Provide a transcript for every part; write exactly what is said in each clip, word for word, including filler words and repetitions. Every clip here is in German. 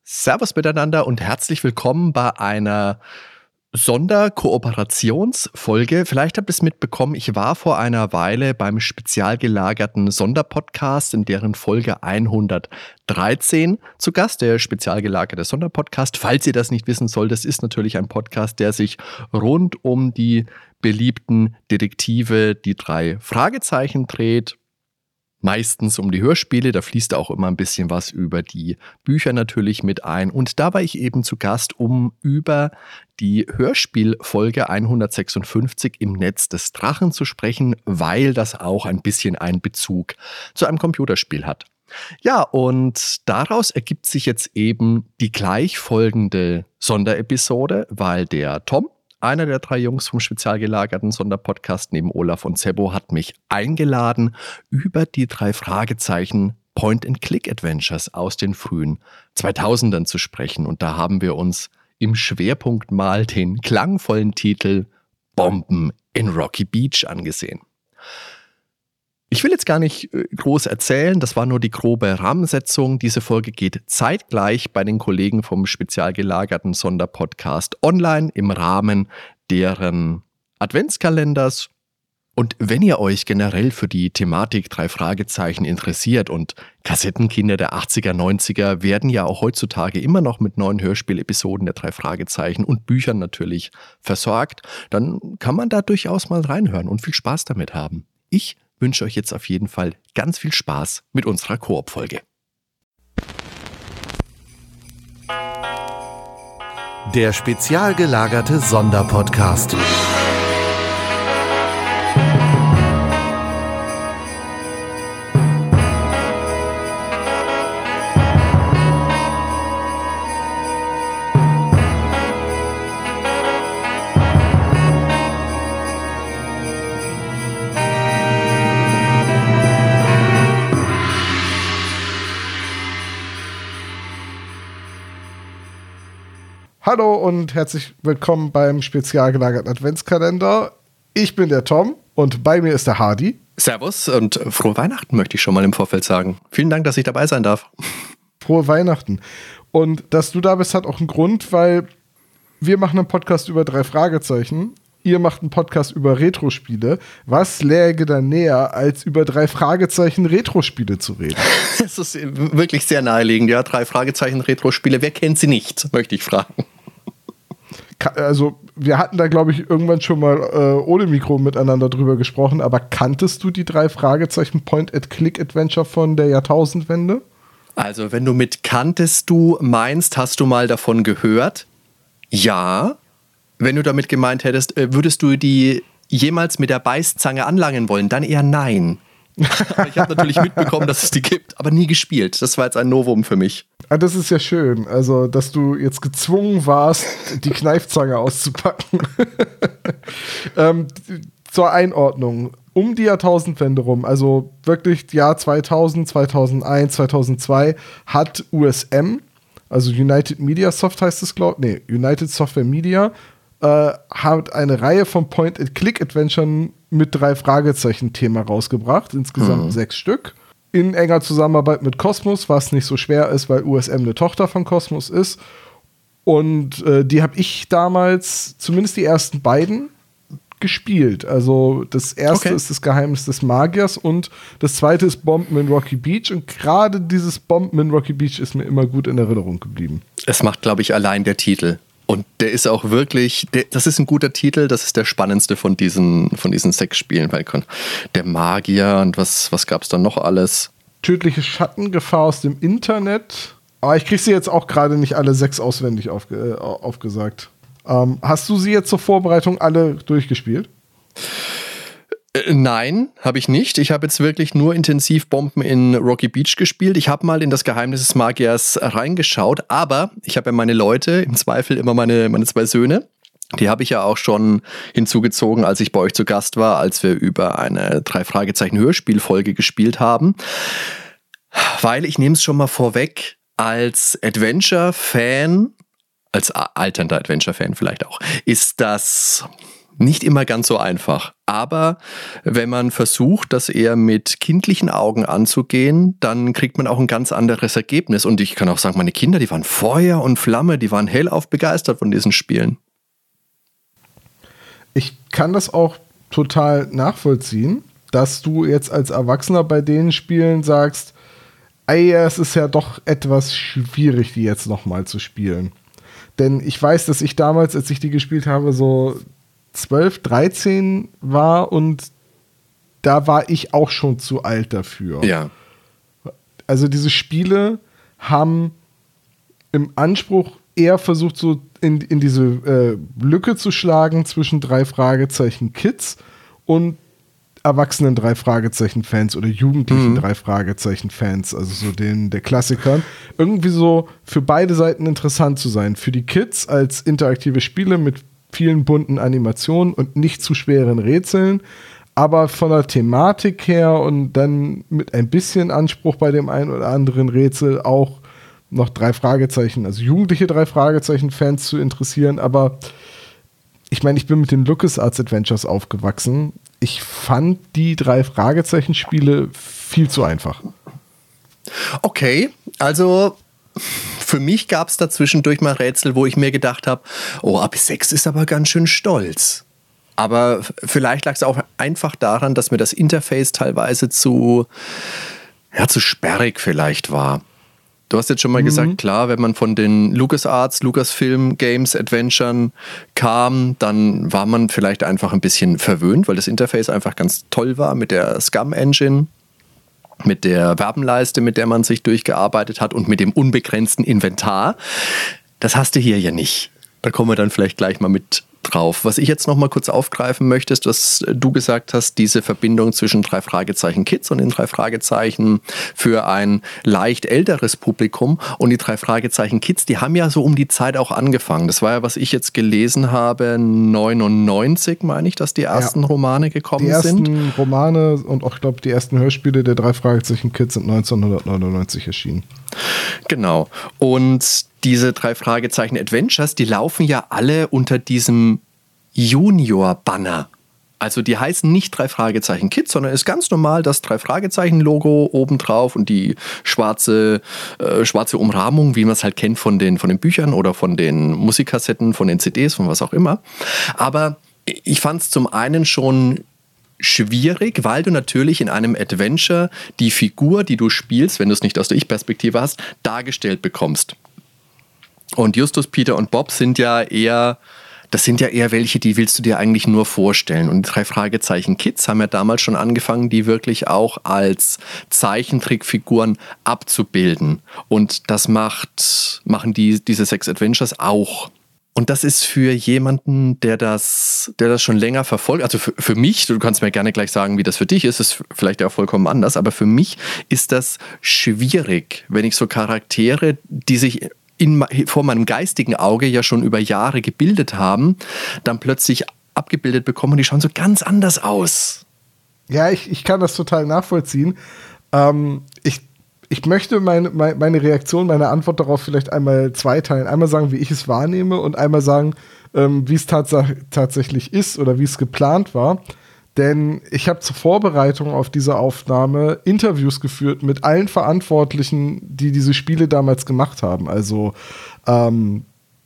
Servus miteinander und herzlich willkommen bei einer Sonderkooperationsfolge. Vielleicht habt ihr es mitbekommen, ich war vor einer Weile beim spezial gelagerten Sonderpodcast in deren Folge hundertdreizehn zu Gast. Der spezial gelagerte Sonderpodcast, falls ihr das nicht wissen sollt, das ist natürlich ein Podcast, der sich rund um die beliebten Detektive, die drei Fragezeichen dreht. Meistens um die Hörspiele, da fließt auch immer ein bisschen was über die Bücher natürlich mit ein. Und da war ich eben zu Gast, um über die Hörspielfolge hundertsechsundfünfzig im Netz des Drachen zu sprechen, weil das auch ein bisschen einen Bezug zu einem Computerspiel hat. Ja, und daraus ergibt sich jetzt eben die gleich folgende Sonderepisode, weil der Tom, einer der drei Jungs vom spezial gelagerten Sonderpodcast neben Olaf und Sebo, hat mich eingeladen, über die drei Fragezeichen Point-and-Click-Adventures aus den frühen zweitausendern zu sprechen. Und da haben wir uns im Schwerpunkt mal den klangvollen Titel Bomben in Rocky Beach angesehen. Ich will jetzt gar nicht groß erzählen, das war nur die grobe Rahmensetzung. Diese Folge geht zeitgleich bei den Kollegen vom spezial gelagerten Sonderpodcast online im Rahmen deren Adventskalenders. Und wenn ihr euch generell für die Thematik drei Fragezeichen interessiert und Kassettenkinder der achtziger, neunziger werden ja auch heutzutage immer noch mit neuen Hörspielepisoden der drei Fragezeichen und Büchern natürlich versorgt, dann kann man da durchaus mal reinhören und viel Spaß damit haben. Ich wünsche euch jetzt auf jeden Fall ganz viel Spaß mit unserer Koop-Folge. Der spezial gelagerte Sonderpodcast. Hallo und herzlich willkommen beim spezial gelagerten Adventskalender. Ich bin der Tom und bei mir ist der Hardy. Servus und frohe Weihnachten möchte ich schon mal im Vorfeld sagen. Vielen Dank, dass ich dabei sein darf. Frohe Weihnachten. Und dass du da bist, hat auch einen Grund, weil wir machen einen Podcast über drei Fragezeichen. Ihr macht einen Podcast über Retro-Spiele. Was läge da näher, als über drei Fragezeichen Retro-Spiele zu reden? Das ist wirklich sehr naheliegend, ja. Drei Fragezeichen Retro-Spiele. Wer kennt sie nicht, möchte ich fragen. Also, wir hatten da, glaube ich, irgendwann schon mal äh, ohne Mikro miteinander drüber gesprochen, aber kanntest du die drei Fragezeichen Point-and-Click-Adventure von der Jahrtausendwende? Also, wenn du mit kanntest du meinst, hast du mal davon gehört? Ja. Wenn du damit gemeint hättest, würdest du die jemals mit der Beißzange anlangen wollen, dann eher nein. Aber ich habe natürlich mitbekommen, dass es die gibt, aber nie gespielt. Das war jetzt ein Novum für mich. Ah, das ist ja schön, also dass du jetzt gezwungen warst, die Kneifzange auszupacken. ähm, zur Einordnung, um die Jahrtausendwende rum, also wirklich Jahr zweitausend, zweitausendeins, zweitausendzwei, hat U S M, also United Media Soft heißt es, glaube ich, nee, United Software Media, äh, hat eine Reihe von Point-and-Click-Adventuren mit drei Fragezeichen-Thema rausgebracht, insgesamt mhm. sechs Stück. In enger Zusammenarbeit mit Kosmos, was nicht so schwer ist, weil U S M eine Tochter von Kosmos ist. Und äh, die habe ich damals, zumindest die ersten beiden, gespielt. Also das erste okay. ist das Geheimnis des Magiers und das zweite ist Bomben in Rocky Beach. Und gerade dieses Bomben in Rocky Beach ist mir immer gut in Erinnerung geblieben. Es macht, glaube ich, allein der Titel. Und der ist auch wirklich, der, das ist ein guter Titel, das ist der spannendste von diesen, von diesen sechs Spielen, weil der Magier und was, was gab es da noch alles? Tödliche Schattengefahr aus dem Internet. Aber ich kriege sie jetzt auch gerade nicht alle sechs auswendig aufge, äh, aufgesagt. Ähm, hast du sie jetzt zur Vorbereitung alle durchgespielt? Nein, habe ich nicht. Ich habe jetzt wirklich nur intensiv Bomben in Rocky Beach gespielt. Ich habe mal in das Geheimnis des Magiers reingeschaut, aber ich habe ja meine Leute, im Zweifel immer meine, meine zwei Söhne. Die habe ich ja auch schon hinzugezogen, als ich bei euch zu Gast war, als wir über eine drei Fragezeichen Hörspielfolge gespielt haben. Weil, ich nehme es schon mal vorweg, als Adventure-Fan, als alternder Adventure-Fan vielleicht auch, ist das... Nicht immer ganz so einfach. Aber wenn man versucht, das eher mit kindlichen Augen anzugehen, dann kriegt man auch ein ganz anderes Ergebnis. Und ich kann auch sagen, meine Kinder, die waren Feuer und Flamme, die waren hellauf begeistert von diesen Spielen. Ich kann das auch total nachvollziehen, dass du jetzt als Erwachsener bei den Spielen sagst, ey, es ist ja doch etwas schwierig, die jetzt nochmal zu spielen. Denn ich weiß, dass ich damals, als ich die gespielt habe, so zwölf, dreizehn war und da war ich auch schon zu alt dafür. Ja. Also diese Spiele haben im Anspruch eher versucht, so in, in diese äh, Lücke zu schlagen zwischen drei Fragezeichen Kids und erwachsenen drei Fragezeichen Fans oder jugendlichen mhm. drei Fragezeichen Fans, also so den der Klassikern, irgendwie so für beide Seiten interessant zu sein. Für die Kids als interaktive Spiele mit vielen bunten Animationen und nicht zu schweren Rätseln, aber von der Thematik her und dann mit ein bisschen Anspruch bei dem einen oder anderen Rätsel auch noch drei Fragezeichen, also jugendliche drei Fragezeichen-Fans zu interessieren, aber ich meine, ich bin mit den LucasArts Adventures aufgewachsen. Ich fand die drei Fragezeichen-Spiele viel zu einfach. Okay, also für mich gab es da zwischendurch mal Rätsel, wo ich mir gedacht habe, oh, A P sechs ist aber ganz schön stolz. Aber vielleicht lag es auch einfach daran, dass mir das Interface teilweise zu, ja, zu sperrig vielleicht war. Du hast jetzt schon mal mhm. gesagt, klar, wenn man von den LucasArts, Lucasfilm Games Adventuren kam, dann war man vielleicht einfach ein bisschen verwöhnt, weil das Interface einfach ganz toll war mit der Scum Engine, mit der Verbenleiste, mit der man sich durchgearbeitet hat und mit dem unbegrenzten Inventar. Das hast du hier ja nicht. Da kommen wir dann vielleicht gleich mal mit drauf. Was ich jetzt noch mal kurz aufgreifen möchte, ist, was du gesagt hast, diese Verbindung zwischen drei Fragezeichen Kids und den drei Fragezeichen für ein leicht älteres Publikum. Und die drei Fragezeichen Kids, die haben ja so um die Zeit auch angefangen. Das war ja, was ich jetzt gelesen habe, neunundneunzig, meine ich, dass die ersten ja. Romane gekommen die ersten sind. Die ersten Romane und auch, ich glaube, die ersten Hörspiele der drei Fragezeichen Kids sind neunzehnhundertneunundneunzig erschienen. Genau. Und diese drei Fragezeichen Adventures, die laufen ja alle unter diesem Junior-Banner. Also die heißen nicht drei Fragezeichen Kids, sondern ist ganz normal das drei Fragezeichen Logo obendrauf und die schwarze, äh, schwarze Umrahmung, wie man es halt kennt von den, von den Büchern oder von den Musikkassetten, von den C Ds, von was auch immer. Aber ich fand es zum einen schon schwierig, weil du natürlich in einem Adventure die Figur, die du spielst, wenn du es nicht aus der Ich-Perspektive hast, dargestellt bekommst. Und Justus, Peter und Bob sind ja eher, das sind ja eher welche, die willst du dir eigentlich nur vorstellen. Und die drei Fragezeichen Kids haben ja damals schon angefangen, die wirklich auch als Zeichentrickfiguren abzubilden. Und das macht, machen die, diese sechs Adventures auch. Und das ist für jemanden, der das, der das schon länger verfolgt, also für, für mich, du kannst mir gerne gleich sagen, wie das für dich ist, ist vielleicht auch vollkommen anders, aber für mich ist das schwierig, wenn ich so Charaktere, die sich in, vor meinem geistigen Auge ja schon über Jahre gebildet haben, dann plötzlich abgebildet bekommen und die schauen so ganz anders aus. Ja, ich, ich kann das total nachvollziehen. Ähm, ich Ich möchte meine, meine Reaktion, meine Antwort darauf vielleicht einmal zweiteilen. Einmal sagen, wie ich es wahrnehme und einmal sagen, ähm, wie es tats- tatsächlich ist oder wie es geplant war. Denn ich habe zur Vorbereitung auf diese Aufnahme Interviews geführt mit allen Verantwortlichen, die diese Spiele damals gemacht haben. Also ähm,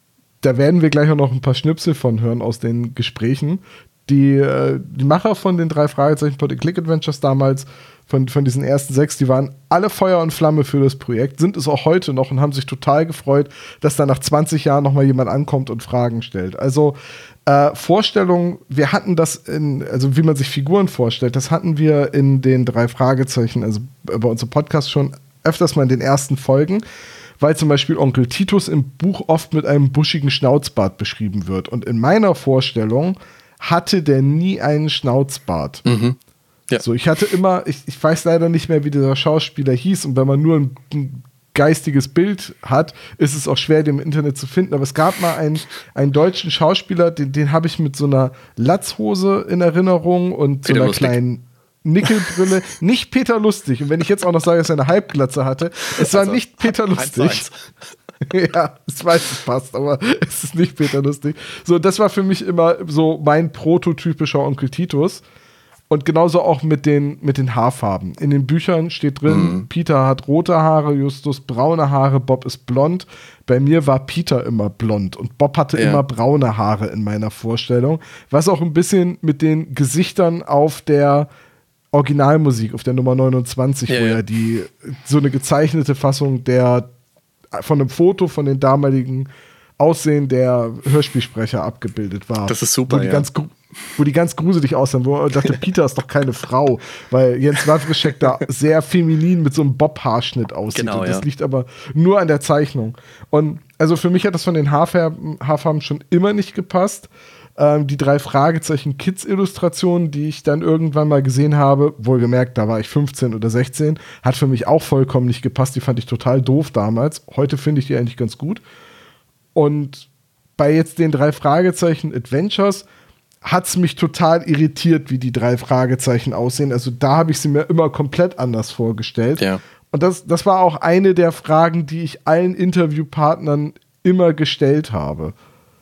da werden wir gleich auch noch ein paar Schnipsel von hören aus den Gesprächen. Die, äh, die Macher von den drei Fragezeichen Point-and-Click-Adventures damals, von, von diesen ersten sechs, die waren alle Feuer und Flamme für das Projekt, sind es auch heute noch und haben sich total gefreut, dass da nach zwanzig Jahren noch mal jemand ankommt und Fragen stellt. Also äh, Vorstellungen, wir hatten das in, also wie man sich Figuren vorstellt, das hatten wir in den drei Fragezeichen, also bei unserem Podcast schon öfters mal in den ersten Folgen, weil zum Beispiel Onkel Titus im Buch oft mit einem buschigen Schnauzbart beschrieben wird. Und in meiner Vorstellung hatte der nie einen Schnauzbart. Mhm. Ja. So, ich hatte immer, ich, ich weiß leider nicht mehr, wie dieser Schauspieler hieß, und wenn man nur ein, ein geistiges Bild hat, ist es auch schwer, den im Internet zu finden. Aber es gab mal einen, einen deutschen Schauspieler, den, den habe ich mit so einer Latzhose in Erinnerung und so einer Lustig. kleinen Nickelbrille. Nicht Peter Lustig. Und wenn ich jetzt auch noch sage, dass er eine Halbglatze hatte, es war Also, nicht Peter Lustig. Ja, Ich weiß, es passt, aber es ist nicht Peter Lustig. So, das war für mich immer so mein prototypischer Onkel Titus. Und genauso auch mit den, mit den Haarfarben. In den Büchern steht drin, mhm. Peter hat rote Haare, Justus braune Haare, Bob ist blond. Bei mir war Peter immer blond und Bob hatte ja. immer braune Haare in meiner Vorstellung. Was auch ein bisschen mit den Gesichtern auf der Originalmusik, auf der Nummer neunundzwanzig, ja, wo ja die so eine gezeichnete Fassung der von einem Foto von den damaligen Aussehen der Hörspielsprecher abgebildet war. Das ist super, wo die ja. ganz wo die ganz gruselig aussahen, wo ich dachte, Peter ist doch keine Frau, weil Jens Wawrczyk da sehr feminin mit so einem Bob-Haarschnitt aussieht. Genau, und das ja. liegt aber nur an der Zeichnung. Und also für mich hat das von den Haarfarben, Haarfarben schon immer nicht gepasst. Ähm, die drei Fragezeichen Kids-Illustrationen, die ich dann irgendwann mal gesehen habe, wohlgemerkt, da war ich fünfzehn oder sechzehn, hat für mich auch vollkommen nicht gepasst. Die fand ich total doof damals. Heute finde ich die eigentlich ganz gut. Und bei jetzt den drei Fragezeichen Adventures hat es mich total irritiert, wie die drei Fragezeichen aussehen. Also da habe ich sie mir immer komplett anders vorgestellt. Ja. Und das, das war auch eine der Fragen, die ich allen Interviewpartnern immer gestellt habe.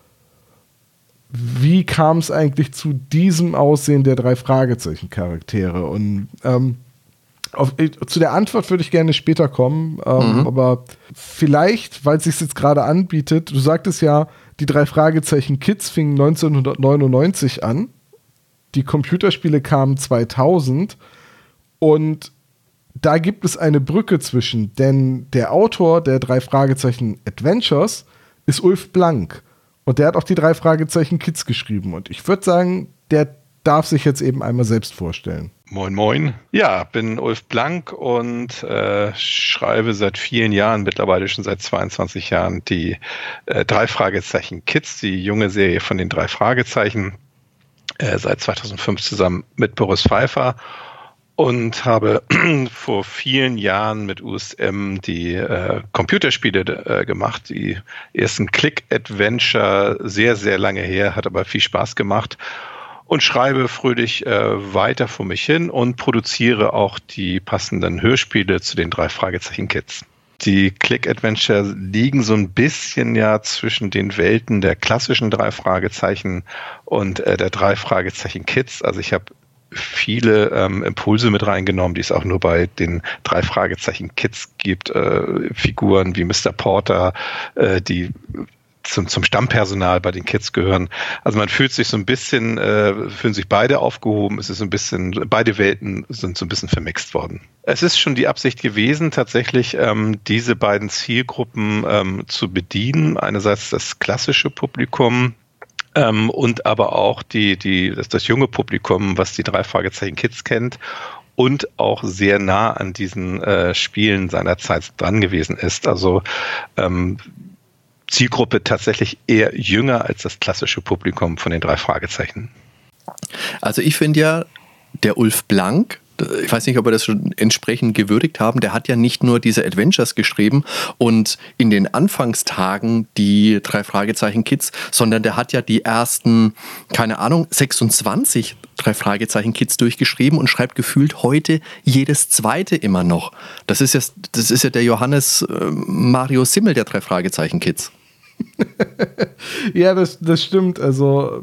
Wie kam es eigentlich zu diesem Aussehen der drei Fragezeichen-Charaktere? Und ähm, auf, zu der Antwort würde ich gerne später kommen, ähm, mhm. aber vielleicht, weil es sich jetzt gerade anbietet, du sagtest ja, die drei Fragezeichen Kids fingen neunzehnhundertneunundneunzig an, die Computerspiele kamen zweitausend und da gibt es eine Brücke zwischen, denn der Autor der drei Fragezeichen Adventures ist Ulf Blank und der hat auch die drei Fragezeichen Kids geschrieben und ich würde sagen, der darf sich jetzt eben einmal selbst vorstellen. Moin, moin. Ja, bin Ulf Blank und äh, schreibe seit vielen Jahren, mittlerweile schon seit zweiundzwanzig Jahren, die äh, drei Fragezeichen Kids, die junge Serie von den drei Fragezeichen, äh, seit zweitausendfünf zusammen mit Boris Pfeiffer und habe vor vielen Jahren mit U S M die äh, Computerspiele äh, gemacht, die ersten Click-Adventure, sehr, sehr lange her, hat aber viel Spaß gemacht. Und schreibe fröhlich äh, weiter vor mich hin und produziere auch die passenden Hörspiele zu den drei Fragezeichen Kids. Die Click-Adventure liegen so ein bisschen ja zwischen den Welten der klassischen drei Fragezeichen und äh, der drei Fragezeichen Kids. Also ich habe viele ähm, Impulse mit reingenommen, die es auch nur bei den drei Fragezeichen Kids gibt. Äh, Figuren wie Mister Porter, äh, die Zum, zum Stammpersonal bei den Kids gehören. Also man fühlt sich so ein bisschen, äh, fühlen sich beide aufgehoben. Es ist so ein bisschen, beide Welten sind so ein bisschen vermixt worden. Es ist schon die Absicht gewesen, tatsächlich ähm, diese beiden Zielgruppen ähm, zu bedienen. Einerseits das klassische Publikum ähm, und aber auch die, die, das, das junge Publikum, was die drei Fragezeichen Kids kennt. Und auch sehr nah an diesen äh, Spielen seiner Zeit dran gewesen ist. Also ähm, Zielgruppe tatsächlich eher jünger als das klassische Publikum von den drei Fragezeichen. Also ich finde ja, der Ulf Blank, ich weiß nicht, ob wir das schon entsprechend gewürdigt haben, der hat ja nicht nur diese Adventures geschrieben und in den Anfangstagen die drei Fragezeichen Kids, sondern der hat ja die ersten, keine Ahnung, sechsundzwanzig drei Fragezeichen Kids durchgeschrieben und schreibt gefühlt heute jedes zweite immer noch. Das ist ja, das ist ja der Johannes äh, Mario Simmel der drei Fragezeichen Kids. Ja, das, das stimmt. Also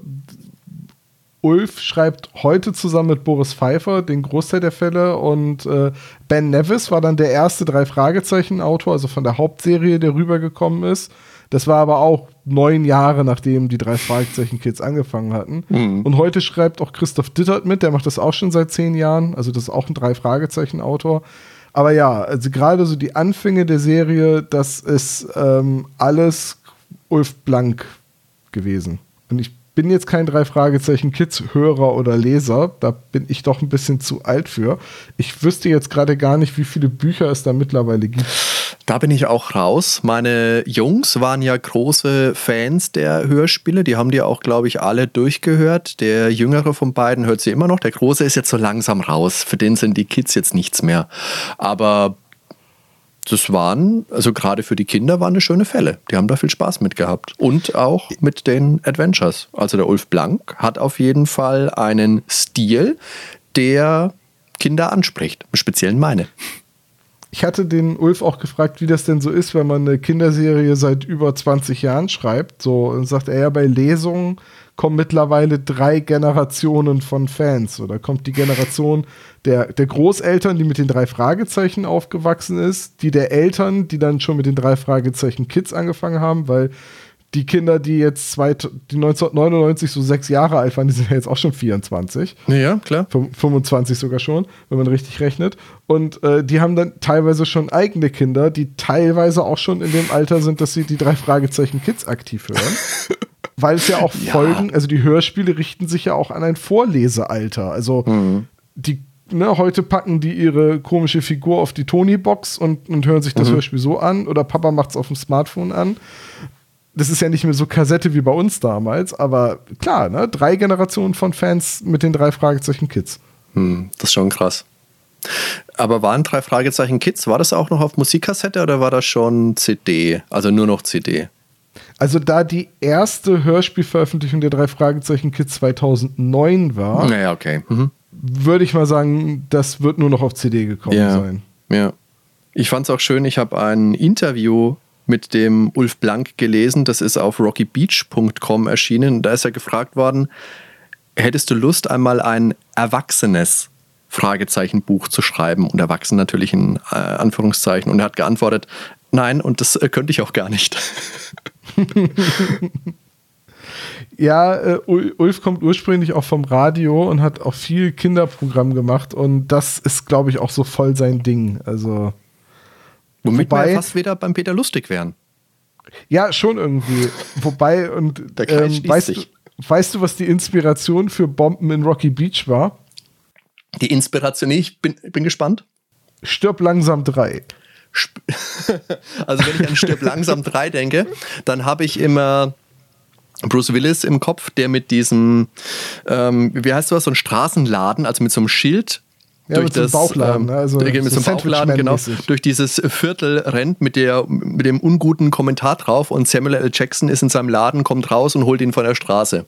Ulf schreibt heute zusammen mit Boris Pfeiffer den Großteil der Fälle und äh, Ben Nevis war dann der erste Drei-Fragezeichen-Autor, also von der Hauptserie, der rübergekommen ist. Das war aber auch neun Jahre, nachdem die Drei-Fragezeichen-Kids angefangen hatten. Mhm. Und heute schreibt auch Christoph Dittert mit, der macht das auch schon seit zehn Jahren, also das ist auch ein Drei-Fragezeichen-Autor. Aber ja, also gerade so die Anfänge der Serie, das ist ähm, alles Ulf Blank gewesen. Und ich bin jetzt kein Drei-Fragezeichen-Kids-Hörer oder Leser, da bin ich doch ein bisschen zu alt für. Ich wüsste jetzt gerade gar nicht, wie viele Bücher es da mittlerweile gibt. Da bin ich auch raus. Meine Jungs waren ja große Fans der Hörspiele. Die haben die auch, glaube ich, alle durchgehört. Der Jüngere von beiden hört sie immer noch. Der Große ist jetzt so langsam raus. Für den sind die Kids jetzt nichts mehr. Aber das waren, also gerade für die Kinder, waren eine schöne Fälle. Die haben da viel Spaß mit gehabt. Und auch mit den Adventures. Also der Ulf Blank hat auf jeden Fall einen Stil, der Kinder anspricht. Im Speziellen meine. ich hatte den Ulf auch gefragt, wie das denn so ist, wenn man eine Kinderserie seit über zwanzig Jahren schreibt. So, und sagt er ja, bei Lesungen kommen mittlerweile drei Generationen von Fans. Oder kommt die Generation der, der Großeltern, die mit den drei Fragezeichen aufgewachsen ist, die der Eltern, die dann schon mit den drei Fragezeichen Kids angefangen haben, weil die Kinder, die jetzt zwei, die neunzehnhundertneunundneunzig so sechs Jahre alt waren, die sind ja jetzt auch schon vierundzwanzig. Ja, klar. fünfundzwanzig sogar schon, wenn man richtig rechnet. Und äh, die haben dann teilweise schon eigene Kinder, die teilweise auch schon in dem Alter sind, dass sie die drei Fragezeichen Kids aktiv hören. Weil es ja auch ja. Folgen, also die Hörspiele richten sich ja auch an ein Vorlesealter. Also mhm. die, ne, heute packen die ihre komische Figur auf die Tony-Box und, und hören sich das mhm. Hörspiel so an. Oder Papa macht es auf dem Smartphone an. Das ist ja nicht mehr so Kassette wie bei uns damals, aber klar, ne? Drei Generationen von Fans mit den drei Fragezeichen Kids. Hm, das ist schon krass. Aber waren drei Fragezeichen Kids, war das auch noch auf Musikkassette oder war das schon C D? Also nur noch C D? Also da die erste Hörspielveröffentlichung der drei Fragezeichen Kids zweitausendneun war, naja, okay. Mhm. würde ich mal sagen, das wird nur noch auf C D gekommen ja. sein. Ja. Ich fand es auch schön, ich habe ein Interview mit dem Ulf Blank gelesen, das ist auf rocky beach punkt com erschienen. Da ist er gefragt worden, hättest du Lust, einmal ein erwachsenes Fragezeichenbuch zu schreiben? Und erwachsen natürlich in äh, Anführungszeichen. Und er hat geantwortet, nein, und das äh, könnte ich auch gar nicht. Ja, äh, Ulf kommt ursprünglich auch vom Radio und hat auch viel Kinderprogramm gemacht. Und das ist, glaube ich, auch so voll sein Ding. Also Womit Wobei, wir ja fast wieder beim Peter Lustig wären. Ja, schon irgendwie. Wobei, und ähm, weißt, du, weißt du, was die Inspiration für Bomben in Rocky Beach war? Die Inspiration, ich bin, bin gespannt. Stirb langsam drei. Also wenn ich an Stirb langsam drei denke, dann habe ich immer Bruce Willis im Kopf, der mit diesem, ähm, wie heißt das, so ein Straßenladen, also mit so einem Schild, Ja, durch mit so das Bauchladen, ähm, also mit so so einem Bauchladen, genau, durch dieses Viertel rennt mit, der, mit dem unguten Kommentar drauf und Samuel L. Jackson ist in seinem Laden, kommt raus und holt ihn von der Straße.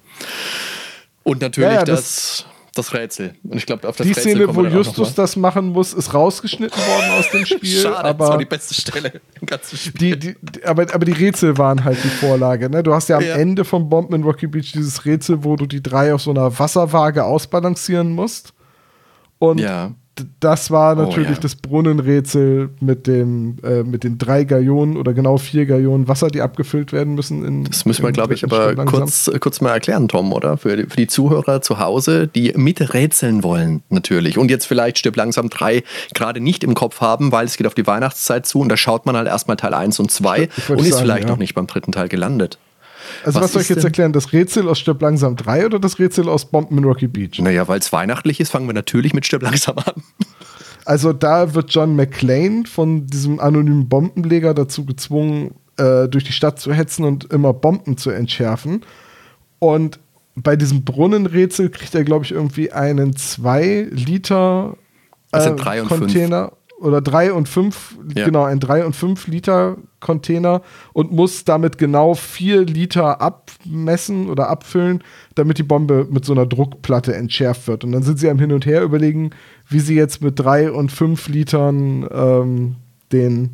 Und natürlich ja, ja, das, das, das Rätsel. Und ich glaube, auf das die Rätsel Szene, wo Justus das machen muss, ist rausgeschnitten worden aus dem Spiel. Schade, aber das war die beste Stelle im ganzen Spiel. Die, die, aber, aber die Rätsel waren halt die Vorlage. Ne? Du hast ja am ja. Ende von Bomben in Rocky Beach dieses Rätsel, wo du die drei auf so einer Wasserwaage ausbalancieren musst. Und ja. das war natürlich oh, ja. das Brunnenrätsel mit, dem, äh, mit den drei Gallonen oder genau vier Gallonen Wasser, die abgefüllt werden müssen. In, das müssen wir, glaube ich, aber kurz, kurz mal erklären, Tom, oder? Für die, für die Zuhörer zu Hause, die miträtseln wollen, natürlich. Und jetzt vielleicht Stirb langsam drei gerade nicht im Kopf haben, weil es geht auf die Weihnachtszeit zu und da schaut man halt erstmal Teil eins und zwei und ist sagen, vielleicht ja. noch nicht beim dritten Teil gelandet. Also was, was soll ich jetzt denn erklären? Das Rätsel aus Stirb langsam drei oder das Rätsel aus Bomben in Rocky Beach? Naja, weil es weihnachtlich ist, fangen wir natürlich mit Stirb langsam an. Also da wird John McClane von diesem anonymen Bombenleger dazu gezwungen, äh, durch die Stadt zu hetzen und immer Bomben zu entschärfen. Und bei diesem Brunnenrätsel kriegt er, glaube ich, irgendwie einen zwei Liter äh, Container. Oder drei und fünf, ja. genau, ein drei und fünf Liter Container und muss damit genau vier Liter abmessen oder abfüllen, damit die Bombe mit so einer Druckplatte entschärft wird. Und dann sind sie am Hin und Her überlegen, wie sie jetzt mit drei und fünf Litern ähm, den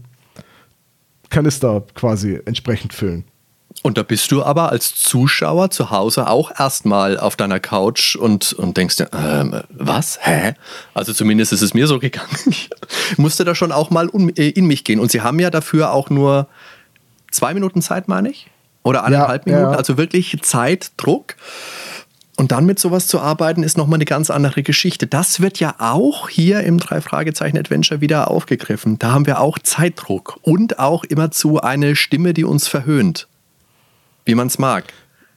Kanister quasi entsprechend füllen. Und da bist du aber als Zuschauer zu Hause auch erstmal auf deiner Couch und, und denkst dir, ähm, was? Hä? Also zumindest ist es mir so gegangen. Ich musste da schon auch mal um, äh, in mich gehen. Und sie haben ja dafür auch nur zwei Minuten Zeit, meine ich? Oder eineinhalb ja, Minuten. Ja. Also wirklich Zeitdruck. Und dann mit sowas zu arbeiten, ist nochmal eine ganz andere Geschichte. Das wird ja auch hier im Drei-Fragezeichen-Adventure wieder aufgegriffen. Da haben wir auch Zeitdruck und auch immerzu eine Stimme, die uns verhöhnt. Wie man es mag.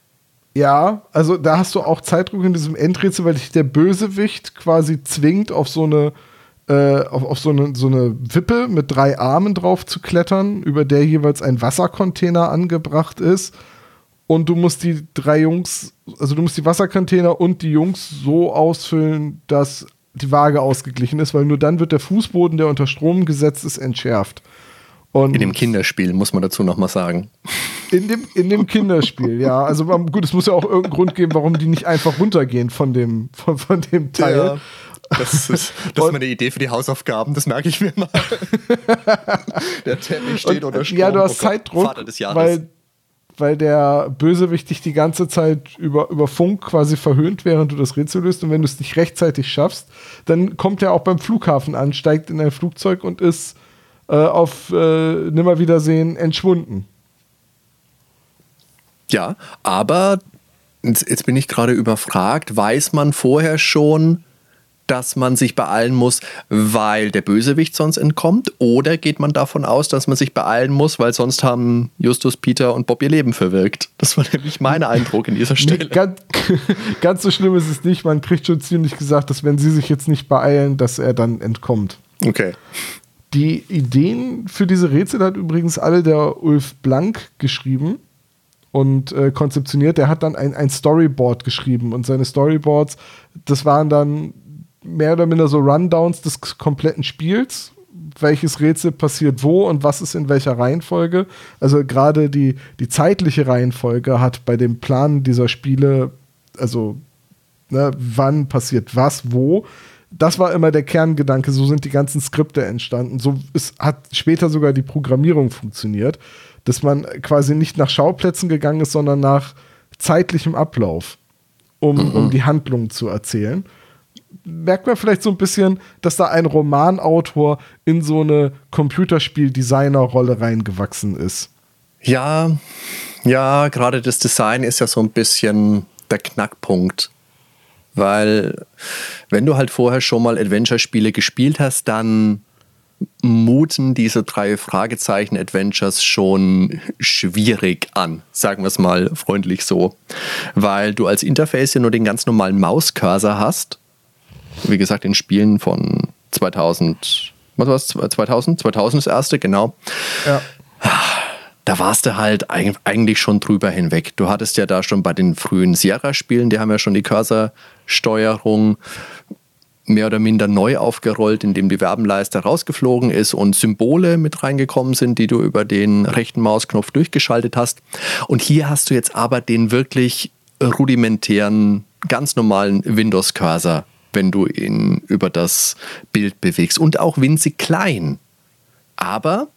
Ja, also da hast du auch Zeitdruck in diesem Endrätsel, weil dich der Bösewicht quasi zwingt, auf so eine, äh, auf, auf so eine, so eine Wippe mit drei Armen drauf zu klettern, über der jeweils ein Wassercontainer angebracht ist. Und du musst die drei Jungs, also du musst die Wassercontainer und die Jungs so ausfüllen, dass die Waage ausgeglichen ist, weil nur dann wird der Fußboden, der unter Strom gesetzt ist, entschärft. Und in dem Kinderspiel, muss man dazu nochmal sagen. In dem, in dem Kinderspiel, ja. Also gut, es muss ja auch irgendeinen Grund geben, warum die nicht einfach runtergehen von dem, von, von dem Teil. Das ist, das ist meine Idee für die Hausaufgaben, das merke ich mir mal. Der Teppich steht und, unter Strom. Ja, du hast oh Gott, Zeitdruck, Vater des Jahres. weil, weil der Bösewicht dich die ganze Zeit über, über Funk quasi verhöhnt, während du das Rätsel löst. Und wenn du es nicht rechtzeitig schaffst, dann kommt er auch beim Flughafen an, steigt in ein Flugzeug und ist äh, auf äh, Nimmerwiedersehen entschwunden. Ja, aber jetzt, jetzt bin ich gerade überfragt, weiß man vorher schon, dass man sich beeilen muss, weil der Bösewicht sonst entkommt? Oder geht man davon aus, dass man sich beeilen muss, weil sonst haben Justus, Peter und Bob ihr Leben verwirkt? Das war nämlich mein Eindruck in dieser Stelle. Nee, ganz, ganz so schlimm ist es nicht. Man kriegt schon ziemlich gesagt, dass wenn sie sich jetzt nicht beeilen, dass er dann entkommt. Okay. Die Ideen für diese Rätsel hat übrigens alle der Ulf Blank geschrieben und äh, konzeptioniert. Der hat dann ein, ein Storyboard geschrieben und seine Storyboards, das waren dann mehr oder minder so Rundowns des kompletten Spiels, welches Rätsel passiert wo und was ist in welcher Reihenfolge. Also gerade die, die zeitliche Reihenfolge hat bei dem Plan dieser Spiele, also ne, wann passiert was, wo, das war immer der Kerngedanke, so sind die ganzen Skripte entstanden. So ist, hat später sogar die Programmierung funktioniert, dass man quasi nicht nach Schauplätzen gegangen ist, sondern nach zeitlichem Ablauf, um, mhm. um die Handlung zu erzählen. Merkt man vielleicht so ein bisschen, dass da ein Romanautor in so eine Computerspiel-Designer-Rolle reingewachsen ist. Ja, ja, gerade das Design ist ja so ein bisschen der Knackpunkt. Weil, wenn du halt vorher schon mal Adventure-Spiele gespielt hast, dann muten diese drei Fragezeichen-Adventures schon schwierig an, sagen wir es mal freundlich so. Weil du als Interface ja nur den ganz normalen Mauscursor hast. Wie gesagt, in Spielen von zweitausend, was war es, zweitausend? zweitausend das erste, genau. Ja. Da warst du halt eigentlich schon drüber hinweg. Du hattest ja da schon bei den frühen Sierra-Spielen, die haben ja schon die Cursor-Steuerung mehr oder minder neu aufgerollt, indem die Verbenleiste rausgeflogen ist und Symbole mit reingekommen sind, die du über den rechten Mausknopf durchgeschaltet hast. Und hier hast du jetzt aber den wirklich rudimentären, ganz normalen Windows-Cursor, wenn du ihn über das Bild bewegst. Und auch winzig klein. Aber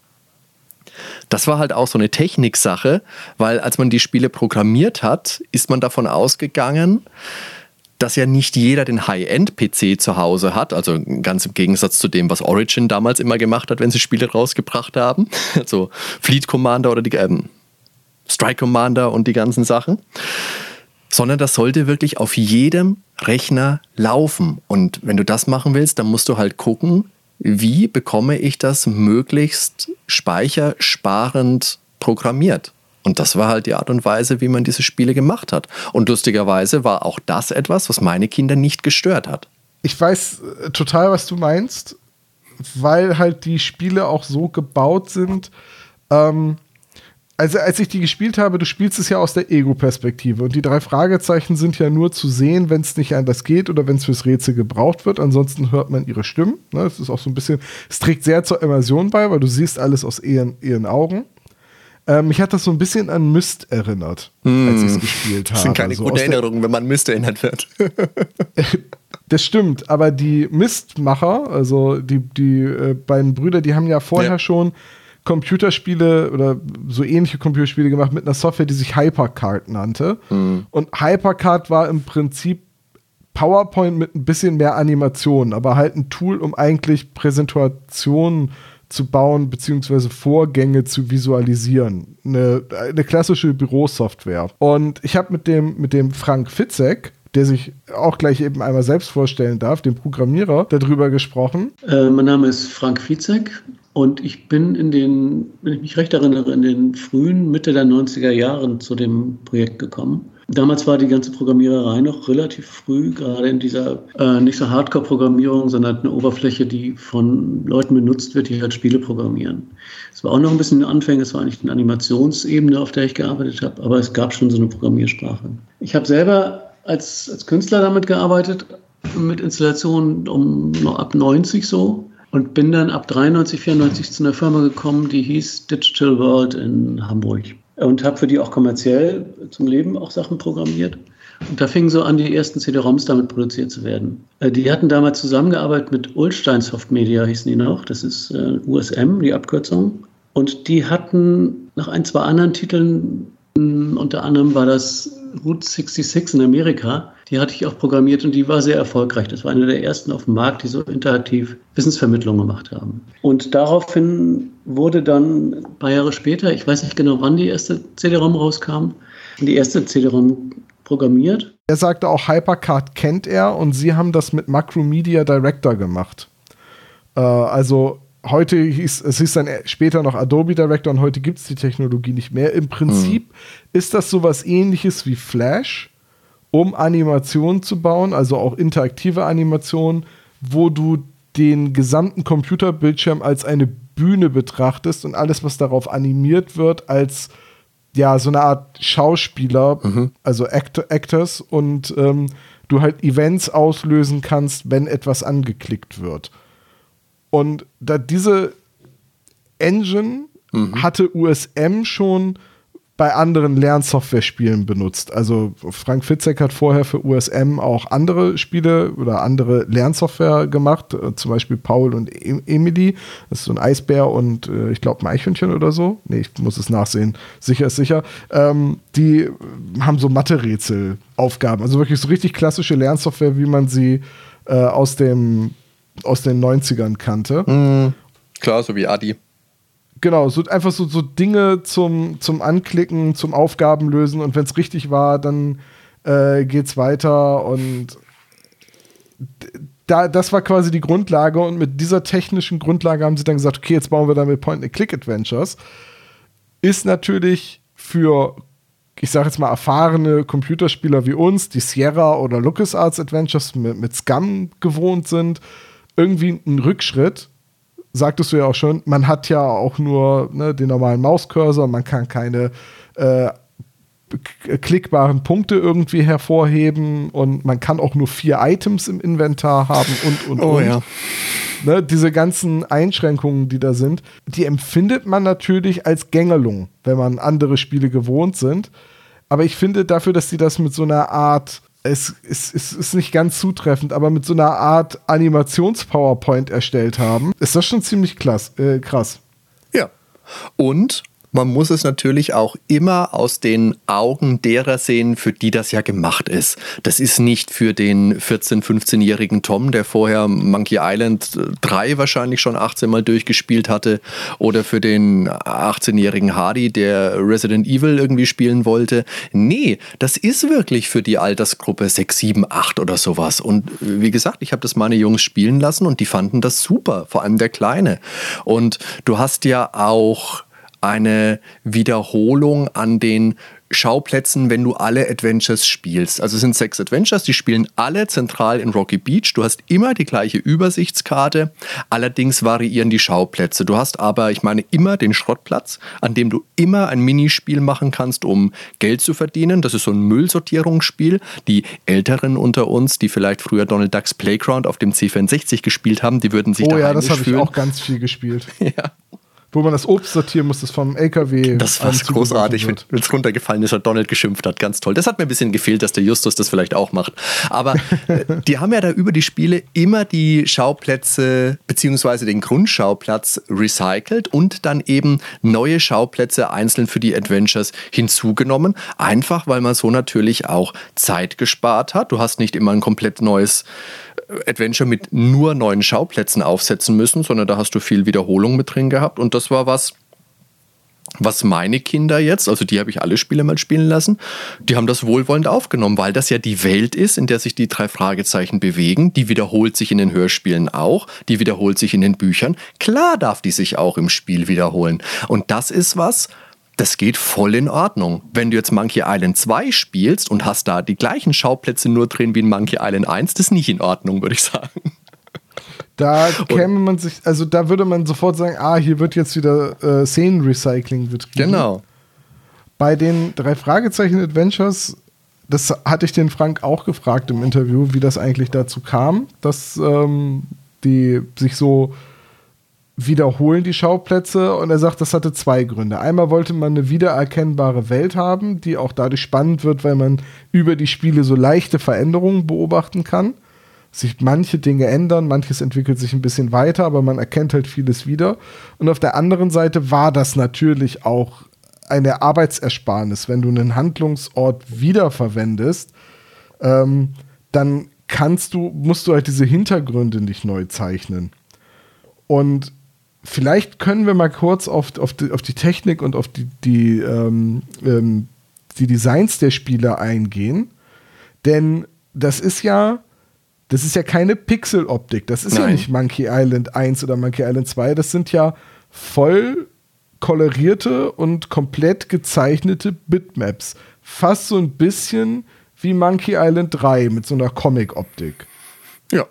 das war halt auch so eine Techniksache, weil als man die Spiele programmiert hat, ist man davon ausgegangen, dass ja nicht jeder den High-End-P C zu Hause hat, also ganz im Gegensatz zu dem, was Origin damals immer gemacht hat, wenn sie Spiele rausgebracht haben, also Fleet Commander oder die ähm, Strike Commander und die ganzen Sachen, sondern das sollte wirklich auf jedem Rechner laufen. Und wenn du das machen willst, dann musst du halt gucken, wie bekomme ich das möglichst speichersparend programmiert. Und das war halt die Art und Weise, wie man diese Spiele gemacht hat. Und lustigerweise war auch das etwas, was meine Kinder nicht gestört hat. Ich weiß äh, total, was du meinst, weil halt die Spiele auch so gebaut sind. Ähm, also als ich die gespielt habe, du spielst es ja aus der Ego-Perspektive. Und die drei Fragezeichen sind ja nur zu sehen, wenn es nicht anders geht oder wenn es fürs Rätsel gebraucht wird. Ansonsten hört man ihre Stimmen. Ne? Das ist auch so ein bisschen, es trägt sehr zur Immersion bei, weil du siehst alles aus ihren, ihren Augen. Ähm, mich hat das so ein bisschen an Myst erinnert, mm. als ich es gespielt habe. Das sind keine so guten Erinnerungen, wenn man Myst erinnert wird. Das stimmt, aber die Mystmacher, also die, die äh, beiden Brüder, die haben ja vorher ja. schon Computerspiele oder so ähnliche Computerspiele gemacht mit einer Software, die sich Hypercard nannte. Mm. Und Hypercard war im Prinzip PowerPoint mit ein bisschen mehr Animationen, aber halt ein Tool, um eigentlich Präsentationen zu bauen, beziehungsweise Vorgänge zu visualisieren. Eine, eine klassische Bürosoftware. Und ich habe mit dem, mit dem Frank Fitzek, der sich auch gleich eben einmal selbst vorstellen darf, dem Programmierer, darüber gesprochen. Äh, mein Name ist Frank Fitzek und ich bin in den, wenn ich mich recht erinnere, in den frühen, Mitte der neunziger Jahren zu dem Projekt gekommen. Damals war die ganze Programmiererei noch relativ früh, gerade in dieser äh, nicht so Hardcore-Programmierung, sondern eine Oberfläche, die von Leuten benutzt wird, die halt Spiele programmieren. Es war auch noch ein bisschen Anfänge, es war eigentlich eine Animationsebene, auf der ich gearbeitet habe, aber es gab schon so eine Programmiersprache. Ich habe selber als, als Künstler damit gearbeitet, mit Installationen um noch ab neunzig so und bin dann ab dreiundneunzig, vierundneunzig zu einer Firma gekommen, die hieß Digital World in Hamburg. Und habe für die auch kommerziell zum Leben auch Sachen programmiert. Und da fingen so an, die ersten C D-ROMs damit produziert zu werden. Äh, die hatten damals zusammengearbeitet mit Ullstein Softmedia, hießen die noch. Das ist äh, U S M, die Abkürzung. Und die hatten nach ein, zwei anderen Titeln, mh, unter anderem war das Route sechsundsechzig in Amerika, die hatte ich auch programmiert und die war sehr erfolgreich. Das war eine der ersten auf dem Markt, die so interaktiv Wissensvermittlung gemacht haben. Und daraufhin wurde dann ein paar Jahre später, ich weiß nicht genau, wann die erste C D-ROM rauskam, die erste C D-ROM programmiert. Er sagte auch, Hypercard kennt er und sie haben das mit Macromedia Director gemacht. Äh, also heute hieß es hieß dann später noch Adobe Director und heute gibt es die Technologie nicht mehr. Im Prinzip mhm. ist das sowas ähnliches wie Flash, um Animationen zu bauen, also auch interaktive Animationen, wo du den gesamten Computerbildschirm als eine Bühne betrachtest und alles, was darauf animiert wird, als ja, so eine Art Schauspieler, mhm. also Act- Actors und ähm, du halt Events auslösen kannst, wenn etwas angeklickt wird. Und da diese Engine mhm. hatte U S M schon bei anderen Lernsoftware-Spielen benutzt. Also Frank Fitzek hat vorher für U S M auch andere Spiele oder andere Lernsoftware gemacht, äh, zum Beispiel Paul und e- Emily. Das ist so ein Eisbär und äh, ich glaube ein Eichhörnchen oder so. Nee, ich muss es nachsehen. Sicher ist sicher. Ähm, die haben so Mathe-Rätsel-Aufgaben. Also wirklich so richtig klassische Lernsoftware, wie man sie äh, aus dem aus den neunzigern kannte. Mhm. Klar, so wie Adi. Genau, so einfach so, so Dinge zum, zum Anklicken, zum Aufgabenlösen und wenn es richtig war, dann äh, geht's weiter und da, das war quasi die Grundlage und mit dieser technischen Grundlage haben sie dann gesagt, okay, jetzt bauen wir damit Point-and-Click-Adventures. Ist natürlich für, ich sage jetzt mal, erfahrene Computerspieler wie uns, die Sierra oder LucasArts Adventures mit, mit Scum gewohnt sind, irgendwie ein Rückschritt. Sagtest du ja auch schon, man hat ja auch nur ne, den normalen Mauscursor, man kann keine äh, k- klickbaren Punkte irgendwie hervorheben und man kann auch nur vier Items im Inventar haben und, und, oh, und. Ja. Ne, diese ganzen Einschränkungen, die da sind, die empfindet man natürlich als Gängelung, wenn man andere Spiele gewohnt sind. Aber ich finde dafür, dass sie das mit so einer Art Es ist, es ist nicht ganz zutreffend, aber mit so einer Art Animations-PowerPoint erstellt haben, ist das schon ziemlich klass, äh, krass. Ja. Und man muss es natürlich auch immer aus den Augen derer sehen, für die das ja gemacht ist. Das ist nicht für den vierzehn-, fünfzehnjährigen Tom, der vorher Monkey Island drei wahrscheinlich schon achtzehn Mal durchgespielt hatte, oder für den achtzehnjährigen Hardy, der Resident Evil irgendwie spielen wollte. Nee, das ist wirklich für die Altersgruppe sechs, sieben, acht oder sowas. Und wie gesagt, ich habe das meine Jungs spielen lassen und die fanden das super, vor allem der Kleine. Und du hast ja auch eine Wiederholung an den Schauplätzen, wenn du alle Adventures spielst. Also es sind sechs Adventures, die spielen alle zentral in Rocky Beach. Du hast immer die gleiche Übersichtskarte, allerdings variieren die Schauplätze. Du hast aber, ich meine, immer den Schrottplatz, an dem du immer ein Minispiel machen kannst, um Geld zu verdienen. Das ist so ein Müllsortierungsspiel. Die Älteren unter uns, die vielleicht früher Donald Ducks Playground auf dem C vierundsechzig gespielt haben, die würden sich da Oh ja, das habe ich fühlen. auch ganz viel gespielt. Ja. Wo man das Obst sortieren muss, das vom L K W. Das war großartig, wenn es runtergefallen ist und Donald geschimpft hat. Ganz toll. Das hat mir ein bisschen gefehlt, dass der Justus das vielleicht auch macht. Aber äh, die haben ja da über die Spiele immer die Schauplätze beziehungsweise den Grundschauplatz recycelt und dann eben neue Schauplätze einzeln für die Adventures hinzugenommen. Einfach, weil man so natürlich auch Zeit gespart hat. Du hast nicht immer ein komplett neues Adventure mit nur neuen Schauplätzen aufsetzen müssen, sondern da hast du viel Wiederholung mit drin gehabt und das war was, was meine Kinder jetzt, also die habe ich alle Spiele mal spielen lassen, die haben das wohlwollend aufgenommen, weil das ja die Welt ist, in der sich die drei Fragezeichen bewegen, die wiederholt sich in den Hörspielen auch, die wiederholt sich in den Büchern, klar darf die sich auch im Spiel wiederholen und das ist was, das geht voll in Ordnung. Wenn du jetzt Monkey Island zwei spielst und hast da die gleichen Schauplätze nur drin wie in Monkey Island eins, das ist nicht in Ordnung, würde ich sagen. Da käme man sich, also da würde man sofort sagen, ah, hier wird jetzt wieder äh, Szenenrecycling betrieben. Genau. Bei den drei Fragezeichen-Adventures, das hatte ich den Frank auch gefragt im Interview, wie das eigentlich dazu kam, dass ähm, die sich so wiederholen die Schauplätze und er sagt, das hatte zwei Gründe. Einmal wollte man eine wiedererkennbare Welt haben, die auch dadurch spannend wird, weil man über die Spiele so leichte Veränderungen beobachten kann. Sich manche Dinge ändern, manches entwickelt sich ein bisschen weiter, aber man erkennt halt vieles wieder. Und auf der anderen Seite war das natürlich auch eine Arbeitsersparnis. Wenn du einen Handlungsort wiederverwendest, ähm, dann kannst du, musst du halt diese Hintergründe nicht neu zeichnen. Und vielleicht können wir mal kurz auf, auf, die, auf die Technik und auf die, die, ähm, ähm, die Designs der Spiele eingehen. Denn das ist ja, das ist ja keine Pixeloptik. Das ist Nein. ja nicht Monkey Island eins oder Monkey Island zwei. Das sind ja voll kolorierte und komplett gezeichnete Bitmaps. Fast so ein bisschen wie Monkey Island drei mit so einer Comic-Optik. Ja.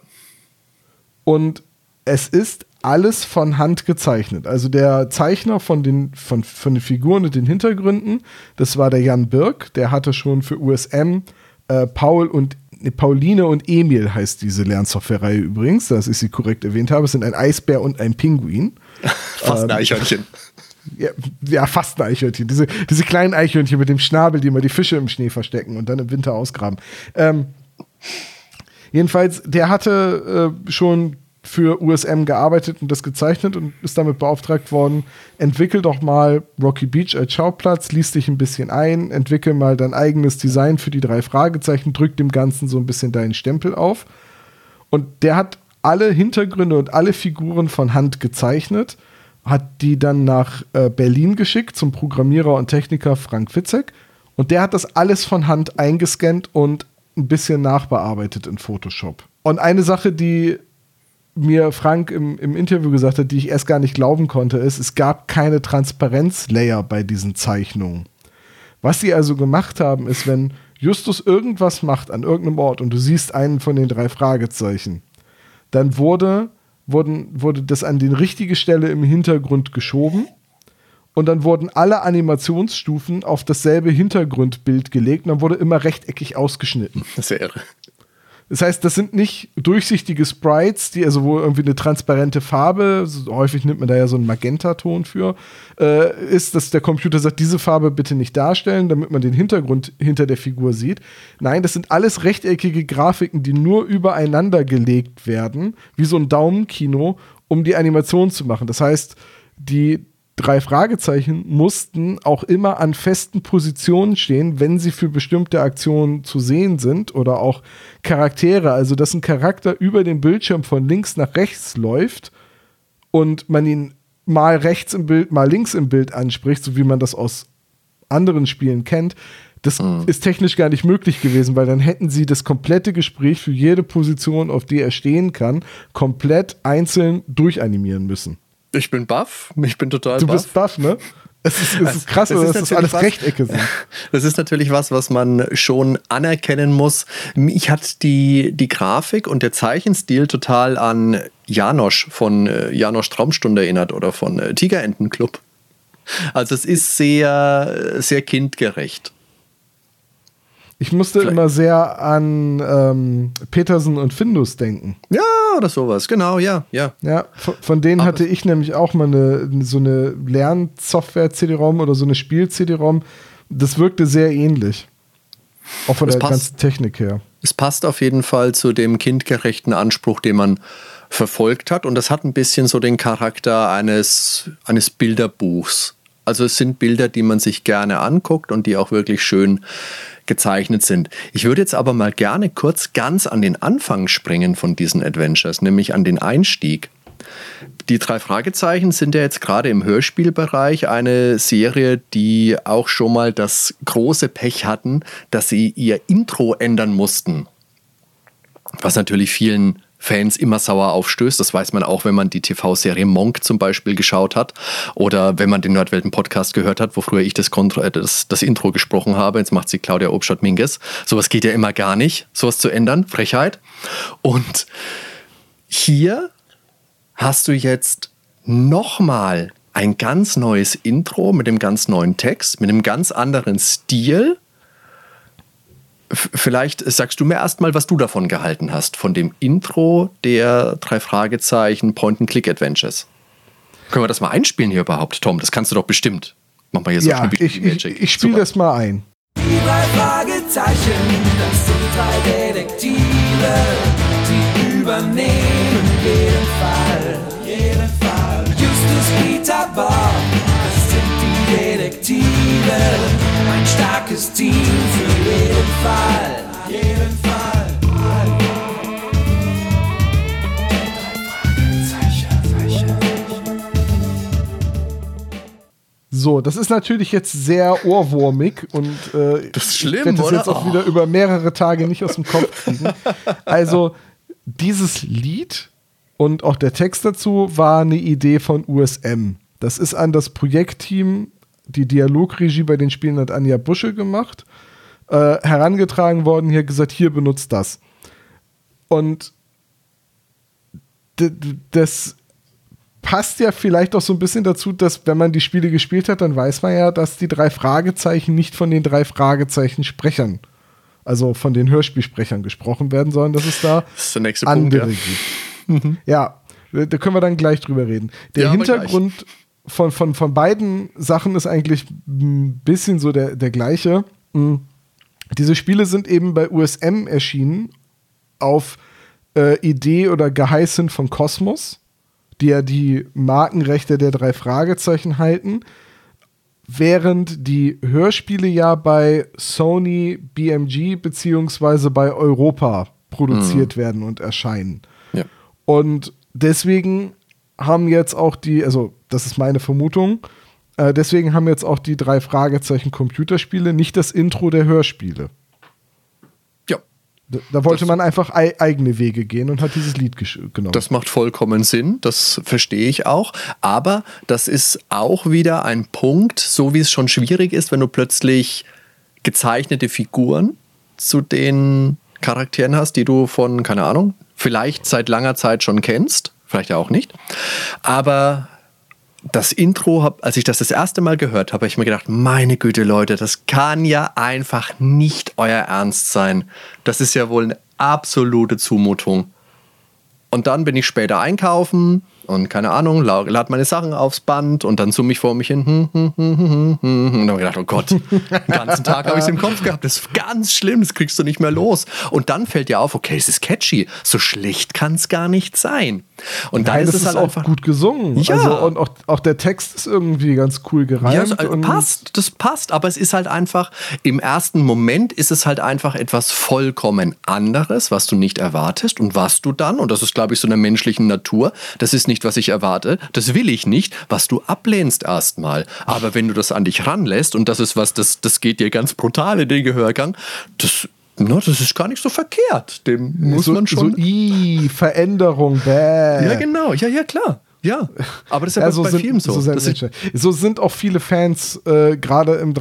Und es ist alles von Hand gezeichnet. Also der Zeichner von den, von, von den Figuren und den Hintergründen, das war der Jan Birk, der hatte schon für U S M äh, Paul und nee, Pauline und Emil heißt diese Lernsoftware-Reihe übrigens, dass ich sie korrekt erwähnt habe. Es sind ein Eisbär und ein Pinguin. Fast ein ähm, Eichhörnchen. Ja, ja, fast ein Eichhörnchen. Diese, diese kleinen Eichhörnchen mit dem Schnabel, die immer die Fische im Schnee verstecken und dann im Winter ausgraben. Ähm, jedenfalls, der hatte äh, schon für U S M gearbeitet und das gezeichnet und ist damit beauftragt worden, entwickel doch mal Rocky Beach als Schauplatz, lies dich ein bisschen ein, entwickel mal dein eigenes Design für die drei Fragezeichen, drück dem Ganzen so ein bisschen deinen Stempel auf. Und der hat alle Hintergründe und alle Figuren von Hand gezeichnet, hat die dann nach äh, Berlin geschickt zum Programmierer und Techniker Frank Fitzek und der hat das alles von Hand eingescannt und ein bisschen nachbearbeitet in Photoshop. Und eine Sache, die mir Frank im, im Interview gesagt hat, die ich erst gar nicht glauben konnte, ist, es gab keine Transparenzlayer bei diesen Zeichnungen. Was sie also gemacht haben, ist, wenn Justus irgendwas macht an irgendeinem Ort und du siehst einen von den drei Fragezeichen, dann wurde, wurden, wurde das an die richtige Stelle im Hintergrund geschoben und dann wurden alle Animationsstufen auf dasselbe Hintergrundbild gelegt und dann wurde immer rechteckig ausgeschnitten. Das wäre irre. Das heißt, das sind nicht durchsichtige Sprites, die also wo irgendwie eine transparente Farbe, so häufig nimmt man da ja so einen Magentaton für, äh, ist, dass der Computer sagt, diese Farbe bitte nicht darstellen, damit man den Hintergrund hinter der Figur sieht. Nein, das sind alles rechteckige Grafiken, die nur übereinander gelegt werden, wie so ein Daumenkino, um die Animation zu machen. Das heißt, die drei Fragezeichen mussten auch immer an festen Positionen stehen, wenn sie für bestimmte Aktionen zu sehen sind oder auch Charaktere, also dass ein Charakter über den Bildschirm von links nach rechts läuft und man ihn mal rechts im Bild, mal links im Bild anspricht, so wie man das aus anderen Spielen kennt. Das mhm. ist technisch gar nicht möglich gewesen, weil dann hätten sie das komplette Gespräch für jede Position, auf die er stehen kann, komplett einzeln durchanimieren müssen. Ich bin baff, ich bin total du baff. Du bist baff, ne? Es ist, es ist krass, das dass das alles was, Rechtecke sind. Das ist natürlich was, was man schon anerkennen muss. Mich hat die, die Grafik und der Zeichenstil total an Janosch von äh, Janosch Traumstunde erinnert oder von äh, Tigerentenclub. Also es ist sehr, sehr kindgerecht. Ich musste Vielleicht. immer sehr an ähm, Petersen und Findus denken. Ja, oder sowas, genau, ja, ja. Ja, von, von denen Ach, hatte ich nämlich auch mal eine, so eine Lernsoftware-C D-ROM oder so eine Spiel-C D-ROM. Das wirkte sehr ähnlich. Auch von es der passt, ganzen Technik her. Es passt auf jeden Fall zu dem kindgerechten Anspruch, den man verfolgt hat. Und das hat ein bisschen so den Charakter eines, eines Bilderbuchs. Also es sind Bilder, die man sich gerne anguckt und die auch wirklich schön gezeichnet sind. Ich würde jetzt aber mal gerne kurz ganz an den Anfang springen von diesen Adventures, nämlich an den Einstieg. Die drei Fragezeichen sind ja jetzt gerade im Hörspielbereich eine Serie, die auch schon mal das große Pech hatten, dass sie ihr Intro ändern mussten. Was natürlich vielen Fans immer sauer aufstößt. Das weiß man auch, wenn man die T V-Serie Monk zum Beispiel geschaut hat oder wenn man den Nerdwelten-Podcast gehört hat, wo früher ich das, Kontro- das, das Intro gesprochen habe. Jetzt macht sie Claudia Obstadt-Minges. Sowas geht ja immer gar nicht, sowas zu ändern. Frechheit. Und hier hast du jetzt nochmal ein ganz neues Intro mit dem ganz neuen Text, mit einem ganz anderen Stil. Vielleicht sagst du mir erstmal, was du davon gehalten hast, von dem Intro der drei Fragezeichen Point-and-Click-Adventures. Können wir das mal einspielen hier überhaupt, Tom? Das kannst du doch bestimmt. Mach mal hier so ja, ein ich, ich, ich spiele das mal ein. Die drei Fragezeichen, das sind drei Detektive, die übernehmen jeden Fall, jeden Fall. Justus, Peter, Bob, das sind die Detektive, ein starkes Team für jeden Fall, jeden Fall. So, das ist natürlich jetzt sehr ohrwurmig und äh, das ist schlimm, ich werde das oder? jetzt auch Oh. wieder über mehrere Tage nicht aus dem Kopf kriegen. Also, dieses Lied und auch der Text dazu war eine Idee von U S M. Das ist an das Projektteam, die Dialogregie bei den Spielen hat Anja Busche gemacht, äh, herangetragen worden, hier gesagt, hier benutzt das. Und d- d- das passt ja vielleicht auch so ein bisschen dazu, dass wenn man die Spiele gespielt hat, dann weiß man ja, dass die drei Fragezeichen nicht von den drei Fragezeichen-Sprechern, also von den Hörspielsprechern gesprochen werden, sondern dass es da Das ist der nächste andere Punkt, gibt. Mhm. Ja, da können wir dann gleich drüber reden. Der Ja, aber Hintergrund von, von, von beiden Sachen ist eigentlich ein bisschen so der, der gleiche. Mhm. Diese Spiele sind eben bei U S M erschienen auf äh, Idee oder Geheißen von Kosmos, die ja die Markenrechte der drei Fragezeichen halten, während die Hörspiele ja bei Sony B M G beziehungsweise bei Europa produziert mhm. werden und erscheinen. Ja. Und deswegen haben jetzt auch die, also das ist meine Vermutung, äh, deswegen haben jetzt auch die drei Fragezeichen Computerspiele nicht das Intro der Hörspiele. Ja. Da, da wollte Das- man einfach ei- eigene Wege gehen und hat dieses Lied gesch- genommen. Das macht vollkommen Sinn, das verstehe ich auch. Aber das ist auch wieder ein Punkt, so wie es schon schwierig ist, wenn du plötzlich gezeichnete Figuren zu den Charakteren hast, die du von, keine Ahnung, vielleicht seit langer Zeit schon kennst, vielleicht ja auch nicht. Aber das Intro, hab, als ich das das erste Mal gehört habe, habe ich mir gedacht, meine Güte, Leute, das kann ja einfach nicht euer Ernst sein. Das ist ja wohl eine absolute Zumutung. Und dann bin ich später einkaufen und keine Ahnung, la- lad meine Sachen aufs Band und dann summe ich vor mich hin. Hm, hm, hm, hm, hm, hm. Und dann habe ich gedacht, oh Gott, den ganzen Tag habe ich es im Kopf gehabt. Das ist ganz schlimm, das kriegst du nicht mehr los. Und dann fällt dir auf, okay, es ist catchy. So schlecht kann es gar nicht sein. Und dann Nein, ist das es ist halt auch einfach gut gesungen. Ja. Also, und auch, auch der Text ist irgendwie ganz cool gereimt. Ja, so, also und passt, das passt, aber es ist halt einfach, im ersten Moment ist es halt einfach etwas vollkommen anderes, was du nicht erwartest und was du dann, und das ist, glaube ich, so in der menschlichen Natur, das ist nicht, was ich erwarte, das will ich nicht, was du ablehnst erstmal. Aber wenn du das an dich ranlässt und das ist was, das, das geht dir ganz brutal in den Gehörgang, das, no, das ist gar nicht so verkehrt, dem muss so, man schon... So, i, Veränderung, bäh. ja, genau, ja, ja, klar. Ja, aber das ist ja, Ja, so, bei sind, vielen so. so, sind Das ist- Menschen. So sind auch viele Fans, äh, gerade im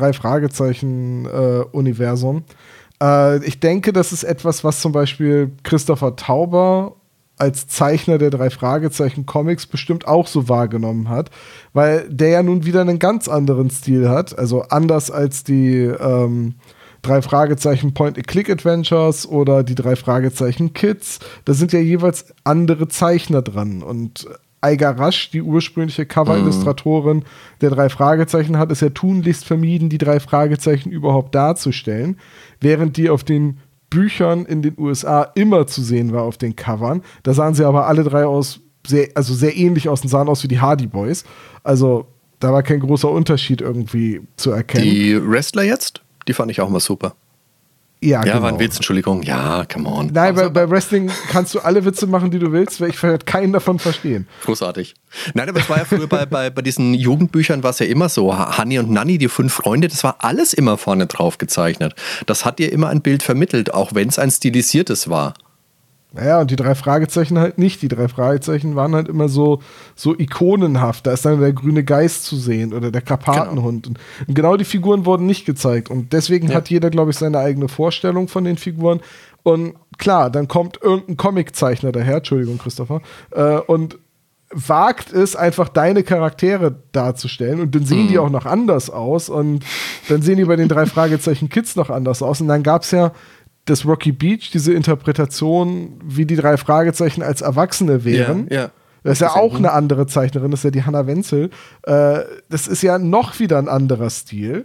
Drei-Fragezeichen-Universum. Äh, ich denke, das ist etwas, was zum Beispiel Christopher Tauber als Zeichner der Drei-Fragezeichen-Comics bestimmt auch so wahrgenommen hat, weil der ja nun wieder einen ganz anderen Stil hat, also anders als die ähm, drei Fragezeichen Point-and-Click-Adventures oder die drei Fragezeichen Kids. Da sind ja jeweils andere Zeichner dran. Und Eiger Rasch, die ursprüngliche Cover-Illustratorin der drei Fragezeichen, hat es ja tunlichst vermieden, die drei Fragezeichen überhaupt darzustellen, während die auf den Büchern in den U S A immer zu sehen war auf den Covern. Da sahen sie aber alle drei aus, sehr, also sehr ähnlich aus und sahen aus wie die Hardy Boys. Also da war kein großer Unterschied irgendwie zu erkennen. Die Wrestler jetzt, die fand ich auch mal super. Ja, Ja, genau. war ein Witz, Entschuldigung. Ja, come on. Nein, bei, Also, bei Wrestling kannst du alle Witze machen, die du willst, weil ich werde keinen davon verstehen. großartig. Nein, aber es war ja früher bei, bei, bei diesen Jugendbüchern war es ja immer so. Hanni und Nanni, die fünf Freunde, das war alles immer vorne drauf gezeichnet. Das hat dir immer ein Bild vermittelt, auch wenn es ein stilisiertes war. Naja, und die drei Fragezeichen halt nicht. Die drei Fragezeichen waren halt immer so, so ikonenhaft. Da ist dann der grüne Geist zu sehen oder der Karpatenhund. Und, und genau die Figuren wurden nicht gezeigt. Und deswegen Ja. hat jeder, glaube ich, seine eigene Vorstellung von den Figuren. Und klar, dann kommt irgendein Comiczeichner daher, Entschuldigung, Christopher, äh, und wagt es, einfach deine Charaktere darzustellen. Und dann sehen die auch noch anders aus. Und dann sehen die bei den drei Fragezeichen Kids noch anders aus. Und dann gab es ja das Rocky Beach, diese Interpretation, wie die drei Fragezeichen als Erwachsene wären. Ja, ja. Das ist ja auch eine andere Zeichnerin, das ist ja die Hannah Wenzel. Äh, das ist ja noch wieder ein anderer Stil.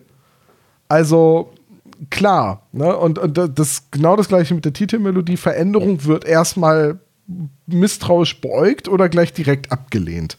Also, klar, ne? Und, und das genau das gleiche mit der Titelmelodie. Veränderung wird erstmal misstrauisch beäugt oder gleich direkt abgelehnt.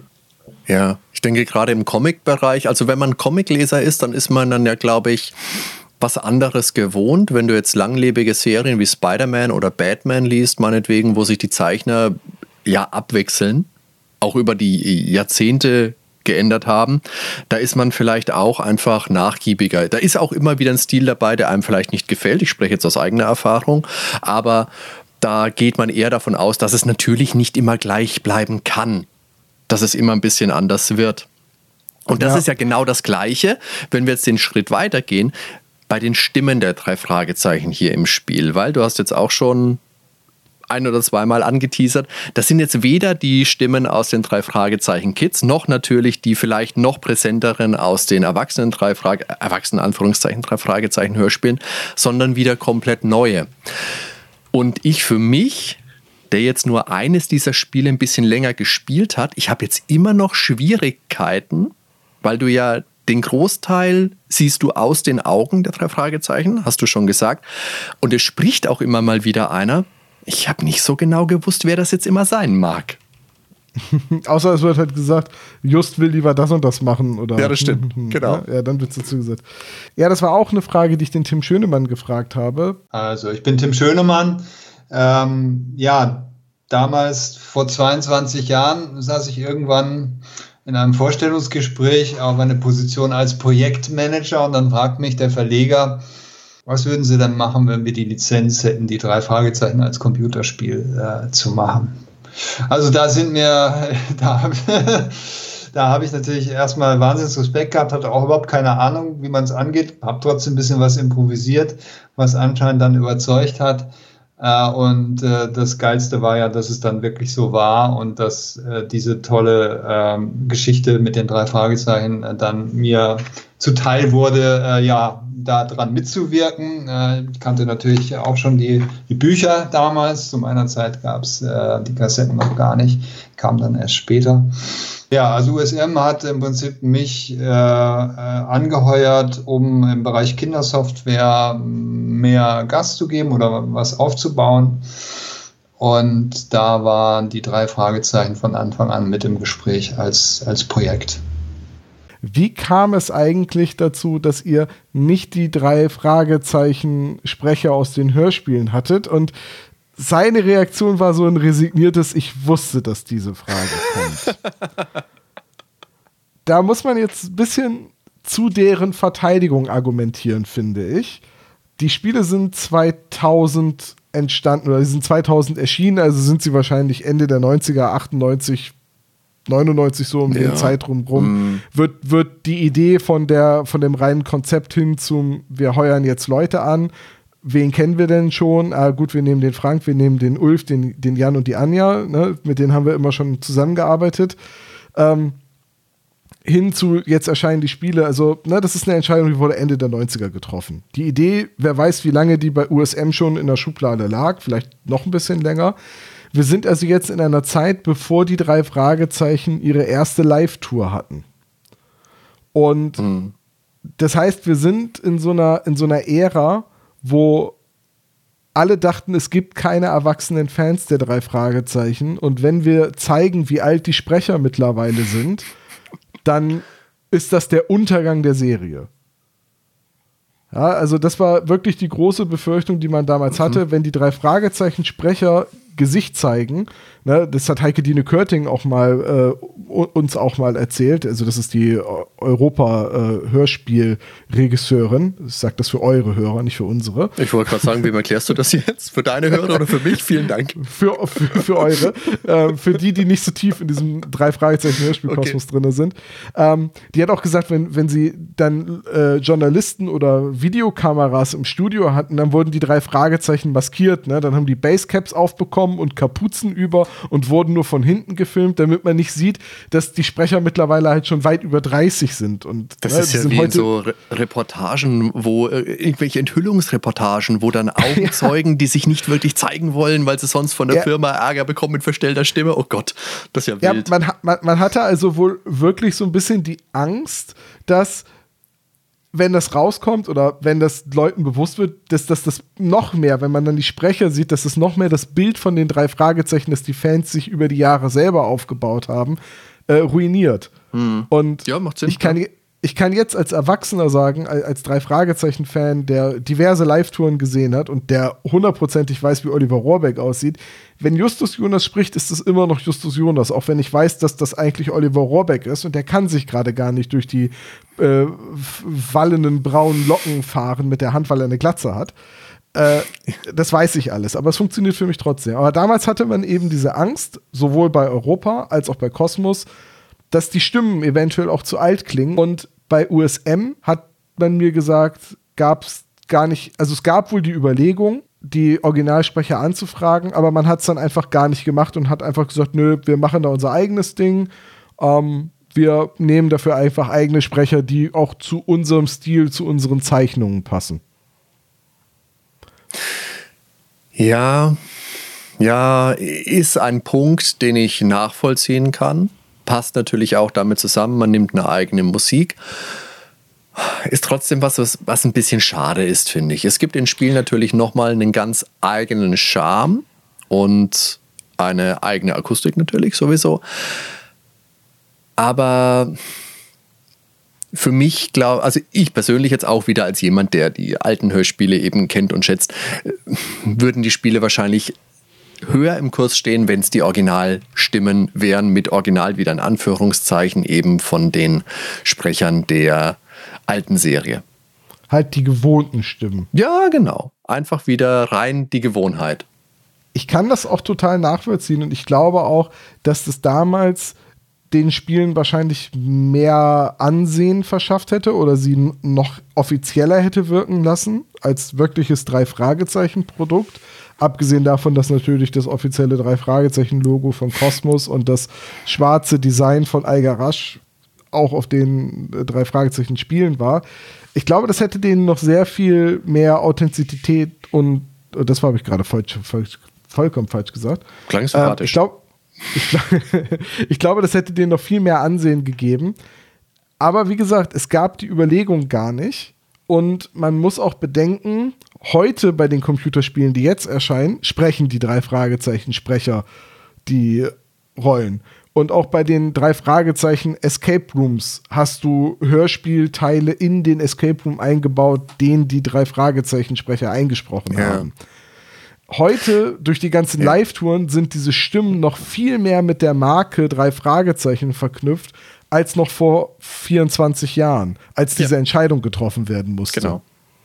Ja, ich denke gerade im Comic-Bereich, also wenn man Comicleser ist, dann ist man dann ja, glaube ich, was anderes gewohnt. Wenn du jetzt langlebige Serien wie Spider-Man oder Batman liest, meinetwegen, wo sich die Zeichner ja abwechseln, auch über die Jahrzehnte geändert haben, da ist man vielleicht auch einfach nachgiebiger. Da ist auch immer wieder ein Stil dabei, der einem vielleicht nicht gefällt. Ich spreche jetzt aus eigener Erfahrung, aber da geht man eher davon aus, dass es natürlich nicht immer gleich bleiben kann, dass es immer ein bisschen anders wird. Und das ja. ist ja genau das Gleiche, wenn wir jetzt den Schritt weitergehen, bei den Stimmen der drei Fragezeichen hier im Spiel, weil du hast jetzt auch schon ein- oder zweimal angeteasert, das sind jetzt weder die Stimmen aus den drei Fragezeichen Kids, noch natürlich die vielleicht noch präsenteren aus den erwachsenen drei Frage, erwachsenen Anführungszeichen drei Fragezeichen Hörspielen, sondern wieder komplett neue. Und ich für mich, der jetzt nur eines dieser Spiele ein bisschen länger gespielt hat, ich habe jetzt immer noch Schwierigkeiten, weil du ja den Großteil siehst du aus den Augen der drei Fragezeichen, hast du schon gesagt. Und es spricht auch immer mal wieder einer. Ich habe nicht so genau gewusst, wer das jetzt immer sein mag. Außer es wird halt gesagt, Just will lieber das und das machen. Oder ja, das stimmt, genau. Ja, dann wird es dazu gesagt. Ja, das war auch eine Frage, die ich den Tim Schönemann gefragt habe. Also, ich bin Tim Schönemann. Ähm, ja, damals, vor zweiundzwanzig Jahren, saß ich irgendwann in einem Vorstellungsgespräch auf eine Position als Projektmanager und dann fragt mich der Verleger, was würden Sie denn machen, wenn wir die Lizenz hätten, die drei Fragezeichen als Computerspiel äh, zu machen? Also da sind mir, da, da habe ich natürlich erstmal wahnsinnig Respekt gehabt, hatte auch überhaupt keine Ahnung, wie man es angeht, habe trotzdem ein bisschen was improvisiert, was anscheinend dann überzeugt hat. Uh, und uh, das Geilste war ja, dass es dann wirklich so war und dass uh, diese tolle uh, Geschichte mit den drei Fragezeichen uh, dann mir zuteil wurde, uh, ja, da dran mitzuwirken. Uh, ich kannte natürlich auch schon die, die Bücher damals. Zu meiner Zeit gab es uh, die Kassetten noch gar nicht, kam dann erst später. Ja, also U S M hat im Prinzip mich äh, äh, angeheuert, um im Bereich Kindersoftware mehr Gas zu geben oder was aufzubauen. Und da waren die drei Fragezeichen von Anfang an mit im Gespräch als, als Projekt. Wie kam es eigentlich dazu, dass ihr nicht die drei Fragezeichen Sprecher aus den Hörspielen hattet? Und seine Reaktion war so ein resigniertes, ich wusste, dass diese Frage kommt. Da muss man jetzt ein bisschen zu deren Verteidigung argumentieren, finde ich. Die Spiele sind zweitausend entstanden, oder sie sind zweitausend erschienen, also sind sie wahrscheinlich Ende der neunziger, achtundneunzig, neunundneunzig so um ja. den Zeitraum rum. Mm. Wird, wird die Idee von, der, von dem reinen Konzept hin zum, wir heuern jetzt Leute an. Wen kennen wir denn schon? Ah, gut, wir nehmen den Frank, wir nehmen den Ulf, den, den Jan und die Anja. Ne? Mit denen haben wir immer schon zusammengearbeitet. Ähm, hin zu, jetzt erscheinen die Spiele. Also, ne, das ist eine Entscheidung, die wurde Ende der neunziger getroffen. Die Idee, wer weiß, wie lange die bei U S M schon in der Schublade lag, vielleicht noch ein bisschen länger. Wir sind also jetzt in einer Zeit, bevor die drei Fragezeichen ihre erste Live-Tour hatten. Und mhm. das heißt, wir sind in so einer, in so einer Ära, wo alle dachten, es gibt keine erwachsenen Fans der drei Fragezeichen. Und wenn wir zeigen, wie alt die Sprecher mittlerweile sind, dann ist das der Untergang der Serie. Ja, also das war wirklich die große Befürchtung, die man damals mhm. hatte, wenn die drei Fragezeichen Sprecher Gesicht zeigen. Ne, das hat Heike Dine Körting auch mal äh, uns auch mal erzählt. Also das ist die Europa-Hörspiel-Regisseurin. Äh, ich sage das für eure Hörer, nicht für unsere. Ich wollte gerade sagen, wem erklärst du das jetzt? Für deine Hörer oder für mich? Vielen Dank. für, für, für eure. äh, für die, die nicht so tief in diesem drei Fragezeichen-Hörspiel-Kosmos okay. drin sind. Ähm, die hat auch gesagt, wenn, wenn sie dann äh, Journalisten oder Videokameras im Studio hatten, dann wurden die drei Fragezeichen maskiert. Ne? Dann haben die Basecaps aufbekommen bekommen und Kapuzen über und wurden nur von hinten gefilmt, damit man nicht sieht, dass die Sprecher mittlerweile halt schon weit über dreißig sind. Und, das ne, ist ja sind wie in heute so Re- Reportagen, wo äh, irgendwelche Enthüllungsreportagen, wo dann Augenzeugen, ja. die sich nicht wirklich zeigen wollen, weil sie sonst von der ja. Firma Ärger bekommen mit verstellter Stimme. Oh Gott, das ist ja wild. Ja, man, man, man hatte also wohl wirklich so ein bisschen die Angst, dass wenn das rauskommt oder wenn das Leuten bewusst wird, dass, dass das noch mehr, wenn man dann die Sprecher sieht, dass es noch mehr das Bild von den drei Fragezeichen, das die Fans sich über die Jahre selber aufgebaut haben, äh, ruiniert. Hm. Und ja, macht Sinn, ich kann, ich kann jetzt als Erwachsener sagen, als drei Fragezeichen-Fan, der diverse Live-Touren gesehen hat und der hundertprozentig weiß, wie Oliver Rohrbeck aussieht, wenn Justus Jonas spricht, ist es immer noch Justus Jonas, auch wenn ich weiß, dass das eigentlich Oliver Rohrbeck ist und der kann sich gerade gar nicht durch die äh, wallenden braunen Locken fahren mit der Hand, weil er eine Glatze hat. Äh, das weiß ich alles, aber es funktioniert für mich trotzdem. Aber damals hatte man eben diese Angst, sowohl bei Europa als auch bei Kosmos, dass die Stimmen eventuell auch zu alt klingen. Und bei U S M hat man mir gesagt, gab es gar nicht, also es gab wohl die Überlegung, die Originalsprecher anzufragen, aber man hat es dann einfach gar nicht gemacht und hat einfach gesagt, nö, wir machen da unser eigenes Ding. Ähm, wir nehmen dafür einfach eigene Sprecher, die auch zu unserem Stil, zu unseren Zeichnungen passen. Ja, ja, ist ein Punkt, den ich nachvollziehen kann. Passt natürlich auch damit zusammen, man nimmt eine eigene Musik. Ist trotzdem was, was, was ein bisschen schade ist, finde ich. Es gibt in Spielen natürlich nochmal einen ganz eigenen Charme und eine eigene Akustik natürlich sowieso. Aber für mich, glaube also ich persönlich jetzt auch wieder als jemand, der die alten Hörspiele eben kennt und schätzt, würden die Spiele wahrscheinlich höher im Kurs stehen, wenn es die Originalstimmen wären, mit Original wieder in Anführungszeichen eben von den Sprechern der alten Serie. Halt die gewohnten Stimmen. Ja, genau. Einfach wieder rein die Gewohnheit. Ich kann das auch total nachvollziehen und ich glaube auch, dass das damals den Spielen wahrscheinlich mehr Ansehen verschafft hätte oder sie noch offizieller hätte wirken lassen als wirkliches Drei-Fragezeichen-Produkt. Abgesehen davon, dass natürlich das offizielle Drei-Fragezeichen-Logo von Kosmos und das schwarze Design von Algarasch auch auf den Drei-Fragezeichen-Spielen war. Ich glaube, das hätte denen noch sehr viel mehr Authentizität und, und das habe ich gerade falsch, falsch, vollkommen falsch gesagt. Klang sympathisch. Äh, ich glaube, ich, glaub, ich glaube, das hätte denen noch viel mehr Ansehen gegeben. Aber wie gesagt, es gab die Überlegung gar nicht. Und man muss auch bedenken, heute bei den Computerspielen, die jetzt erscheinen, sprechen die drei Fragezeichen-Sprecher die Rollen. Und auch bei den drei Fragezeichen Escape Rooms hast du Hörspielteile in den Escape Room eingebaut, den die drei Fragezeichen-Sprecher eingesprochen ja. haben. Heute, durch die ganzen ja. Live-Touren, sind diese Stimmen noch viel mehr mit der Marke drei Fragezeichen verknüpft, als noch vor vierundzwanzig Jahren, als diese ja. Entscheidung getroffen werden musste. Genau.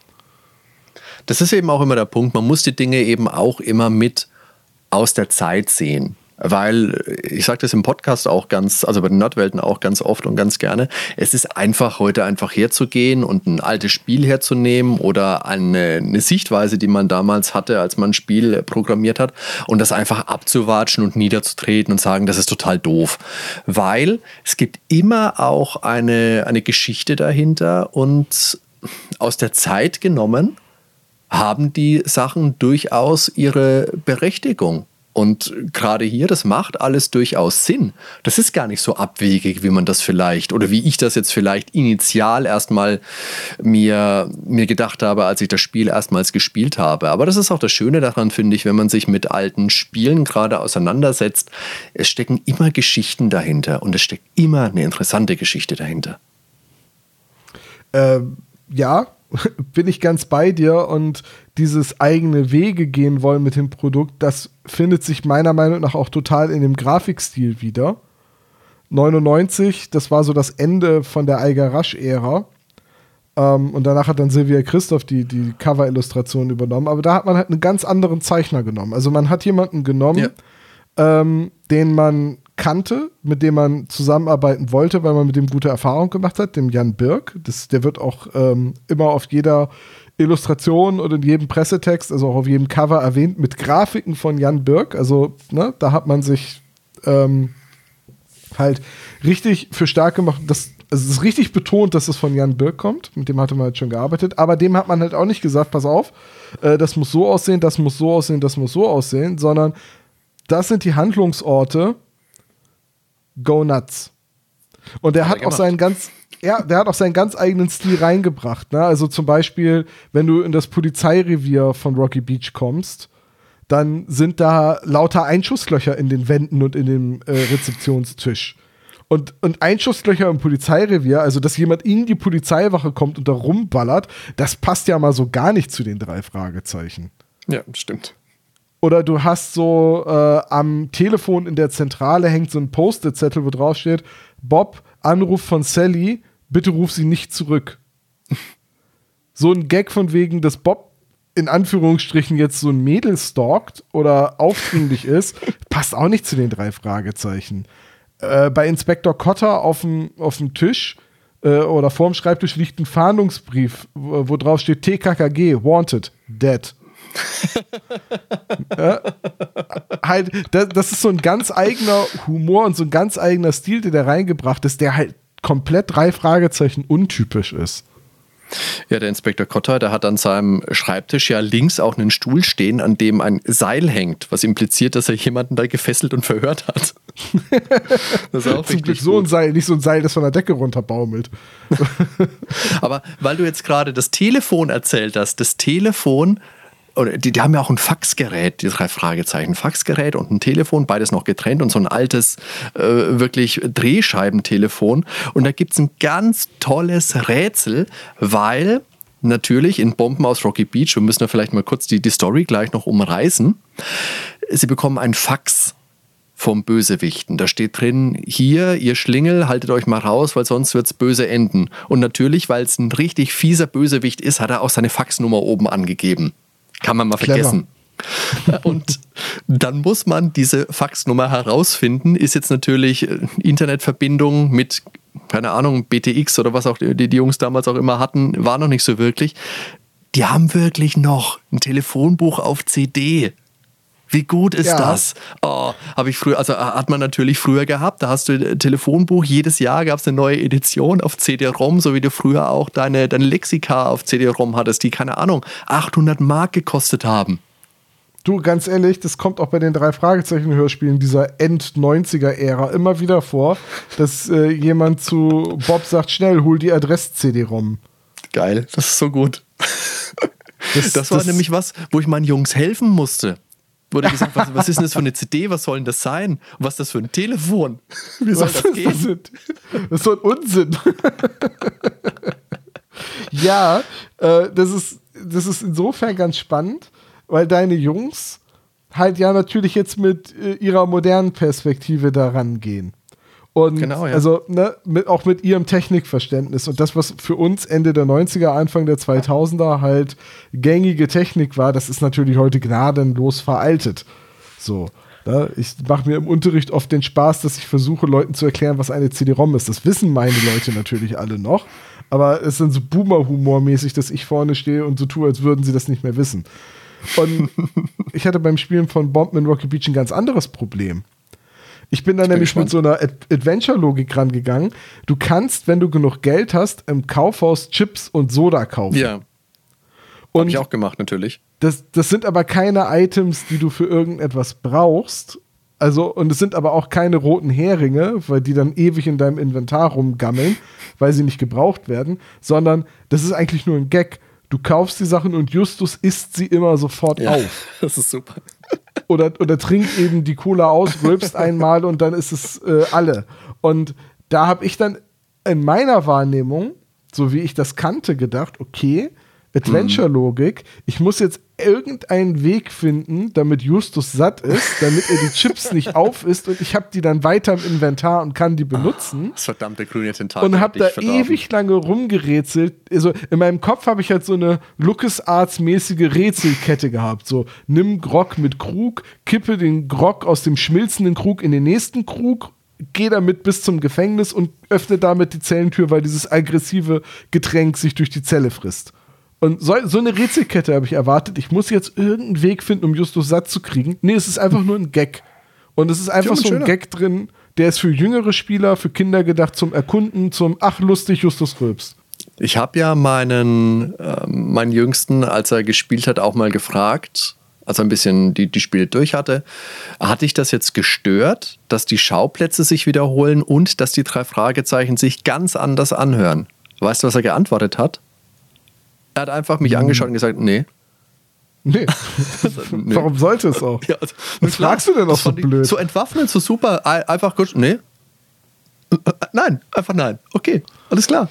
Das ist eben auch immer der Punkt, man muss die Dinge eben auch immer mit aus der Zeit sehen. Weil, ich sage das im Podcast auch ganz, also bei den Nerdwelten auch ganz oft und ganz gerne, es ist einfach, heute einfach herzugehen und ein altes Spiel herzunehmen oder eine, eine Sichtweise, die man damals hatte, als man ein Spiel programmiert hat und das einfach abzuwatschen und niederzutreten und sagen, das ist total doof. Weil es gibt immer auch eine, eine Geschichte dahinter und aus der Zeit genommen haben die Sachen durchaus ihre Berechtigung. Und gerade hier, das macht alles durchaus Sinn. Das ist gar nicht so abwegig, wie man das vielleicht, oder wie ich das jetzt vielleicht initial erstmal mir, mir gedacht habe, als ich das Spiel erstmals gespielt habe. Aber das ist auch das Schöne daran, finde ich, wenn man sich mit alten Spielen gerade auseinandersetzt. Es stecken immer Geschichten dahinter und es steckt immer eine interessante Geschichte dahinter. Ähm, ja, bin ich ganz bei dir und dieses eigene Wege gehen wollen mit dem Produkt, das findet sich meiner Meinung nach auch total in dem Grafikstil wieder. neunundneunzig, das war so das Ende von der Algarasch-Ära ähm, und danach hat dann Sylvia Christoph die, die Cover-Illustration übernommen, aber da hat man halt einen ganz anderen Zeichner genommen. Also man hat jemanden genommen, ja. ähm, den man kannte, mit dem man zusammenarbeiten wollte, weil man mit dem gute Erfahrung gemacht hat, dem Jan Birk. Das, der wird auch ähm, immer auf jeder Illustrationen und in jedem Pressetext, also auch auf jedem Cover erwähnt, mit Grafiken von Jan Birk. Also, ne, da hat man sich ähm, halt richtig für stark gemacht. Das, also es ist richtig betont, dass es von Jan Birk kommt. Mit dem hatte man halt schon gearbeitet. Aber dem hat man halt auch nicht gesagt, pass auf, äh, das muss so aussehen, das muss so aussehen, das muss so aussehen, sondern das sind die Handlungsorte. Go nuts. Und der hat, hat auch seinen ganz, ja, der hat auch seinen ganz eigenen Stil reingebracht. Ne? Also zum Beispiel, wenn du in das Polizeirevier von Rocky Beach kommst, dann sind da lauter Einschusslöcher in den Wänden und in dem äh, Rezeptionstisch. Und, und Einschusslöcher im Polizeirevier, also dass jemand in die Polizeiwache kommt und da rumballert, das passt ja mal so gar nicht zu den drei Fragezeichen. Ja, stimmt. Oder du hast so äh, am Telefon in der Zentrale hängt so ein Post-it-Zettel, wo drauf steht: Bob, Anruf von Sally, bitte ruf sie nicht zurück. So ein Gag von wegen, dass Bob in Anführungsstrichen jetzt so ein Mädel stalkt oder aufdringlich ist, passt auch nicht zu den drei Fragezeichen. Äh, bei Inspektor Cotter auf dem auf dem Tisch äh, oder vorm Schreibtisch liegt ein Fahndungsbrief, wo, wo drauf steht T K K G, wanted, dead. Ja, halt, das, das ist so ein ganz eigener Humor und so ein ganz eigener Stil, der da reingebracht ist, der halt komplett drei Fragezeichen untypisch ist. Ja, der Inspektor Cotter, der hat an seinem Schreibtisch ja links auch einen Stuhl stehen, an dem ein Seil hängt, was impliziert, dass er jemanden da gefesselt und verhört hat. Das ist auch Zum Glück so ein Seil, nicht so ein Seil, das von der Decke runterbaumelt. Aber weil du jetzt gerade das Telefon erzählt hast, das Telefon, oder die, die haben ja auch ein Faxgerät, die drei Fragezeichen, Faxgerät und ein Telefon, beides noch getrennt und so ein altes, äh, wirklich Drehscheibentelefon. Und da gibt es ein ganz tolles Rätsel, weil natürlich in Bomben aus Rocky Beach, wir müssen ja vielleicht mal kurz die, die Story gleich noch umreißen, sie bekommen ein Fax vom Bösewichten. Da steht drin, hier, ihr Schlingel, haltet euch mal raus, weil sonst wird's böse enden. Und natürlich, weil es ein richtig fieser Bösewicht ist, hat er auch seine Faxnummer oben angegeben. Kann man mal vergessen. Und dann muss man diese Faxnummer herausfinden. Ist jetzt natürlich Internetverbindung mit, keine Ahnung, B T X oder was auch die, die Jungs damals auch immer hatten, war noch nicht so wirklich. Die haben wirklich noch ein Telefonbuch auf C D. Wie gut ist ja. das? Oh, habe ich früher, also hat man natürlich früher gehabt. Da hast du ein Telefonbuch, jedes Jahr gab es eine neue Edition auf C D-ROM, so wie du früher auch deine, deine Lexika auf C D-ROM hattest, die, keine Ahnung, achthundert Mark gekostet haben. Du, ganz ehrlich, das kommt auch bei den drei Fragezeichen-Hörspielen dieser End-neunziger-Ära immer wieder vor, dass äh, jemand zu Bob sagt, schnell, hol die Adress-C D-ROM. Geil, das ist so gut. Das, das war das nämlich was, wo ich meinen Jungs helfen musste. Wurde gesagt, was, was ist denn das für eine C D, was soll denn das sein? Und was ist das für ein Telefon? Wie soll was das gehen? Das, das ist so ein Unsinn. Ja, äh, das ist, das ist insofern ganz spannend, weil deine Jungs halt ja natürlich jetzt mit äh, ihrer modernen Perspektive daran gehen. Und genau, ja. also ne, mit, auch mit ihrem Technikverständnis. Und das, was für uns Ende der neunziger, Anfang der zweitausender halt gängige Technik war, das ist natürlich heute gnadenlos veraltet. So. Ne? Ich mache mir im Unterricht oft den Spaß, dass ich versuche, Leuten zu erklären, was eine C D-ROM ist. Das wissen meine Leute natürlich alle noch. Aber es ist dann so Boomer-Humor-mäßig, dass ich vorne stehe und so tue, als würden sie das nicht mehr wissen. Und ich hatte beim Spielen von Bomben in Rocky Beach ein ganz anderes Problem. Ich bin da ich nämlich bin mit so einer Ad- Adventure-Logik rangegangen. Du kannst, wenn du genug Geld hast, im Kaufhaus Chips und Soda kaufen. Ja. Habe ich auch gemacht, natürlich. Das, das sind aber keine Items, die du für irgendetwas brauchst. Also, und es sind aber auch keine roten Heringe, weil die dann ewig in deinem Inventar rumgammeln, weil sie nicht gebraucht werden, sondern das ist eigentlich nur ein Gag. Du kaufst die Sachen und Justus isst sie immer sofort ja, auf. Das ist super. Oder, oder trinkt eben die Cola aus, rülpst einmal und dann ist es äh, alle. Und da habe ich dann in meiner Wahrnehmung, so wie ich das kannte, gedacht, okay, Adventure-Logik, ich muss jetzt irgendeinen Weg finden, damit Justus satt ist, damit er die Chips nicht aufisst und ich habe die dann weiter im Inventar und kann die benutzen. Das verdammte grüne Tentakel. Und habe da verdorben. ewig lange rumgerätselt. Also in meinem Kopf habe ich halt so eine LucasArts-mäßige Rätselkette gehabt. So, nimm Grog mit Krug, kippe den Grog aus dem schmilzenden Krug in den nächsten Krug, geh damit bis zum Gefängnis und öffne damit die Zellentür, weil dieses aggressive Getränk sich durch die Zelle frisst. Und so, so eine Rätselkette habe ich erwartet. Ich muss jetzt irgendeinen Weg finden, um Justus satt zu kriegen. Nee, es ist einfach nur ein Gag. Und es ist einfach so ein Gag drin, der ist für jüngere Spieler, für Kinder gedacht, zum Erkunden, zum ach lustig, Justus rülpst. Ich habe ja meinen, äh, meinen Jüngsten, als er gespielt hat, auch mal gefragt, als er ein bisschen die, die Spiele durch hatte, hat dich das jetzt gestört, dass die Schauplätze sich wiederholen und dass die drei Fragezeichen sich ganz anders anhören? Weißt du, was er geantwortet hat? Er hat einfach mich hm. angeschaut und gesagt, nee. Nee. nee. Warum sollte es auch? Ja, also, was klar, fragst du denn noch so blöd? So entwaffnen, so super, einfach kurz, nee. Nein, einfach nein. Okay, alles klar.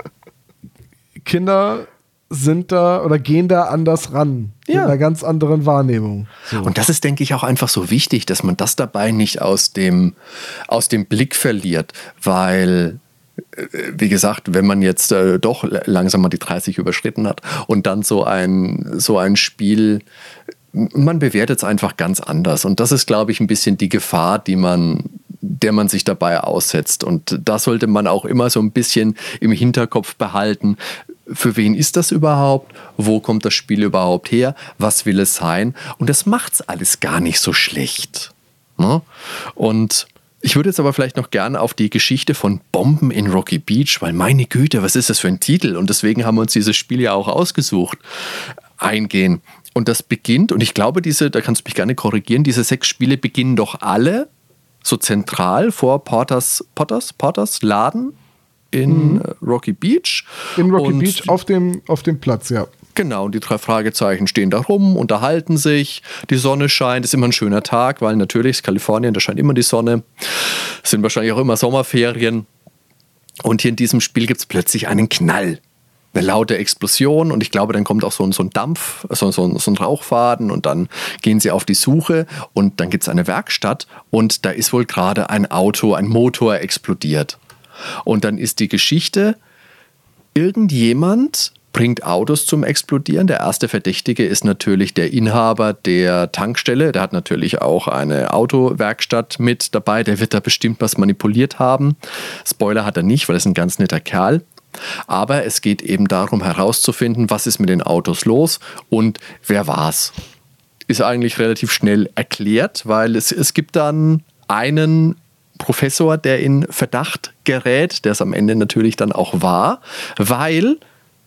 Kinder sind da oder gehen da anders ran. Ja. Mit einer ganz anderen Wahrnehmung. So. Und das ist, denke ich, auch einfach so wichtig, dass man das dabei nicht aus dem, aus dem Blick verliert, weil wie gesagt, wenn man jetzt äh, doch langsam mal die dreißig überschritten hat und dann so ein, so ein Spiel, man bewertet es einfach ganz anders. Und das ist, glaube ich, ein bisschen die Gefahr, die man, der man sich dabei aussetzt. Und da sollte man auch immer so ein bisschen im Hinterkopf behalten, für wen ist das überhaupt? Wo kommt das Spiel überhaupt her? Was will es sein? Und das macht's alles gar nicht so schlecht. Ne? Und ich würde jetzt aber vielleicht noch gerne auf die Geschichte von Bomben in Rocky Beach, weil meine Güte, was ist das für ein Titel? Und deswegen haben wir uns dieses Spiel ja auch ausgesucht, eingehen. Und das beginnt, und ich glaube, diese, da kannst du mich gerne korrigieren, diese sechs Spiele beginnen doch alle so zentral vor Porters, Potters, Potters Laden in mhm. Rocky Beach. In Rocky und Beach auf dem, auf dem Platz, ja. Genau, und die drei Fragezeichen stehen da rum, unterhalten sich, die Sonne scheint, ist immer ein schöner Tag, weil natürlich ist Kalifornien, da scheint immer die Sonne, es sind wahrscheinlich auch immer Sommerferien. Und hier in diesem Spiel gibt es plötzlich einen Knall, eine laute Explosion und ich glaube, dann kommt auch so ein, so ein Dampf, so, so, so ein Rauchfaden und dann gehen sie auf die Suche und dann gibt es eine Werkstatt und da ist wohl gerade ein Auto, ein Motor explodiert. Und dann ist die Geschichte, irgendjemand bringt Autos zum Explodieren. Der erste Verdächtige ist natürlich der Inhaber der Tankstelle. Der hat natürlich auch eine Autowerkstatt mit dabei. Der wird da bestimmt was manipuliert haben. Spoiler hat er nicht, weil er ist ein ganz netter Kerl. Aber es geht eben darum herauszufinden, was ist mit den Autos los und wer war's. Ist eigentlich relativ schnell erklärt, weil es, es gibt dann einen Professor, der in Verdacht gerät, der es am Ende natürlich dann auch war, weil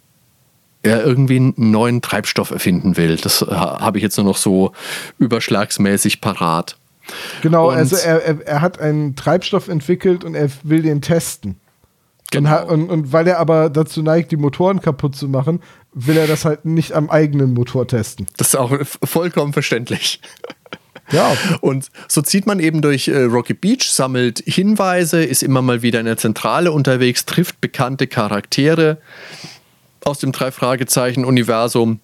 er irgendwie einen neuen Treibstoff erfinden will. Das habe ich jetzt nur noch so überschlagsmäßig parat. Genau, und also er, er, er hat einen Treibstoff entwickelt und er will den testen. Genau. Und, und, und weil er aber dazu neigt, die Motoren kaputt zu machen, will er das halt nicht am eigenen Motor testen. Das ist auch vollkommen verständlich. Ja. Und so zieht man eben durch äh, Rocky Beach, sammelt Hinweise, ist immer mal wieder in der Zentrale unterwegs, trifft bekannte Charaktere aus dem Drei-Fragezeichen-Universum.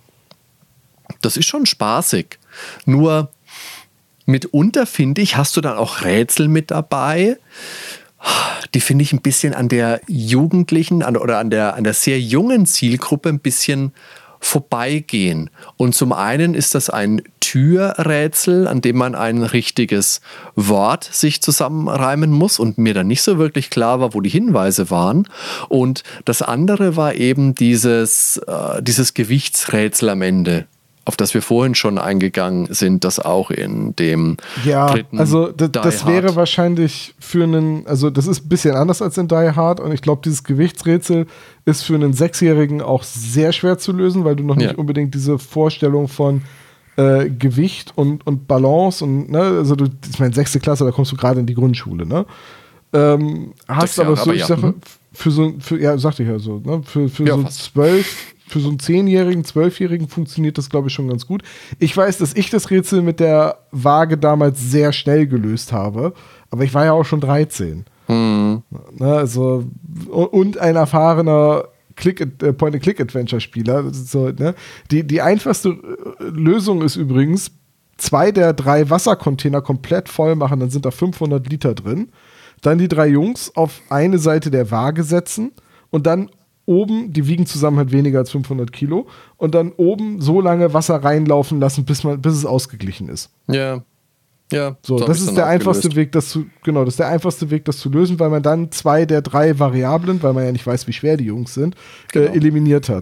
Das ist schon spaßig. Nur mitunter, finde ich, hast du dann auch Rätsel mit dabei. Die finde ich ein bisschen an der jugendlichen an, oder an der, an der sehr jungen Zielgruppe ein bisschen vorbeigehen. Und zum einen ist das ein Türrätsel, an dem man ein richtiges Wort sich zusammenreimen muss und mir dann nicht so wirklich klar war, wo die Hinweise waren. Und das andere war eben dieses, äh, dieses Gewichtsrätsel am Ende, auf das wir vorhin schon eingegangen sind, das auch in dem ja, dritten also d- das Die wäre Hard. wahrscheinlich für einen, also das ist ein bisschen anders als in Die Hard und ich glaube, dieses Gewichtsrätsel ist für einen Sechsjährigen auch sehr schwer zu lösen, weil du noch Ja. nicht unbedingt diese Vorstellung von äh, Gewicht und, und Balance und, ne, also du, ich meine, sechste Klasse, da kommst du gerade in die Grundschule, ne? Ähm, hast Sechs aber Jahre, so, aber ich ja. sage, Mhm. für so, für, ja, sagte ich ja so, ne, für, für Ja, so fast. zwölf, für so einen Zehnjährigen, Zwölfjährigen funktioniert das, glaube ich, schon ganz gut. Ich weiß, dass ich das Rätsel mit der Waage damals sehr schnell gelöst habe, aber ich war ja auch schon dreizehn. Hm. Ne, also, und ein erfahrener Click, äh, Point-and-Click-Adventure-Spieler. So, ne? die, die einfachste Lösung ist übrigens, zwei der drei Wassercontainer komplett voll machen, dann sind da fünfhundert Liter drin. Dann die drei Jungs auf eine Seite der Waage setzen und dann oben, die wiegen zusammen halt weniger als fünfhundert Kilo, und dann oben so lange Wasser reinlaufen lassen, bis, man, bis es ausgeglichen ist. Ja. Ja, So, so hab das ich's ist dann der auch einfachste gelöst. Weg, das zu, genau, das ist der einfachste Weg, das zu lösen, weil man dann zwei der drei Variablen, weil man ja nicht weiß, wie schwer die Jungs sind, Genau. äh, eliminiert hat.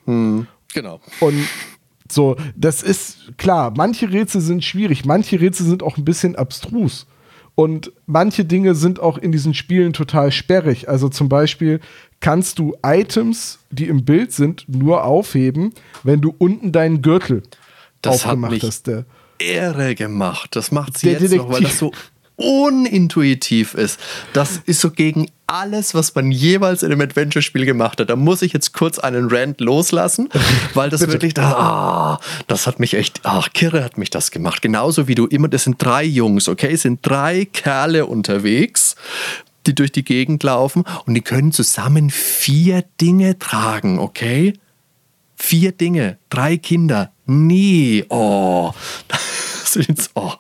Hm, genau. Und so, das ist klar, manche Rätsel sind schwierig, manche Rätsel sind auch ein bisschen abstrus. Und manche Dinge sind auch in diesen Spielen total sperrig. Also zum Beispiel kannst du Items, die im Bild sind, nur aufheben, wenn du unten deinen Gürtel das aufgemacht hat mich hast. Der, irre gemacht. Das macht sie Der jetzt noch, weil Detektiv. das so unintuitiv ist. Das ist so gegen alles, was man jeweils in einem Adventure-Spiel gemacht hat. Da muss ich jetzt kurz einen Rant loslassen, weil das wirklich, ah, das hat mich echt, ach, Kirre hat mich das gemacht. Genauso wie du immer, das sind drei Jungs, okay, es sind drei Kerle unterwegs, die durch die Gegend laufen und die können zusammen vier Dinge tragen, okay? Vier Dinge, drei Kinder, nie, oh, das ist, oh.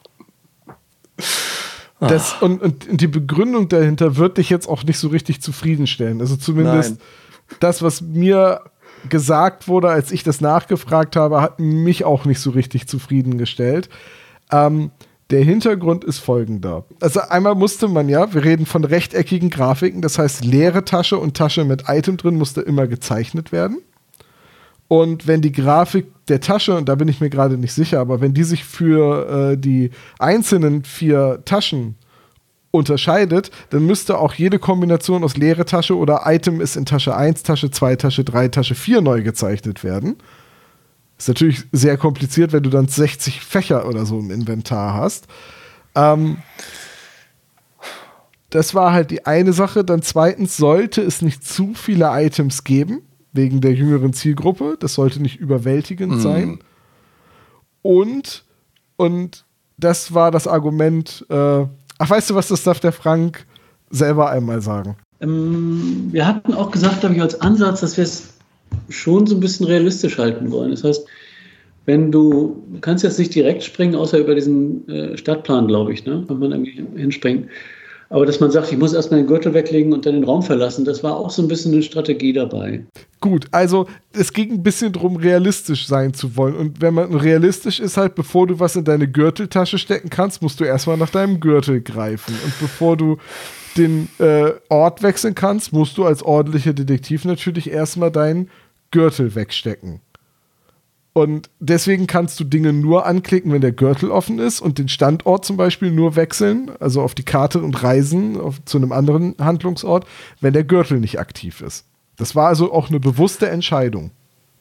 Das, und, und die Begründung dahinter wird dich jetzt auch nicht so richtig zufriedenstellen. Also zumindest Nein. das, was mir gesagt wurde, als ich das nachgefragt habe, hat mich auch nicht so richtig zufriedengestellt. Ähm, der Hintergrund ist folgender. Also einmal musste man ja, wir reden von rechteckigen Grafiken, das heißt leere Tasche und Tasche mit Item drin musste immer gezeichnet werden. Und wenn die Grafik der Tasche, und da bin ich mir gerade nicht sicher, aber wenn die sich für äh, die einzelnen vier Taschen unterscheidet, dann müsste auch jede Kombination aus leere Tasche oder Item ist in Tasche eins, Tasche zwei, Tasche drei, Tasche vier neu gezeichnet werden. Ist natürlich sehr kompliziert, wenn du dann sechzig Fächer oder so im Inventar hast. Ähm, das war halt die eine Sache. Dann zweitens sollte es nicht zu viele Items geben, wegen der jüngeren Zielgruppe. Das sollte nicht überwältigend Mm. sein. Und, und das war das Argument, äh, ach, weißt du was, das darf der Frank selber einmal sagen. Ähm, wir hatten auch gesagt, glaube ich, als Ansatz, dass wir es schon so ein bisschen realistisch halten wollen. Das heißt, wenn du, du kannst jetzt nicht direkt springen, außer über diesen äh, Stadtplan, glaube ich, ne? Wenn man irgendwie hinspringt. Aber dass man sagt, ich muss erstmal den Gürtel weglegen und dann den Raum verlassen, das war auch so ein bisschen eine Strategie dabei. Gut, also es ging ein bisschen darum, realistisch sein zu wollen. Und wenn man realistisch ist, halt, bevor du was in deine Gürteltasche stecken kannst, musst du erstmal nach deinem Gürtel greifen. Und bevor du den äh, Ort wechseln kannst, musst du als ordentlicher Detektiv natürlich erstmal deinen Gürtel wegstecken. Und deswegen kannst du Dinge nur anklicken, wenn der Gürtel offen ist und den Standort zum Beispiel nur wechseln, also auf die Karte und reisen auf, zu einem anderen Handlungsort, wenn der Gürtel nicht aktiv ist. Das war also auch eine bewusste Entscheidung.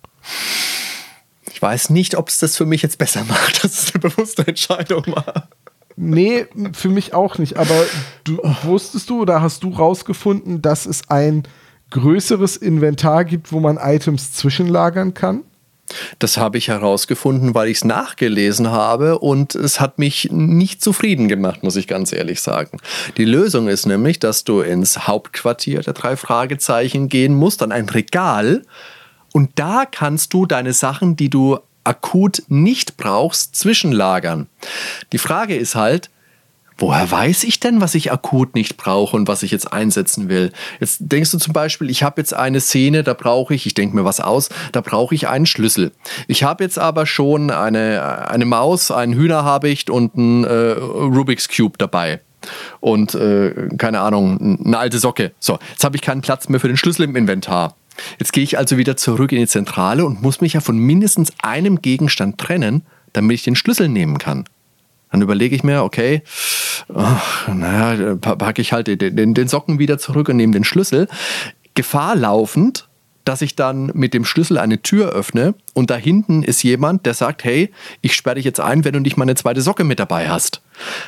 Ich weiß nicht, ob es das für mich jetzt besser macht, dass es eine bewusste Entscheidung war. Nee, für mich auch nicht. Aber du, wusstest du oder hast du rausgefunden, dass es ein größeres Inventar gibt, wo man Items zwischenlagern kann? Das habe ich herausgefunden, weil ich es nachgelesen habe und es hat mich nicht zufrieden gemacht, muss ich ganz ehrlich sagen. Die Lösung ist nämlich, dass du ins Hauptquartier der drei Fragezeichen gehen musst, an ein Regal und da kannst du deine Sachen, die du akut nicht brauchst, zwischenlagern. Die Frage ist halt, woher weiß ich denn, was ich akut nicht brauche und was ich jetzt einsetzen will? Jetzt denkst du zum Beispiel, ich habe jetzt eine Szene, da brauche ich, ich denke mir was aus, da brauche ich einen Schlüssel. Ich habe jetzt aber schon eine, eine Maus, einen Hühnerhabicht und einen äh, Rubik's Cube dabei. Und äh, keine Ahnung, eine alte Socke. So, jetzt habe ich keinen Platz mehr für den Schlüssel im Inventar. Jetzt gehe ich also wieder zurück in die Zentrale und muss mich ja von mindestens einem Gegenstand trennen, damit ich den Schlüssel nehmen kann. Dann überlege ich mir, okay, ach, naja, packe ich halt den, den Socken wieder zurück und nehme den Schlüssel. Gefahr laufend, dass ich dann mit dem Schlüssel eine Tür öffne und da hinten ist jemand, der sagt, hey, ich sperre dich jetzt ein, wenn du nicht mal eine zweite Socke mit dabei hast.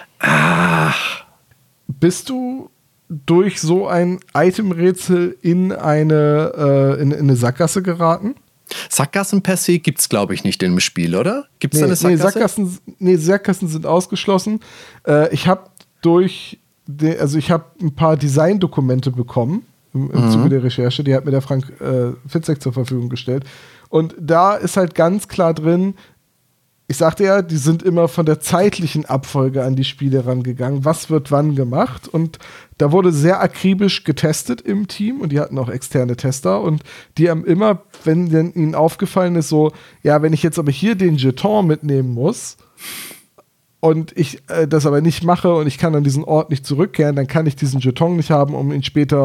Ach. Bist du durch so ein Itemrätsel in eine, äh, in, in eine Sackgasse geraten? Sackgassen per se gibt es, glaube ich, nicht im Spiel, oder? Gibt es nee, eine Sackgasse? Nee Sackgassen, nee, Sackgassen sind ausgeschlossen. Äh, ich habe durch, de, also ich habe ein paar Designdokumente bekommen im, im mhm. Zuge der Recherche. Die hat mir der Frank äh, Fitzek zur Verfügung gestellt. Und da ist halt ganz klar drin, ich sagte ja, die sind immer von der zeitlichen Abfolge an die Spiele rangegangen. Was wird wann gemacht? Und da wurde sehr akribisch getestet im Team und die hatten auch externe Tester und die haben immer, wenn denn ihnen aufgefallen ist, so, ja, wenn ich jetzt aber hier den Jeton mitnehmen muss und ich äh, das aber nicht mache und ich kann an diesen Ort nicht zurückkehren, dann kann ich diesen Jeton nicht haben, um ihn später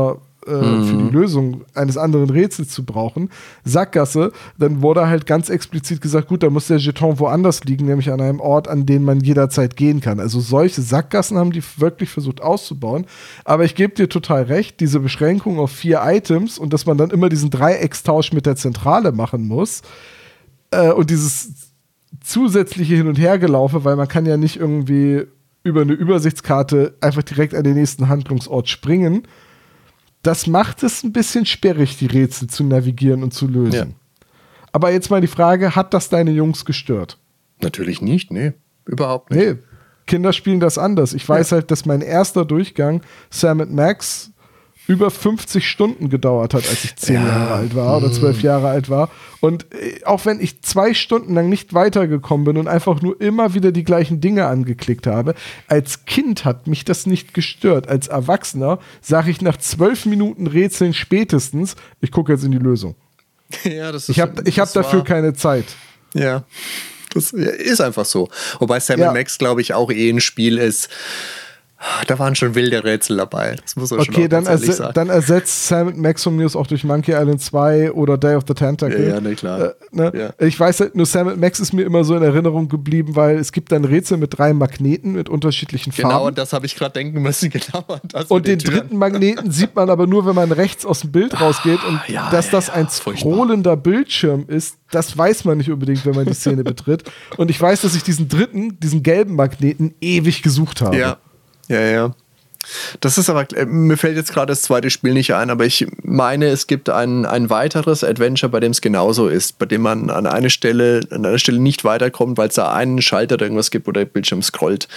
äh, mhm. für die Lösung eines anderen Rätsels zu brauchen. Sackgasse, dann wurde halt ganz explizit gesagt, gut, da muss der Jeton woanders liegen, nämlich an einem Ort, an den man jederzeit gehen kann. Also solche Sackgassen haben die wirklich versucht auszubauen. Aber ich gebe dir total recht, diese Beschränkung auf vier Items und dass man dann immer diesen Dreieckstausch mit der Zentrale machen muss äh, und dieses zusätzliche Hin- und Hergelaufe, weil man kann ja nicht irgendwie über eine Übersichtskarte einfach direkt an den nächsten Handlungsort springen. Das macht es ein bisschen sperrig, die Rätsel zu navigieren und zu lösen. Ja. Aber jetzt mal die Frage, hat das deine Jungs gestört? Natürlich nicht, nee, überhaupt nicht. Nee, Kinder spielen das anders. Ich weiß ja. halt, dass mein erster Durchgang Sam and Max über fünfzig Stunden gedauert hat, als ich zehn ja. Jahre alt war oder zwölf Jahre alt war. Und auch wenn ich zwei Stunden lang nicht weitergekommen bin und einfach nur immer wieder die gleichen Dinge angeklickt habe, als Kind hat mich das nicht gestört. Als Erwachsener sage ich nach zwölf Minuten Rätseln spätestens, ich gucke jetzt in die Lösung. Ja, das ist, ich habe ich hab dafür keine Zeit. Ja, das ist einfach so. Wobei Sam ja. and Max, glaube ich, auch eh ein Spiel ist, da waren schon wilde Rätsel dabei. Das muss man okay, schon dann, erse- sagen. dann ersetzt Sam and Max von mir auch durch Monkey Island zwei oder Day of the Tentacle. Ja, ja, ne, klar. Äh, ne? Ja. Ich weiß halt, nur Sam and Max ist mir immer so in Erinnerung geblieben, weil es gibt dann Rätsel mit drei Magneten mit unterschiedlichen genau, Farben. Genau, und das habe ich gerade denken müssen. Genau. Und, und den, den dritten Magneten sieht man aber nur, wenn man rechts aus dem Bild rausgeht. Und ja, dass ja, das ein scrollender Bildschirm ist, das weiß man nicht unbedingt, wenn man die Szene betritt. Und ich weiß, dass ich diesen dritten, diesen gelben Magneten ewig gesucht habe. Ja. Ja, ja. Das ist aber, mir fällt jetzt gerade das zweite Spiel nicht ein, aber ich meine, es gibt ein, ein weiteres Adventure, bei dem es genauso ist, bei dem man an eine Stelle, an einer Stelle nicht weiterkommt, weil es da einen Schalter oder irgendwas gibt, wo der Bildschirm scrollt.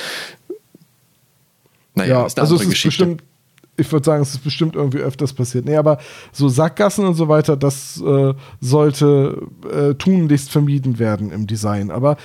Naja, ja, ist eine also andere es ist Geschichte. Bestimmt, ich würde sagen, es ist bestimmt irgendwie öfters passiert. Nee, aber so Sackgassen und so weiter, das äh, sollte äh, tunlichst vermieden werden im Design. Aber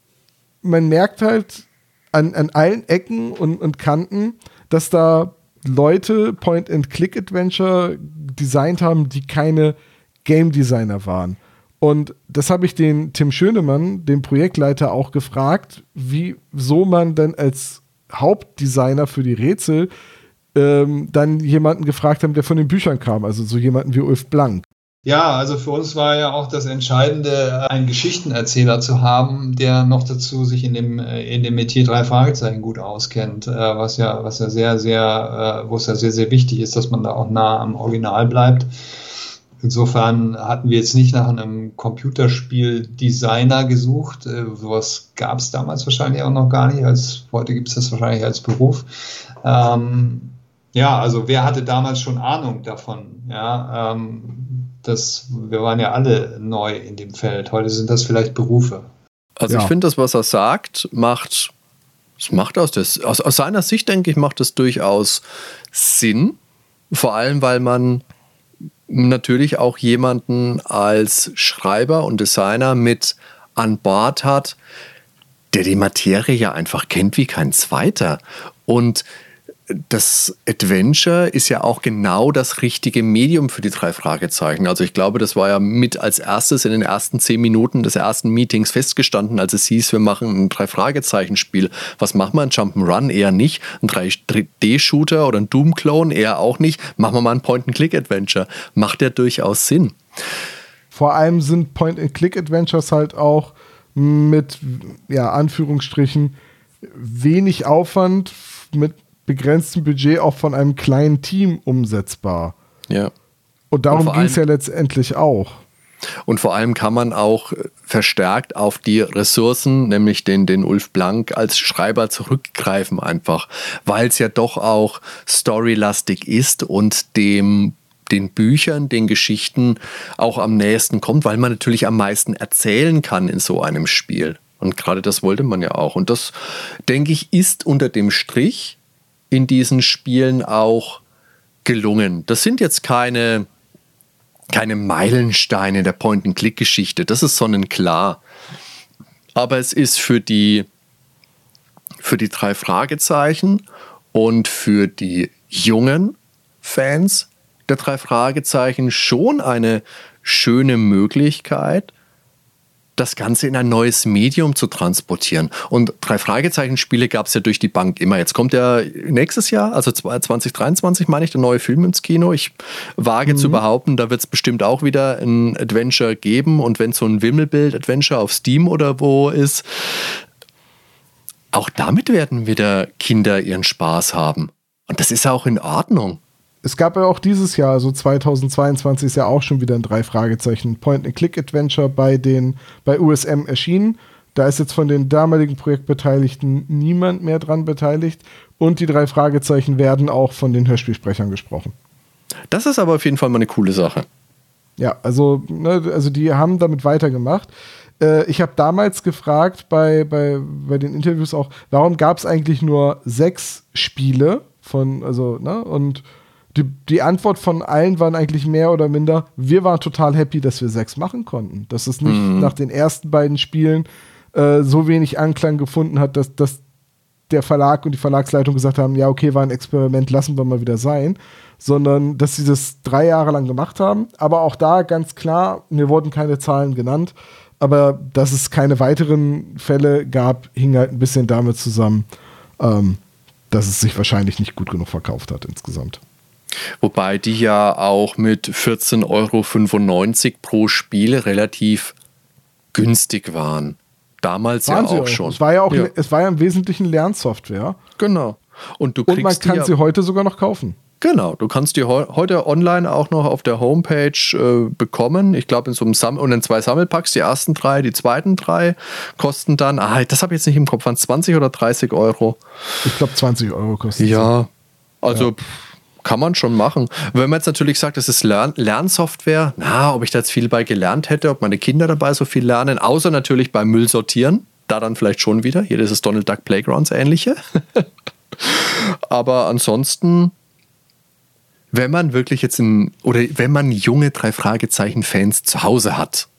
man merkt halt, An, an allen Ecken und, und Kanten, dass da Leute Point-and-Click-Adventure designt haben, die keine Game Designer waren. Und das habe ich den Tim Schönemann, dem Projektleiter, auch gefragt, wieso man denn als Hauptdesigner für die Rätsel ähm, dann jemanden gefragt hat, der von den Büchern kam, also so jemanden wie Ulf Blank. Ja, also für uns war ja auch das Entscheidende, einen Geschichtenerzähler zu haben, der noch dazu sich in dem, in dem Metier drei Fragezeichen gut auskennt, was ja, was ja sehr, sehr, wo es ja sehr, sehr wichtig ist, dass man da auch nah am Original bleibt. Insofern hatten wir jetzt nicht nach einem Computerspiel-Designer gesucht. Sowas gab es damals wahrscheinlich auch noch gar nicht. Als, heute gibt es das wahrscheinlich als Beruf. Ähm, ja, also wer hatte damals schon Ahnung davon? Ja, ähm, Das, wir waren ja alle neu in dem Feld. Heute sind das vielleicht Berufe. Also ja. Ich finde, das, was er sagt, macht, das macht aus, des, aus, aus seiner Sicht, denke ich, macht das durchaus Sinn. Vor allem, weil man natürlich auch jemanden als Schreiber und Designer mit an Bord hat, der die Materie ja einfach kennt wie kein zweiter. Und das Adventure ist ja auch genau das richtige Medium für die drei Fragezeichen. Also ich glaube, das war ja mit als erstes in den ersten zehn Minuten des ersten Meetings festgestanden, als es hieß, wir machen ein Drei-Fragezeichen-Spiel. Was machen wir? Ein Jump'n'Run? Eher nicht. Ein drei D-Shooter oder ein Doom-Clone? Eher auch nicht. Machen wir mal ein Point-and-Click-Adventure. Macht ja durchaus Sinn. Vor allem sind Point-and-Click-Adventures halt auch mit, ja, Anführungsstrichen, wenig Aufwand, mit begrenztem Budget auch von einem kleinen Team umsetzbar. Ja. Und darum ging es ja letztendlich auch. Und vor allem kann man auch verstärkt auf die Ressourcen, nämlich den, den Ulf Blank als Schreiber zurückgreifen einfach, weil es ja doch auch storylastig ist und dem den Büchern, den Geschichten auch am nächsten kommt, weil man natürlich am meisten erzählen kann in so einem Spiel. Und gerade das wollte man ja auch. Und das, denke ich, ist unter dem Strich in diesen Spielen auch gelungen. Das sind jetzt keine, keine Meilensteine der Point-and-Click-Geschichte, das ist sonnenklar. Aber es ist für die, für die drei Fragezeichen und für die jungen Fans der drei Fragezeichen schon eine schöne Möglichkeit, das Ganze in ein neues Medium zu transportieren. Und Drei-Fragezeichen-Spiele gab es ja durch die Bank immer. Jetzt kommt ja nächstes Jahr, also zwanzig dreiundzwanzig, meine ich, der neue Film ins Kino. Ich wage mhm. zu behaupten, da wird es bestimmt auch wieder ein Adventure geben. Und wenn so ein Wimmelbild-Adventure auf Steam oder wo ist, auch damit werden wieder Kinder ihren Spaß haben. Und das ist ja auch in Ordnung. Es gab ja auch dieses Jahr, also zweitausendzweiundzwanzig, ist ja auch schon wieder ein Drei-Fragezeichen Point-and-Click-Adventure bei, den, bei U S M erschienen. Da ist jetzt von den damaligen Projektbeteiligten niemand mehr dran beteiligt. Und die drei Fragezeichen werden auch von den Hörspielsprechern gesprochen. Das ist aber auf jeden Fall mal eine coole Sache. Ja, also, ne, also die haben damit weitergemacht. Äh, ich habe damals gefragt bei, bei, bei den Interviews auch, warum gab es eigentlich nur sechs Spiele von, also, ne, und Die, die Antwort von allen waren eigentlich mehr oder minder, wir waren total happy, dass wir sechs machen konnten. Dass es nicht mhm. nach den ersten beiden Spielen äh, so wenig Anklang gefunden hat, dass, dass der Verlag und die Verlagsleitung gesagt haben, ja okay, war ein Experiment, lassen wir mal wieder sein. Sondern, dass sie das drei Jahre lang gemacht haben. Aber auch da ganz klar, mir wurden keine Zahlen genannt. Aber dass es keine weiteren Fälle gab, hing halt ein bisschen damit zusammen, ähm, dass es sich wahrscheinlich nicht gut genug verkauft hat insgesamt. Wobei die ja auch mit vierzehn Euro fünfundneunzig pro Spiel relativ günstig waren. Damals waren ja auch, auch schon. Es war ja auch ja. Es war ja im Wesentlichen Lernsoftware. Genau. Und, du kriegst Und man kann ja, sie heute sogar noch kaufen. Genau, du kannst die he- heute online auch noch auf der Homepage äh, bekommen. Ich glaube in so einem Sam- und in zwei Sammelpacks, die ersten drei, die zweiten drei kosten dann, ah, das habe ich jetzt nicht im Kopf, waren zwanzig oder dreißig Euro. Ich glaube zwanzig Euro kosten Ja, sie. also ja. Pff, kann man schon machen. Wenn man jetzt natürlich sagt, das ist Lern- Lernsoftware, na, ob ich da jetzt viel bei gelernt hätte, ob meine Kinder dabei so viel lernen, außer natürlich beim Müll sortieren, da dann vielleicht schon wieder. Hier ist es Donald Duck Playgrounds ähnliche. Aber ansonsten, wenn man wirklich jetzt ein, oder wenn man junge Drei-Fragezeichen-Fans zu Hause hat,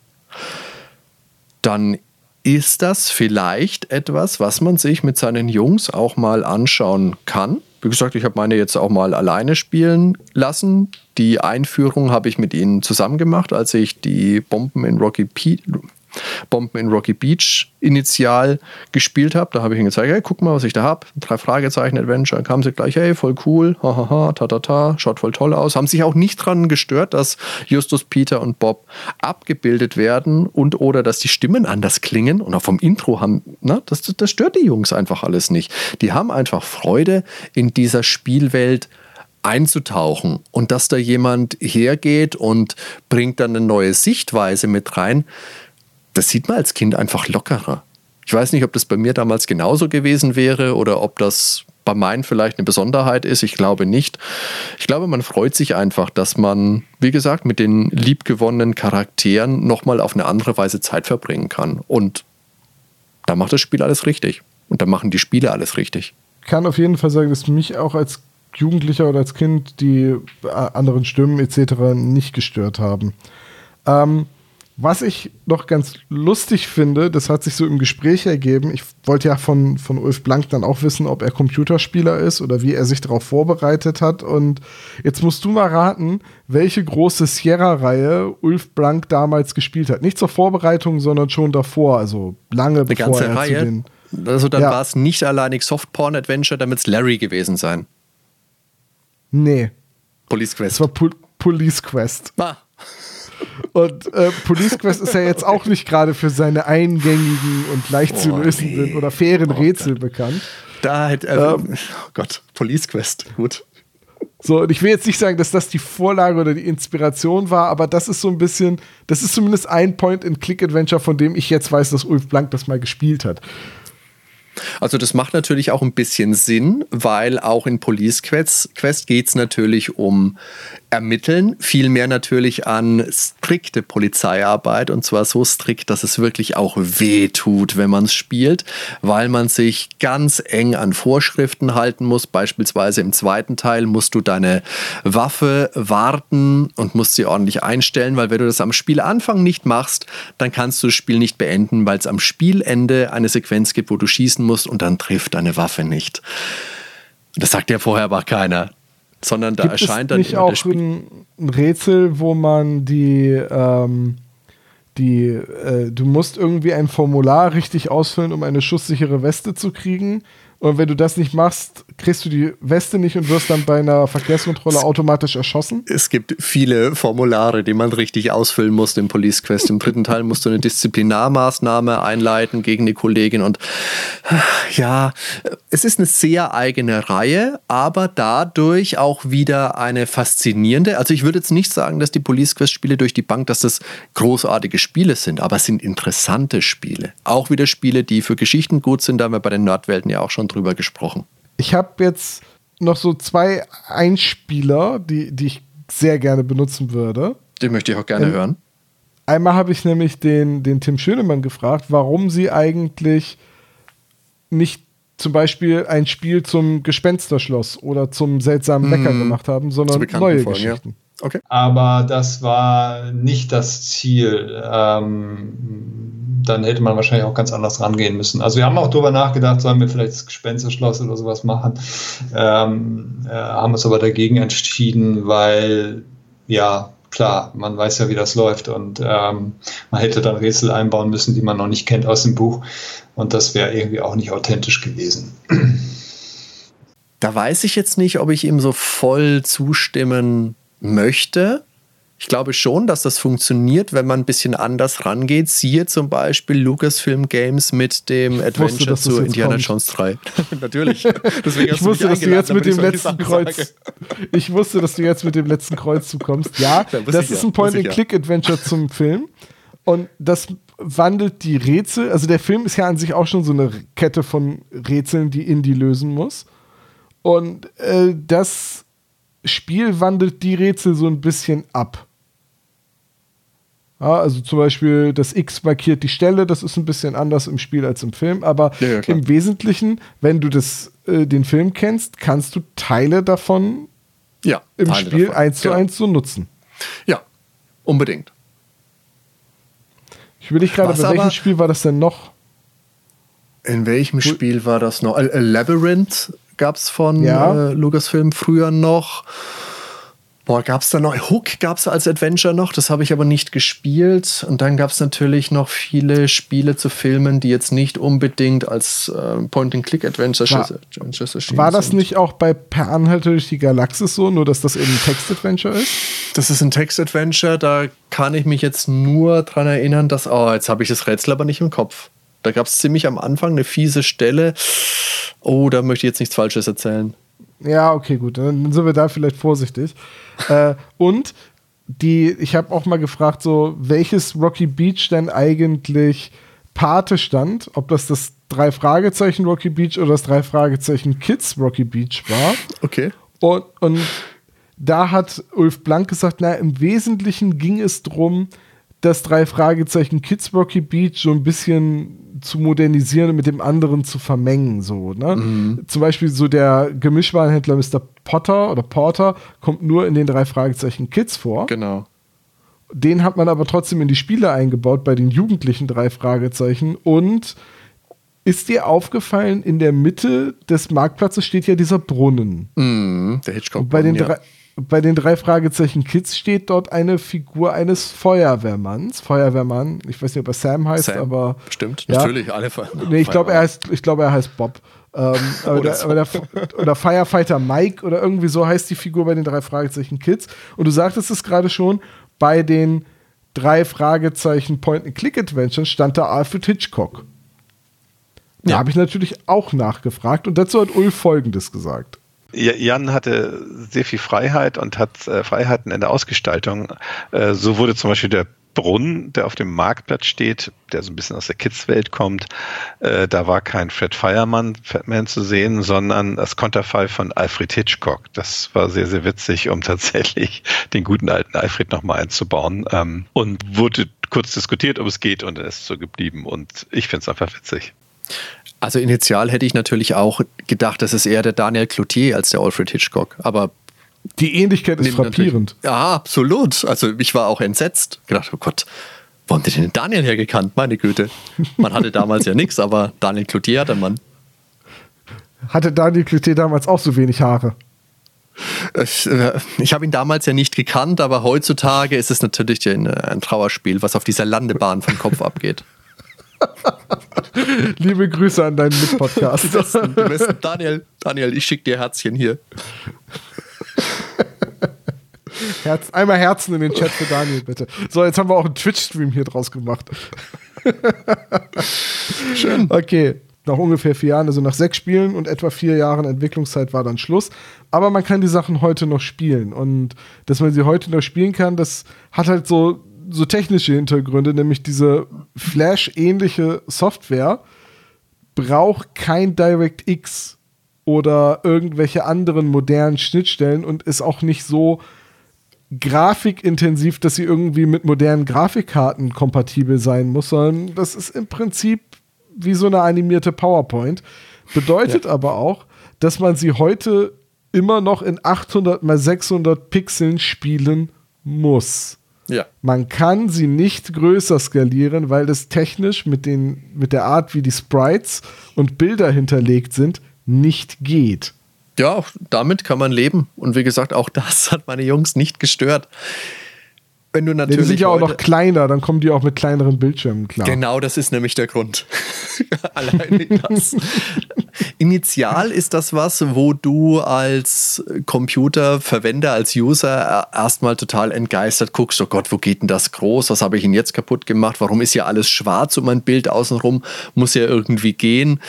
dann ist das vielleicht etwas, was man sich mit seinen Jungs auch mal anschauen kann. Wie gesagt, ich habe meine jetzt auch mal alleine spielen lassen. Die Einführung habe ich mit ihnen zusammen gemacht, als ich die Bomben in Rocky P- Bomben in Rocky Beach initial gespielt habe. Da habe ich ihnen gezeigt, hey, guck mal, was ich da habe. Drei Fragezeichen Adventure. Kamen sie gleich, hey, voll cool, hahaha, tatata, schaut voll toll aus. Haben sich auch nicht dran gestört, dass Justus, Peter und Bob abgebildet werden und oder dass die Stimmen anders klingen und auch vom Intro haben, na, das, das stört die Jungs einfach alles nicht. Die haben einfach Freude in dieser Spielwelt einzutauchen und dass da jemand hergeht und bringt dann eine neue Sichtweise mit rein. Das sieht man als Kind einfach lockerer. Ich weiß nicht, ob das bei mir damals genauso gewesen wäre oder ob das bei meinen vielleicht eine Besonderheit ist. Ich glaube nicht. Ich glaube, man freut sich einfach, dass man, wie gesagt, mit den liebgewonnenen Charakteren nochmal auf eine andere Weise Zeit verbringen kann. Und da macht das Spiel alles richtig. Und da machen die Spiele alles richtig. Ich kann auf jeden Fall sagen, dass mich auch als Jugendlicher oder als Kind die anderen Stimmen et cetera nicht gestört haben. Ähm, Was ich noch ganz lustig finde, das hat sich so im Gespräch ergeben, ich wollte ja von, von Ulf Blank dann auch wissen, ob er Computerspieler ist oder wie er sich darauf vorbereitet hat. Und jetzt musst du mal raten, welche große Sierra-Reihe Ulf Blank damals gespielt hat. Nicht zur Vorbereitung, sondern schon davor, also lange Eine bevor ganze er Reihe? zu den... Also dann Ja. war es nicht alleinig Softporn-Adventure, dann wird es Larry gewesen sein. Nee, Police es Quest. war Pol- Police Quest. Ah. Und äh, Police Quest ist ja jetzt auch nicht gerade für seine eingängigen und leicht zu Oh, lösenden nee. oder fairen Oh, Rätsel Gott. bekannt. Da hätte äh, oh Gott, Police Quest, gut. So, und ich will jetzt nicht sagen, dass das die Vorlage oder die Inspiration war, aber das ist so ein bisschen, das ist zumindest ein Point-and-Click-Adventure, von dem ich jetzt weiß, dass Ulf Blank das mal gespielt hat. Also das macht natürlich auch ein bisschen Sinn, weil auch in Police Quest, Quest geht es natürlich um Ermitteln, vielmehr natürlich an strikte Polizeiarbeit und zwar so strikt, dass es wirklich auch weh tut, wenn man es spielt, weil man sich ganz eng an Vorschriften halten muss. Beispielsweise im zweiten Teil musst du deine Waffe warten und musst sie ordentlich einstellen, weil wenn du das am Spielanfang nicht machst, dann kannst du das Spiel nicht beenden, weil es am Spielende eine Sequenz gibt, wo du schießen musst und dann trifft deine Waffe nicht. Das sagt ja vorher aber keiner. Sondern da Gibt erscheint es dann nicht immer auch das Spiel. ein, ein Rätsel, wo man die, ähm, die, äh, du musst irgendwie ein Formular richtig ausfüllen, um eine schusssichere Weste zu kriegen. Und wenn du das nicht machst, kriegst du die Weste nicht und wirst dann bei einer Verkehrskontrolle automatisch erschossen. Es gibt viele Formulare, die man richtig ausfüllen muss im Police Quest. Im dritten Teil musst du eine Disziplinarmaßnahme einleiten gegen die Kollegin. Und ja, es ist eine sehr eigene Reihe, aber dadurch auch wieder eine faszinierende. Also ich würde jetzt nicht sagen, dass die Police Quest Spiele durch die Bank, dass das großartige Spiele sind, aber es sind interessante Spiele. Auch wieder Spiele, die für Geschichten gut sind, da haben wir bei den Nerdwelten ja auch schon drüber gesprochen. Ich habe jetzt noch so zwei Einspieler, die, die ich sehr gerne benutzen würde. Den möchte ich auch gerne ähm, hören. Einmal habe ich nämlich den, den Tim Schönemann gefragt, warum sie eigentlich nicht zum Beispiel ein Spiel zum Gespensterschloss oder zum seltsamen Wecker hm. gemacht haben, sondern neue Folgen, Geschichten. Ja. Okay. Aber das war nicht das Ziel. Ähm, dann hätte man wahrscheinlich auch ganz anders rangehen müssen. Also wir haben auch darüber nachgedacht, sollen wir vielleicht das Gespensterschloss oder sowas machen. Ähm, äh, haben uns aber dagegen entschieden, weil, ja, klar, man weiß ja, wie das läuft und ähm, man hätte dann Rätsel einbauen müssen, die man noch nicht kennt aus dem Buch. Und das wäre irgendwie auch nicht authentisch gewesen. Da weiß ich jetzt nicht, ob ich ihm so voll zustimmen möchte. Ich glaube schon, dass das funktioniert, wenn man ein bisschen anders rangeht. Siehe zum Beispiel Lucasfilm Games mit dem Adventure wusste, zu Indiana kommt. Jones drei. Natürlich. Deswegen ich wusste, dass du jetzt mit dem letzten Kreuz. Ich wusste, dass du jetzt mit dem letzten Kreuz zukommst. Ja, das ist ein Point-and-Click-Adventure zum Film. Und das wandelt die Rätsel. Also der Film ist ja an sich auch schon so eine Kette von Rätseln, die Indy lösen muss. Und äh, das Spiel wandelt die Rätsel so ein bisschen ab. Ja, also zum Beispiel das X markiert die Stelle, das ist ein bisschen anders im Spiel als im Film, aber ja, ja, im Wesentlichen, wenn du das, äh, den Film kennst, kannst du Teile davon ja, im Teile Spiel davon. eins zu eins so nutzen. Ja, unbedingt. Ich überlege gerade, bei welchem Spiel war das denn noch? In welchem Spiel war das noch? Äh, Labyrinth gab es von ja. äh, Lucasfilm früher noch. Boah, gab es da noch? Hook gab es als Adventure noch, das habe ich aber nicht gespielt. Und dann gab es natürlich noch viele Spiele zu Filmen, die jetzt nicht unbedingt als äh, Point-and-Click-Adventure erschienen War das sind. Nicht auch bei Per Anhalter durch die Galaxis so, nur dass das eben ein Text-Adventure ist? Das ist ein Text-Adventure, da kann ich mich jetzt nur dran erinnern, dass, oh, jetzt habe ich das Rätsel aber nicht im Kopf. Da gab es ziemlich am Anfang eine fiese Stelle. Oh, da möchte ich jetzt nichts Falsches erzählen. Ja, okay, gut. Dann sind wir da vielleicht vorsichtig. äh, und die, ich habe auch mal gefragt, so, welches Rocky Beach denn eigentlich Pate stand. Ob das das drei Fragezeichen Rocky Beach oder das drei Fragezeichen Kids Rocky Beach war. Okay. Und, und da hat Ulf Blank gesagt, na, im Wesentlichen ging es darum, das drei Fragezeichen Kids Rocky Beach so ein bisschen zu modernisieren und mit dem anderen zu vermengen. So, ne? Mhm. Zum Beispiel so der Gemischwarenhändler Mister Potter oder Porter kommt nur in den drei Fragezeichen Kids vor. Genau. Den hat man aber trotzdem in die Spiele eingebaut bei den jugendlichen drei Fragezeichen. Und ist dir aufgefallen, in der Mitte des Marktplatzes steht ja dieser Brunnen. Mhm, der Hitchcock. Bei den ja. drei Bei den drei Fragezeichen Kids steht dort eine Figur eines Feuerwehrmanns. Feuerwehrmann, ich weiß nicht, ob er Sam heißt, Sam, aber. Stimmt, ja. natürlich, alle Feuer- Nee, ich glaube, er heißt, ich glaube, er heißt Bob. Ähm, oder, oder, so. oder, oder Firefighter Mike oder irgendwie so heißt die Figur bei den drei Fragezeichen Kids. Und du sagtest es gerade schon, bei den drei Fragezeichen Point-and-Click-Adventures stand da Alfred Hitchcock. Da ja. habe ich natürlich auch nachgefragt und dazu hat Ulf Folgendes gesagt. Jan hatte sehr viel Freiheit und hat äh, Freiheiten in der Ausgestaltung. Äh, so wurde zum Beispiel der Brunnen, der auf dem Marktplatz steht, der so ein bisschen aus der Kids-Welt kommt, äh, da war kein Fred Fireman Fatman zu sehen, sondern das Konterfei von Alfred Hitchcock. Das war sehr, sehr witzig, um tatsächlich den guten alten Alfred nochmal einzubauen. Ähm, und wurde kurz diskutiert, ob es geht, und er ist so geblieben. Und ich finde es einfach witzig. Also initial hätte ich natürlich auch gedacht, das ist eher der Daniel Cloutier als der Alfred Hitchcock, aber die Ähnlichkeit ist frappierend. Ja, absolut. Also ich war auch entsetzt. Gedacht, oh Gott, wo haben die denn den Daniel hergekannt? Meine Güte. Man hatte damals ja nichts, aber Daniel Cloutier hatte man. Hatte Daniel Cloutier damals auch so wenig Haare? Ich, äh, ich habe ihn damals ja nicht gekannt, aber heutzutage ist es natürlich ein, ein Trauerspiel, was auf dieser Landebahn vom Kopf abgeht. Liebe Grüße an deinen Mitpodcast. Die besten, die besten. Daniel, Daniel, ich schicke dir Herzchen hier. Herz, einmal Herzen in den Chat für Daniel, bitte. So, jetzt haben wir auch einen Twitch-Stream hier draus gemacht. Schön. Okay, nach ungefähr vier Jahren, also nach sechs Spielen und etwa vier Jahren Entwicklungszeit war dann Schluss. Aber man kann die Sachen heute noch spielen. Und dass man sie heute noch spielen kann, das hat halt so, so technische Hintergründe, nämlich diese Flash-ähnliche Software braucht kein DirectX oder irgendwelche anderen modernen Schnittstellen und ist auch nicht so grafikintensiv, dass sie irgendwie mit modernen Grafikkarten kompatibel sein muss, sondern das ist im Prinzip wie so eine animierte PowerPoint. Bedeutet ja. aber auch, dass man sie heute immer noch in achthundert mal sechshundert Pixeln spielen muss. Ja. Man kann sie nicht größer skalieren, weil das technisch mit, den, mit der Art, wie die Sprites und Bilder hinterlegt sind, nicht geht. Ja, damit kann man leben. Und wie gesagt, auch das hat meine Jungs nicht gestört. Wenn du natürlich ja, die sind ja auch noch kleiner, dann kommen die auch mit kleineren Bildschirmen klar. Genau, das ist nämlich der Grund. Alleine das. Initial ist das was, wo du als Computerverwender, als User erstmal total entgeistert guckst, oh Gott, wo geht denn das groß? Was habe ich denn jetzt kaputt gemacht? Warum ist hier alles schwarz um mein Bild außenrum? Muss ja irgendwie gehen.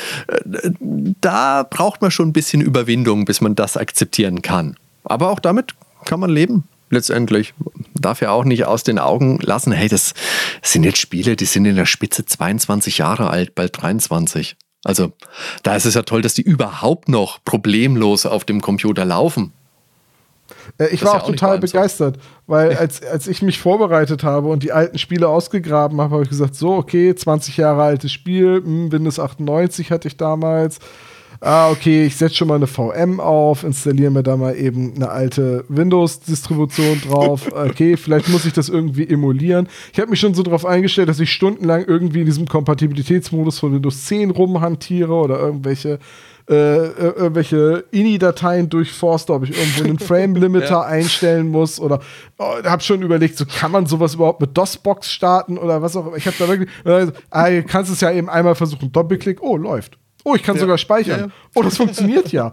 Da braucht man schon ein bisschen Überwindung, bis man das akzeptieren kann. Aber auch damit kann man leben. Letztendlich darf ja auch nicht aus den Augen lassen, hey, das sind jetzt Spiele, die sind in der Spitze zweiundzwanzig Jahre alt, bald dreiundzwanzig. Also da ist es ja toll, dass die überhaupt noch problemlos auf dem Computer laufen. Äh, ich das war auch, auch total begeistert, weil als, als ich mich vorbereitet habe und die alten Spiele ausgegraben habe, habe ich gesagt, so, okay, zwanzig Jahre altes Spiel, mh, Windows achtundneunzig hatte ich damals. Ah, okay, ich setze schon mal eine V M auf, installiere mir da mal eben eine alte Windows-Distribution drauf. Okay, vielleicht muss ich das irgendwie emulieren. Ich habe mich schon so darauf eingestellt, dass ich stundenlang irgendwie in diesem Kompatibilitätsmodus von Windows zehn rumhantiere oder irgendwelche äh, irgendwelche I N I-Dateien durchforste, ob ich irgendwo einen Frame-Limiter ja. einstellen muss oder oh, habe schon überlegt, so kann man sowas überhaupt mit DOS-Box starten oder was auch immer. Ich habe da wirklich, also, ah, du kannst es ja eben einmal versuchen, Doppelklick, oh, läuft. Oh, ich kann ja. sogar speichern. Ja, ja. Oh, das funktioniert ja.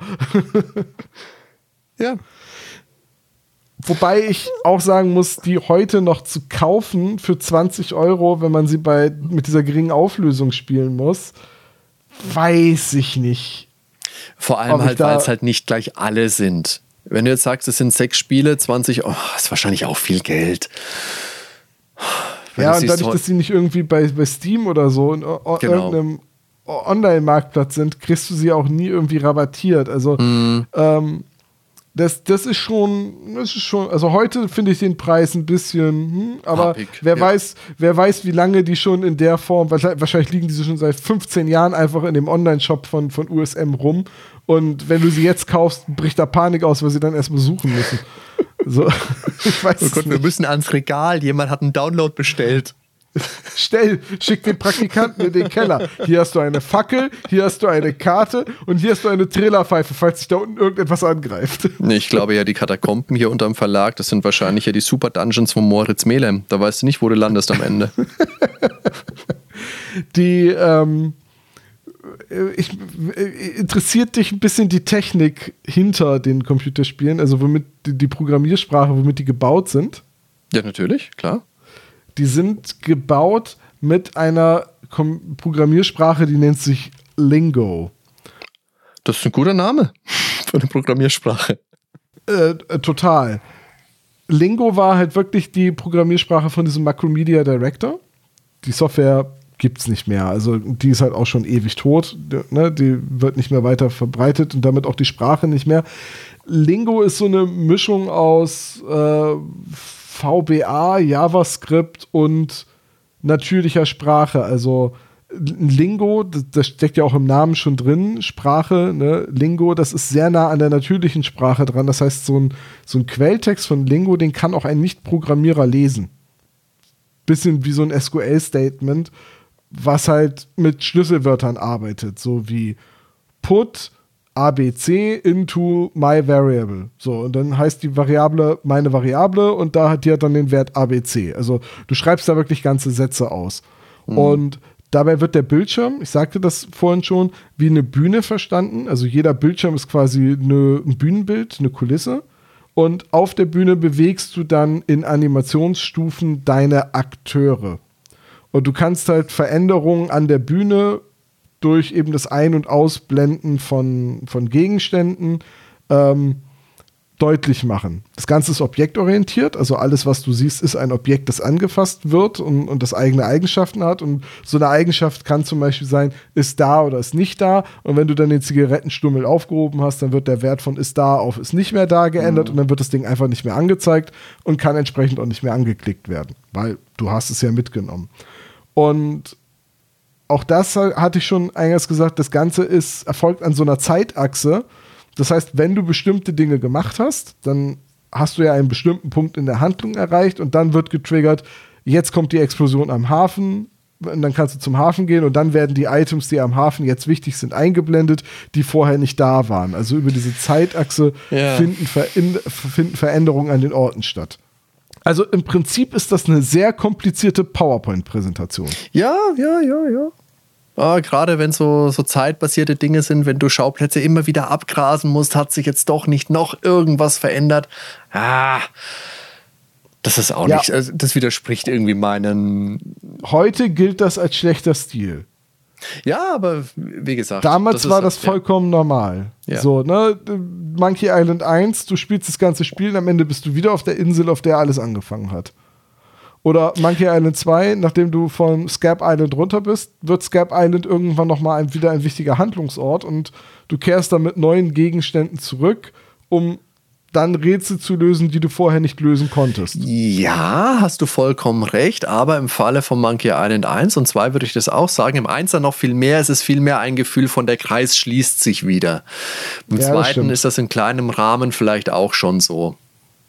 Ja. Wobei ich auch sagen muss, die heute noch zu kaufen für zwanzig Euro, wenn man sie bei, mit dieser geringen Auflösung spielen muss, weiß ich nicht. Vor allem halt, weil es halt nicht gleich alle sind. Wenn du jetzt sagst, es sind sechs Spiele, zwanzig, oh, ist wahrscheinlich auch viel Geld. Wenn ja, und dadurch, dass sie nicht irgendwie bei, bei Steam oder so in o- genau. irgendeinem Online-Marktplatz sind, kriegst du sie auch nie irgendwie rabattiert. Also mm. ähm, das, das ist schon, das ist schon, also heute finde ich den Preis ein bisschen, hm, aber Happig, wer ja. weiß, wer weiß, wie lange die schon in der Form, wahrscheinlich liegen diese schon seit fünfzehn Jahren einfach in dem Online-Shop von, von U S M rum und wenn du sie jetzt kaufst, bricht da Panik aus, weil sie dann erstmal suchen müssen. So, ich weiß oh Gott, wir müssen ans Regal, jemand hat einen Download bestellt. Stell, schick den Praktikanten in den Keller. Hier hast du eine Fackel, hier hast du eine Karte und hier hast du eine Trillerpfeife, falls sich da unten irgendetwas angreift. Ich glaube ja, die Katakomben hier unterm Verlag, das sind wahrscheinlich ja die Super Dungeons von Moritz Melem. Da weißt du nicht, wo du landest am Ende. Die, ähm, ich, interessiert dich ein bisschen die Technik hinter den Computerspielen, also womit die, die Programmiersprache, womit die gebaut sind? Ja, natürlich, klar. Die sind gebaut mit einer Kom- Programmiersprache, die nennt sich Lingo. Das ist ein guter Name für eine Programmiersprache. Äh, äh, total. Lingo war halt wirklich die Programmiersprache von diesem Macromedia Director. Die Software gibt es nicht mehr. Also die ist halt auch schon ewig tot. Ne? Die wird nicht mehr weiter verbreitet und damit auch die Sprache nicht mehr. Lingo ist so eine Mischung aus äh, V B A, JavaScript und natürlicher Sprache. Also Lingo, das, das steckt ja auch im Namen schon drin, Sprache, ne? Lingo, das ist sehr nah an der natürlichen Sprache dran. Das heißt, so ein, so ein Quelltext von Lingo, den kann auch ein Nicht-Programmierer lesen. Bisschen wie so ein S Q L-Statement, was halt mit Schlüsselwörtern arbeitet, so wie put A B C into my variable. So, und dann heißt die Variable meine Variable und da hat die hat dann den Wert A B C. Also du schreibst da wirklich ganze Sätze aus. Mhm. Und dabei wird der Bildschirm, ich sagte das vorhin schon, wie eine Bühne verstanden. Also jeder Bildschirm ist quasi eine, ein Bühnenbild, eine Kulisse. Und auf der Bühne bewegst du dann in Animationsstufen deine Akteure. Und du kannst halt Veränderungen an der Bühne durch eben das Ein- und Ausblenden von, von Gegenständen ähm, deutlich machen. Das Ganze ist objektorientiert, also alles, was du siehst, ist ein Objekt, das angefasst wird und, und das eigene Eigenschaften hat. Und so eine Eigenschaft kann zum Beispiel sein, ist da oder ist nicht da. Und wenn du dann den Zigarettenstummel aufgehoben hast, dann wird der Wert von ist da auf ist nicht mehr da geändert mhm. und dann wird das Ding einfach nicht mehr angezeigt und kann entsprechend auch nicht mehr angeklickt werden, weil du hast es ja mitgenommen. Und auch das hatte ich schon eingangs gesagt, das Ganze ist, erfolgt an so einer Zeitachse. Das heißt, wenn du bestimmte Dinge gemacht hast, dann hast du ja einen bestimmten Punkt in der Handlung erreicht und dann wird getriggert, jetzt kommt die Explosion am Hafen und dann kannst du zum Hafen gehen und dann werden die Items, die am Hafen jetzt wichtig sind, eingeblendet, die vorher nicht da waren. Also über diese Zeitachse ja. finden, Verin- finden Veränderungen an den Orten statt. Also im Prinzip ist das eine sehr komplizierte PowerPoint-Präsentation. Ja, ja, ja, ja. Ah, gerade wenn so, so zeitbasierte Dinge sind, wenn du Schauplätze immer wieder abgrasen musst, hat sich jetzt doch nicht noch irgendwas verändert. Ah, das ist auch ja. nicht, also das widerspricht irgendwie meinen... Heute gilt das als schlechter Stil. Ja, aber wie gesagt. Damals das war ist, das vollkommen ja. normal. Ja. So, ne? Monkey Island eins, du spielst das ganze Spiel und am Ende bist du wieder auf der Insel, auf der alles angefangen hat. Oder Monkey Island zwei, nachdem du von Scab Island runter bist, wird Scab Island irgendwann nochmal ein, wieder ein wichtiger Handlungsort und du kehrst dann mit neuen Gegenständen zurück, um dann Rätsel zu lösen, die du vorher nicht lösen konntest. Ja, hast du vollkommen recht, aber im Falle von Monkey Island eins und zwei würde ich das auch sagen, im eins dann noch viel mehr, es ist viel mehr ein Gefühl von der Kreis schließt sich wieder. Im ja, zweiten ist das in kleinem Rahmen vielleicht auch schon so.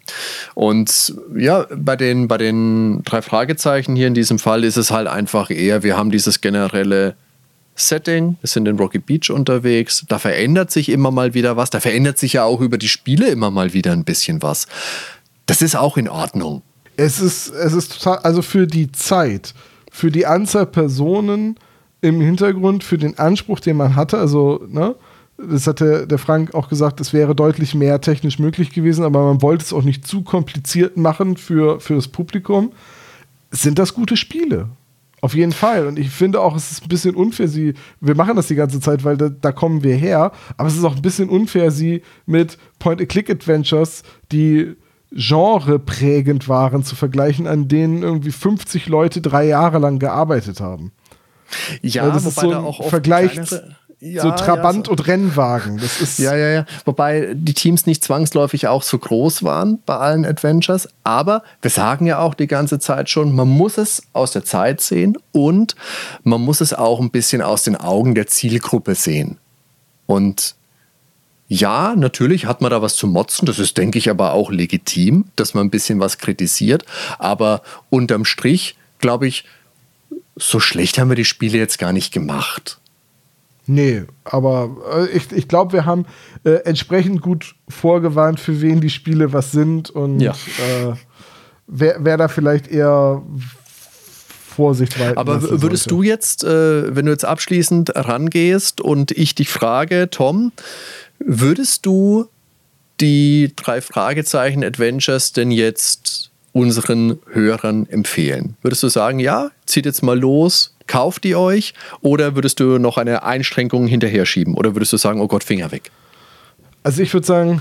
Und ja, bei den, bei den drei Fragezeichen hier in diesem Fall ist es halt einfach eher, wir haben dieses generelle Setting, wir sind in Rocky Beach unterwegs, da verändert sich immer mal wieder was, da verändert sich ja auch über die Spiele immer mal wieder ein bisschen was. Das ist auch in Ordnung. Es ist, es ist total, also für die Zeit, für die Anzahl Personen im Hintergrund, für den Anspruch, den man hatte, also, ne, das hat der, der Frank auch gesagt, es wäre deutlich mehr technisch möglich gewesen, aber man wollte es auch nicht zu kompliziert machen für, für das Publikum. Sind das gute Spiele? Auf jeden Fall. Und ich finde auch, es ist ein bisschen unfair, sie, wir machen das die ganze Zeit, weil da, da kommen wir her, aber es ist auch ein bisschen unfair, sie mit Point-and-Click-Adventures, die genreprägend waren, zu vergleichen, an denen irgendwie fünfzig Leute drei Jahre lang gearbeitet haben. Ja, das ist so ein auch Vergleich. Kleinere Ja, so Trabant ja, so. und Rennwagen. Das ist ja, ja, ja. Wobei die Teams nicht zwangsläufig auch so groß waren bei allen Adventures. Aber wir sagen ja auch die ganze Zeit schon, man muss es aus der Zeit sehen und man muss es auch ein bisschen aus den Augen der Zielgruppe sehen. Und ja, natürlich hat man da was zu motzen. Das ist, denke ich, aber auch legitim, dass man ein bisschen was kritisiert. Aber unterm Strich, glaube ich, so schlecht haben wir die Spiele jetzt gar nicht gemacht. Nee, aber äh, ich, ich glaube, wir haben äh, entsprechend gut vorgewarnt, für wen die Spiele was sind und ja. äh, wer, wer da vielleicht eher Vorsicht walten Aber w- würdest sollte. du jetzt, äh, wenn du jetzt abschließend rangehst und ich dich frage, Tom, würdest du die drei Fragezeichen Adventures denn jetzt unseren Hörern empfehlen? Würdest du sagen, ja, zieht jetzt mal los, kauft die euch, oder würdest du noch eine Einschränkung hinterher schieben? Oder würdest du sagen, oh Gott, Finger weg? Also ich würde sagen,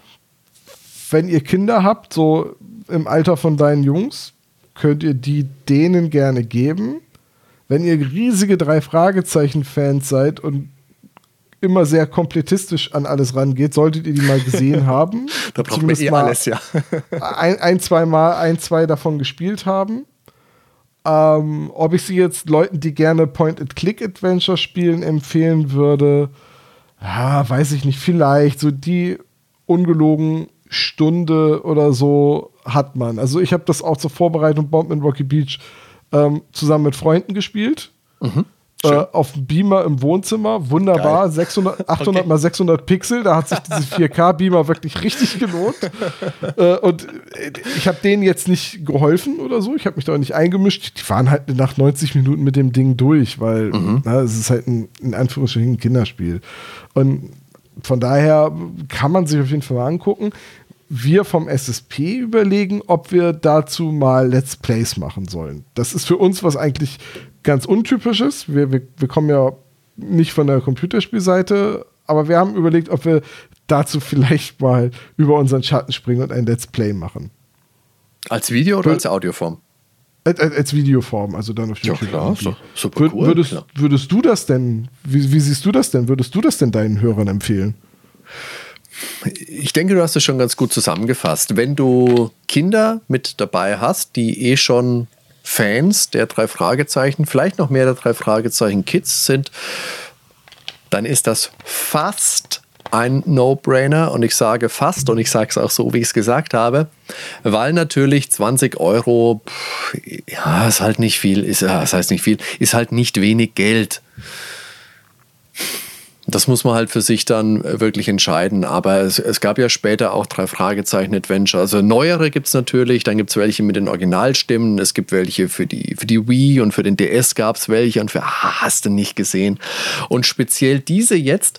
wenn ihr Kinder habt, so im Alter von deinen Jungs, könnt ihr die denen gerne geben. Wenn ihr riesige Drei-Fragezeichen-Fans seid und immer sehr kompletistisch an alles rangeht, solltet ihr die mal gesehen haben. Da braucht man eh alles, ja. ein, ein, zwei Mal, ein, zwei davon gespielt haben. Ähm, ob ich sie jetzt Leuten, die gerne Point-and-Click-Adventure spielen, empfehlen würde, ja, weiß ich nicht, vielleicht. So die ungelogen Stunde oder so hat man. Also ich habe das auch zur Vorbereitung Bomb in Rocky Beach ähm, zusammen mit Freunden gespielt. Mhm. äh, auf dem Beamer im Wohnzimmer. Wunderbar. Geil. sechshundert, achthundert Okay. mal sechshundert Pixel. Da hat sich diese vier K-Beamer wirklich richtig gelohnt. äh, und ich habe denen jetzt nicht geholfen oder so. Ich habe mich da auch nicht eingemischt. Die waren halt nach neunzig Minuten mit dem Ding durch, weil Mhm. na, es ist halt ein, in Anführungsstrichen ein Kinderspiel. Und von daher kann man sich auf jeden Fall mal angucken. Wir vom S S P überlegen, ob wir dazu mal Let's Plays machen sollen. Das ist für uns was eigentlich ganz Untypisches. Wir, wir, wir kommen ja nicht von der Computerspielseite, aber wir haben überlegt, ob wir dazu vielleicht mal über unseren Schatten springen und ein Let's Play machen. Als Video oder als Audioform? Als, als Videoform, also dann auf Ja, YouTube. klar, irgendwie. ist doch super Wür- cool, Würdest, klar. würdest du das denn, wie, wie siehst du das denn? Würdest du das denn deinen Hörern empfehlen? Ich denke, du hast es schon ganz gut zusammengefasst. Wenn du Kinder mit dabei hast, die eh schon Fans der drei Fragezeichen, vielleicht noch mehr der drei Fragezeichen Kids sind, dann ist das fast ein No-Brainer. Und ich sage fast, und ich sage es auch so, wie ich es gesagt habe, weil natürlich zwanzig Euro, pff, ja, ist halt nicht viel, ist, ja, das heißt nicht viel, ist halt nicht wenig Geld. Das muss man halt für sich dann wirklich entscheiden. Aber es, es gab ja später auch drei Fragezeichen Adventure. Also neuere gibt es natürlich. Dann gibt es welche mit den Originalstimmen. Es gibt welche für die, für die Wii und für den D S gab es welche. Und für ah, hast du nicht gesehen. Und speziell diese jetzt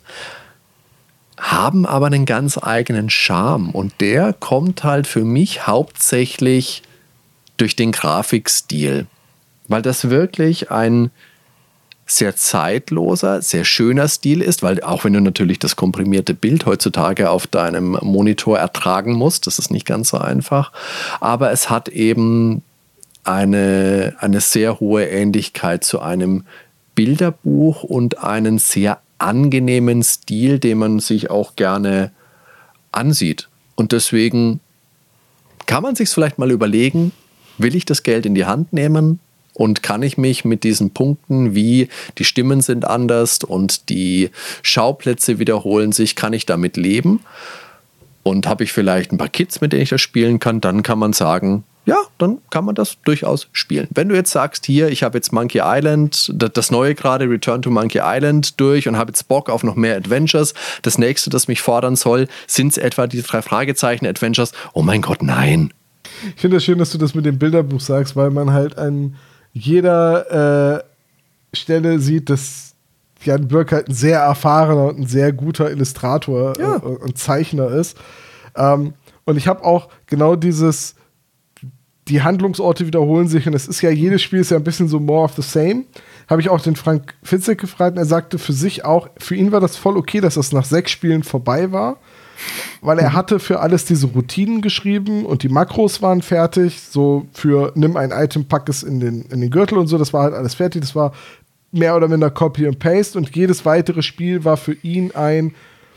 haben aber einen ganz eigenen Charme. Und der kommt halt für mich hauptsächlich durch den Grafikstil. Weil das wirklich ein sehr zeitloser, sehr schöner Stil ist, weil auch wenn du natürlich das komprimierte Bild heutzutage auf deinem Monitor ertragen musst, das ist nicht ganz so einfach, aber es hat eben eine, eine sehr hohe Ähnlichkeit zu einem Bilderbuch und einen sehr angenehmen Stil, den man sich auch gerne ansieht. Und deswegen kann man sich vielleicht mal überlegen, will ich das Geld in die Hand nehmen? Und kann ich mich mit diesen Punkten, wie die Stimmen sind anders und die Schauplätze wiederholen sich, kann ich damit leben? Und habe ich vielleicht ein paar Kids, mit denen ich das spielen kann, dann kann man sagen, ja, dann kann man das durchaus spielen. Wenn du jetzt sagst, hier, ich habe jetzt Monkey Island, das neue gerade, Return to Monkey Island durch und habe jetzt Bock auf noch mehr Adventures, das nächste, das mich fordern soll, sind es etwa die drei Fragezeichen Adventures? Oh mein Gott, nein. Ich finde es schön, dass du das mit dem Bilderbuch sagst, weil man halt an jeder äh, Stelle sieht, dass Jan Birk halt ein sehr erfahrener und ein sehr guter Illustrator Ja. äh, und Zeichner ist. Ähm, und ich habe auch genau dieses, die Handlungsorte wiederholen sich und es ist ja, jedes Spiel ist ja ein bisschen so more of the same. Habe ich auch den Frank Fitzek gefragt und er sagte für sich auch, für ihn war das voll okay, dass das nach sechs Spielen vorbei war. Weil er hatte für alles diese Routinen geschrieben und die Makros waren fertig. So für nimm ein Item, pack es in den, in den Gürtel und so. Das war halt alles fertig. Das war mehr oder minder Copy and Paste. Und jedes weitere Spiel war für ihn ein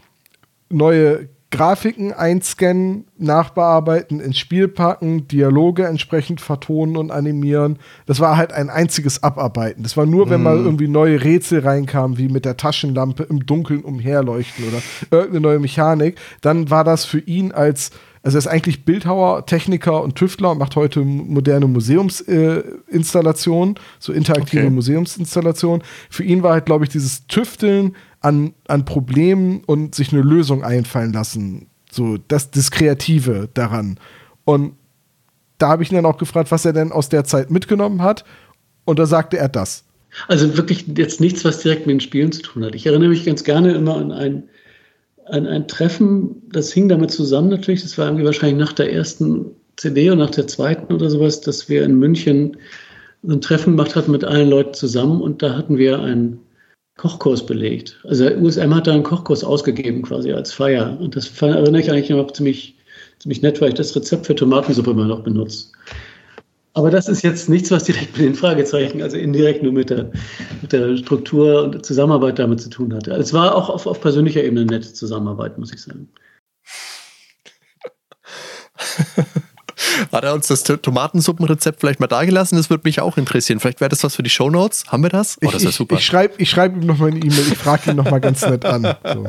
neue Grafiken einscannen, nachbearbeiten, ins Spiel packen, Dialoge entsprechend vertonen und animieren. Das war halt ein einziges Abarbeiten. Das war nur, wenn mal irgendwie neue Rätsel reinkamen, wie mit der Taschenlampe im Dunkeln umherleuchten oder irgendeine neue Mechanik. Dann war das für ihn als, also er ist eigentlich Bildhauer, Techniker und Tüftler und macht heute moderne Museumsinstallationen, äh, so interaktive Okay. Museumsinstallationen. Für ihn war halt, glaube ich, dieses Tüfteln an, an Problemen und sich eine Lösung einfallen lassen. So, das, das Kreative daran. Und da habe ich ihn dann auch gefragt, was er denn aus der Zeit mitgenommen hat. Und da sagte er das. Also wirklich jetzt nichts, was direkt mit den Spielen zu tun hat. Ich erinnere mich ganz gerne immer an ein, an ein Treffen, das hing damit zusammen natürlich, das war irgendwie wahrscheinlich nach der ersten C D und nach der zweiten oder sowas, dass wir in München so ein Treffen gemacht hatten mit allen Leuten zusammen und da hatten wir einen Kochkurs belegt. Also der U S M hat da einen Kochkurs ausgegeben quasi als Feier und das erinnere ich eigentlich noch ziemlich, ziemlich nett, weil ich das Rezept für Tomatensuppe immer noch benutze. Aber das ist jetzt nichts, was direkt mit den Fragezeichen, also indirekt nur mit der, mit der Struktur und der Zusammenarbeit damit zu tun hatte. Es war auch auf, auf persönlicher Ebene eine nette Zusammenarbeit, muss ich sagen. Hat er uns das Tomatensuppenrezept vielleicht mal dagelassen? Das würde mich auch interessieren. Vielleicht wäre das was für die Shownotes. Haben wir das? Oh, das ich wäre super. ich schreibe ich schreib ihm noch mal eine E-Mail, ich frage ihn noch mal ganz nett an. So.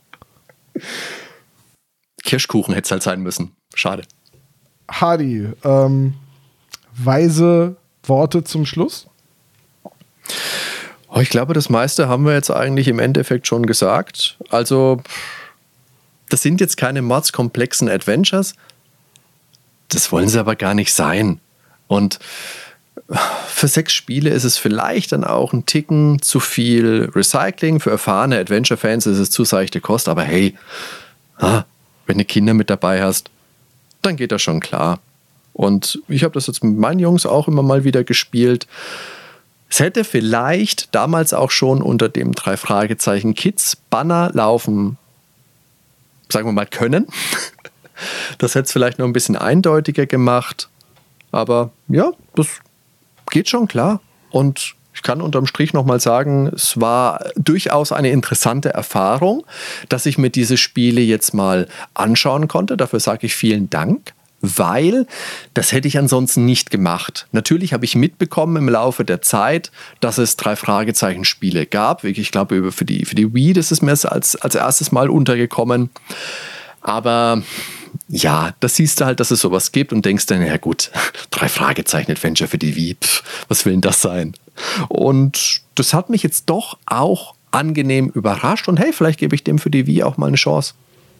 Kirschkuchen hätte es halt sein müssen. Schade. Hardy, ähm, weise Worte zum Schluss? Oh, ich glaube, das meiste haben wir jetzt eigentlich im Endeffekt schon gesagt. Also, das sind jetzt keine mordskomplexen Adventures. Das wollen sie aber gar nicht sein. Und für sechs Spiele ist es vielleicht dann auch ein Ticken zu viel Recycling. Für erfahrene Adventure-Fans ist es zu seichte Kost. Aber hey, ah, wenn du Kinder mit dabei hast, dann geht das schon klar. Und ich habe das jetzt mit meinen Jungs auch immer mal wieder gespielt. Es hätte vielleicht damals auch schon unter dem drei Fragezeichen Kids Banner laufen, sagen wir mal, können. Das hätte es vielleicht noch ein bisschen eindeutiger gemacht. Aber ja, das geht schon klar. Und ich kann unterm Strich nochmal sagen, es war durchaus eine interessante Erfahrung, dass ich mir diese Spiele jetzt mal anschauen konnte. Dafür sage ich vielen Dank. Weil das hätte ich ansonsten nicht gemacht. Natürlich habe ich mitbekommen im Laufe der Zeit, dass es drei Fragezeichen-Spiele gab. Ich glaube, für die, für die Wii, das ist mir als, als erstes Mal untergekommen. Aber ja, da siehst du halt, dass es sowas gibt und denkst dann, ja gut, drei Fragezeichen-Adventure für die Wii, pff, was will denn das sein? Und das hat mich jetzt doch auch angenehm überrascht und hey, vielleicht gebe ich dem für die Wii auch mal eine Chance.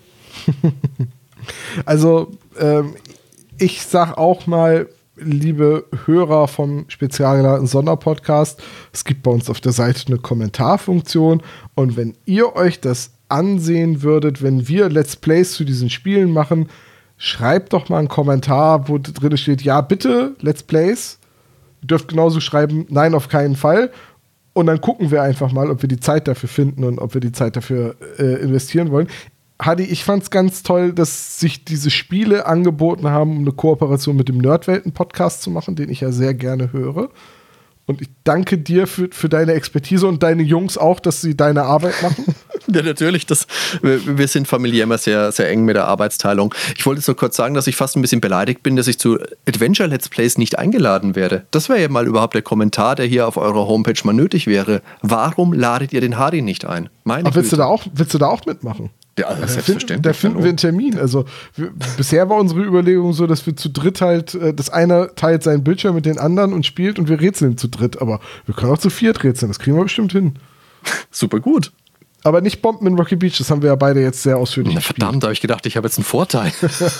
Also, ähm, ich sag auch mal, liebe Hörer vom spezialgelagerten Sonderpodcast, es gibt bei uns auf der Seite eine Kommentarfunktion und wenn ihr euch das ansehen würdet, wenn wir Let's Plays zu diesen Spielen machen, schreibt doch mal einen Kommentar, wo drin steht, ja bitte, Let's Plays. Ihr dürft genauso schreiben, nein, auf keinen Fall. Und dann gucken wir einfach mal, ob wir die Zeit dafür finden und ob wir die Zeit dafür äh, investieren wollen. Hadi, ich fand's ganz toll, dass sich diese Spiele angeboten haben, um eine Kooperation mit dem Nerdwelten-Podcast zu machen, den ich ja sehr gerne höre. Und ich danke dir für, für deine Expertise und deine Jungs auch, dass sie deine Arbeit machen. Ja, natürlich. Das, wir, wir sind familiär immer sehr, sehr eng mit der Arbeitsteilung. Ich wollte jetzt nur kurz sagen, dass ich fast ein bisschen beleidigt bin, dass ich zu Adventure Let's Plays nicht eingeladen werde. Das wäre ja mal überhaupt der Kommentar, der hier auf eurer Homepage mal nötig wäre. Warum ladet ihr den Hadi nicht ein? Meine Ach, willst du da auch, willst du da auch mitmachen? Ja, da finden, da finden wir einen Termin. Also wir, bisher war unsere Überlegung so, dass wir zu dritt halt, äh, das eine teilt seinen Bildschirm mit den anderen und spielt und wir rätseln zu dritt. Aber wir können auch zu viert rätseln, das kriegen wir bestimmt hin. Super gut. Aber nicht Bomben in Rocky Beach, das haben wir ja beide jetzt sehr ausführlich Na, gespielt. Verdammt, da habe ich gedacht, ich habe jetzt einen Vorteil.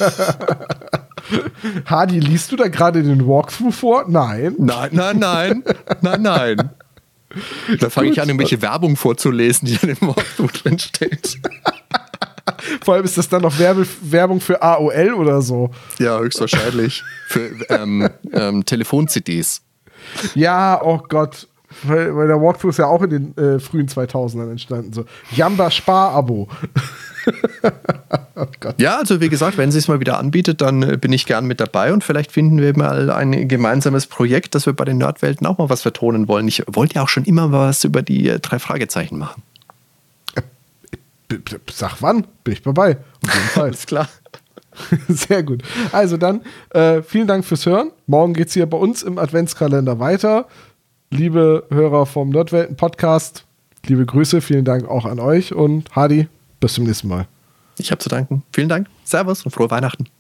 Hadi, liest du da gerade den Walkthrough vor? Nein. Nein, nein, nein. Nein, nein. Da fange ich an, irgendwelche Werbung vorzulesen, die in dem Walkthrough drin steht. Vor allem ist das dann noch Werbe Werbung für A O L oder so. Ja, höchstwahrscheinlich. Für ähm, ähm, Telefon-C Ds. Ja, oh Gott. Weil, weil der Walkthrough ist ja auch in den äh, frühen zweitausendern entstanden. So, Jamba Spar-Abo. Oh Gott. Ja, also wie gesagt, wenn sie es mal wieder anbietet, dann äh, bin ich gern mit dabei und vielleicht finden wir mal ein gemeinsames Projekt, dass wir bei den Nerdwelten auch mal was vertonen wollen. Ich wollte ja auch schon immer was über die äh, drei Fragezeichen machen. Sag wann, bin ich dabei. Auf jeden Fall. Alles klar. Sehr gut. Also dann, äh, vielen Dank fürs Hören. Morgen geht es hier bei uns im Adventskalender weiter. Liebe Hörer vom Nerdwelten-Podcast, liebe Grüße, vielen Dank auch an euch und Hadi, bis zum nächsten Mal. Ich habe zu danken. Vielen Dank. Servus und frohe Weihnachten.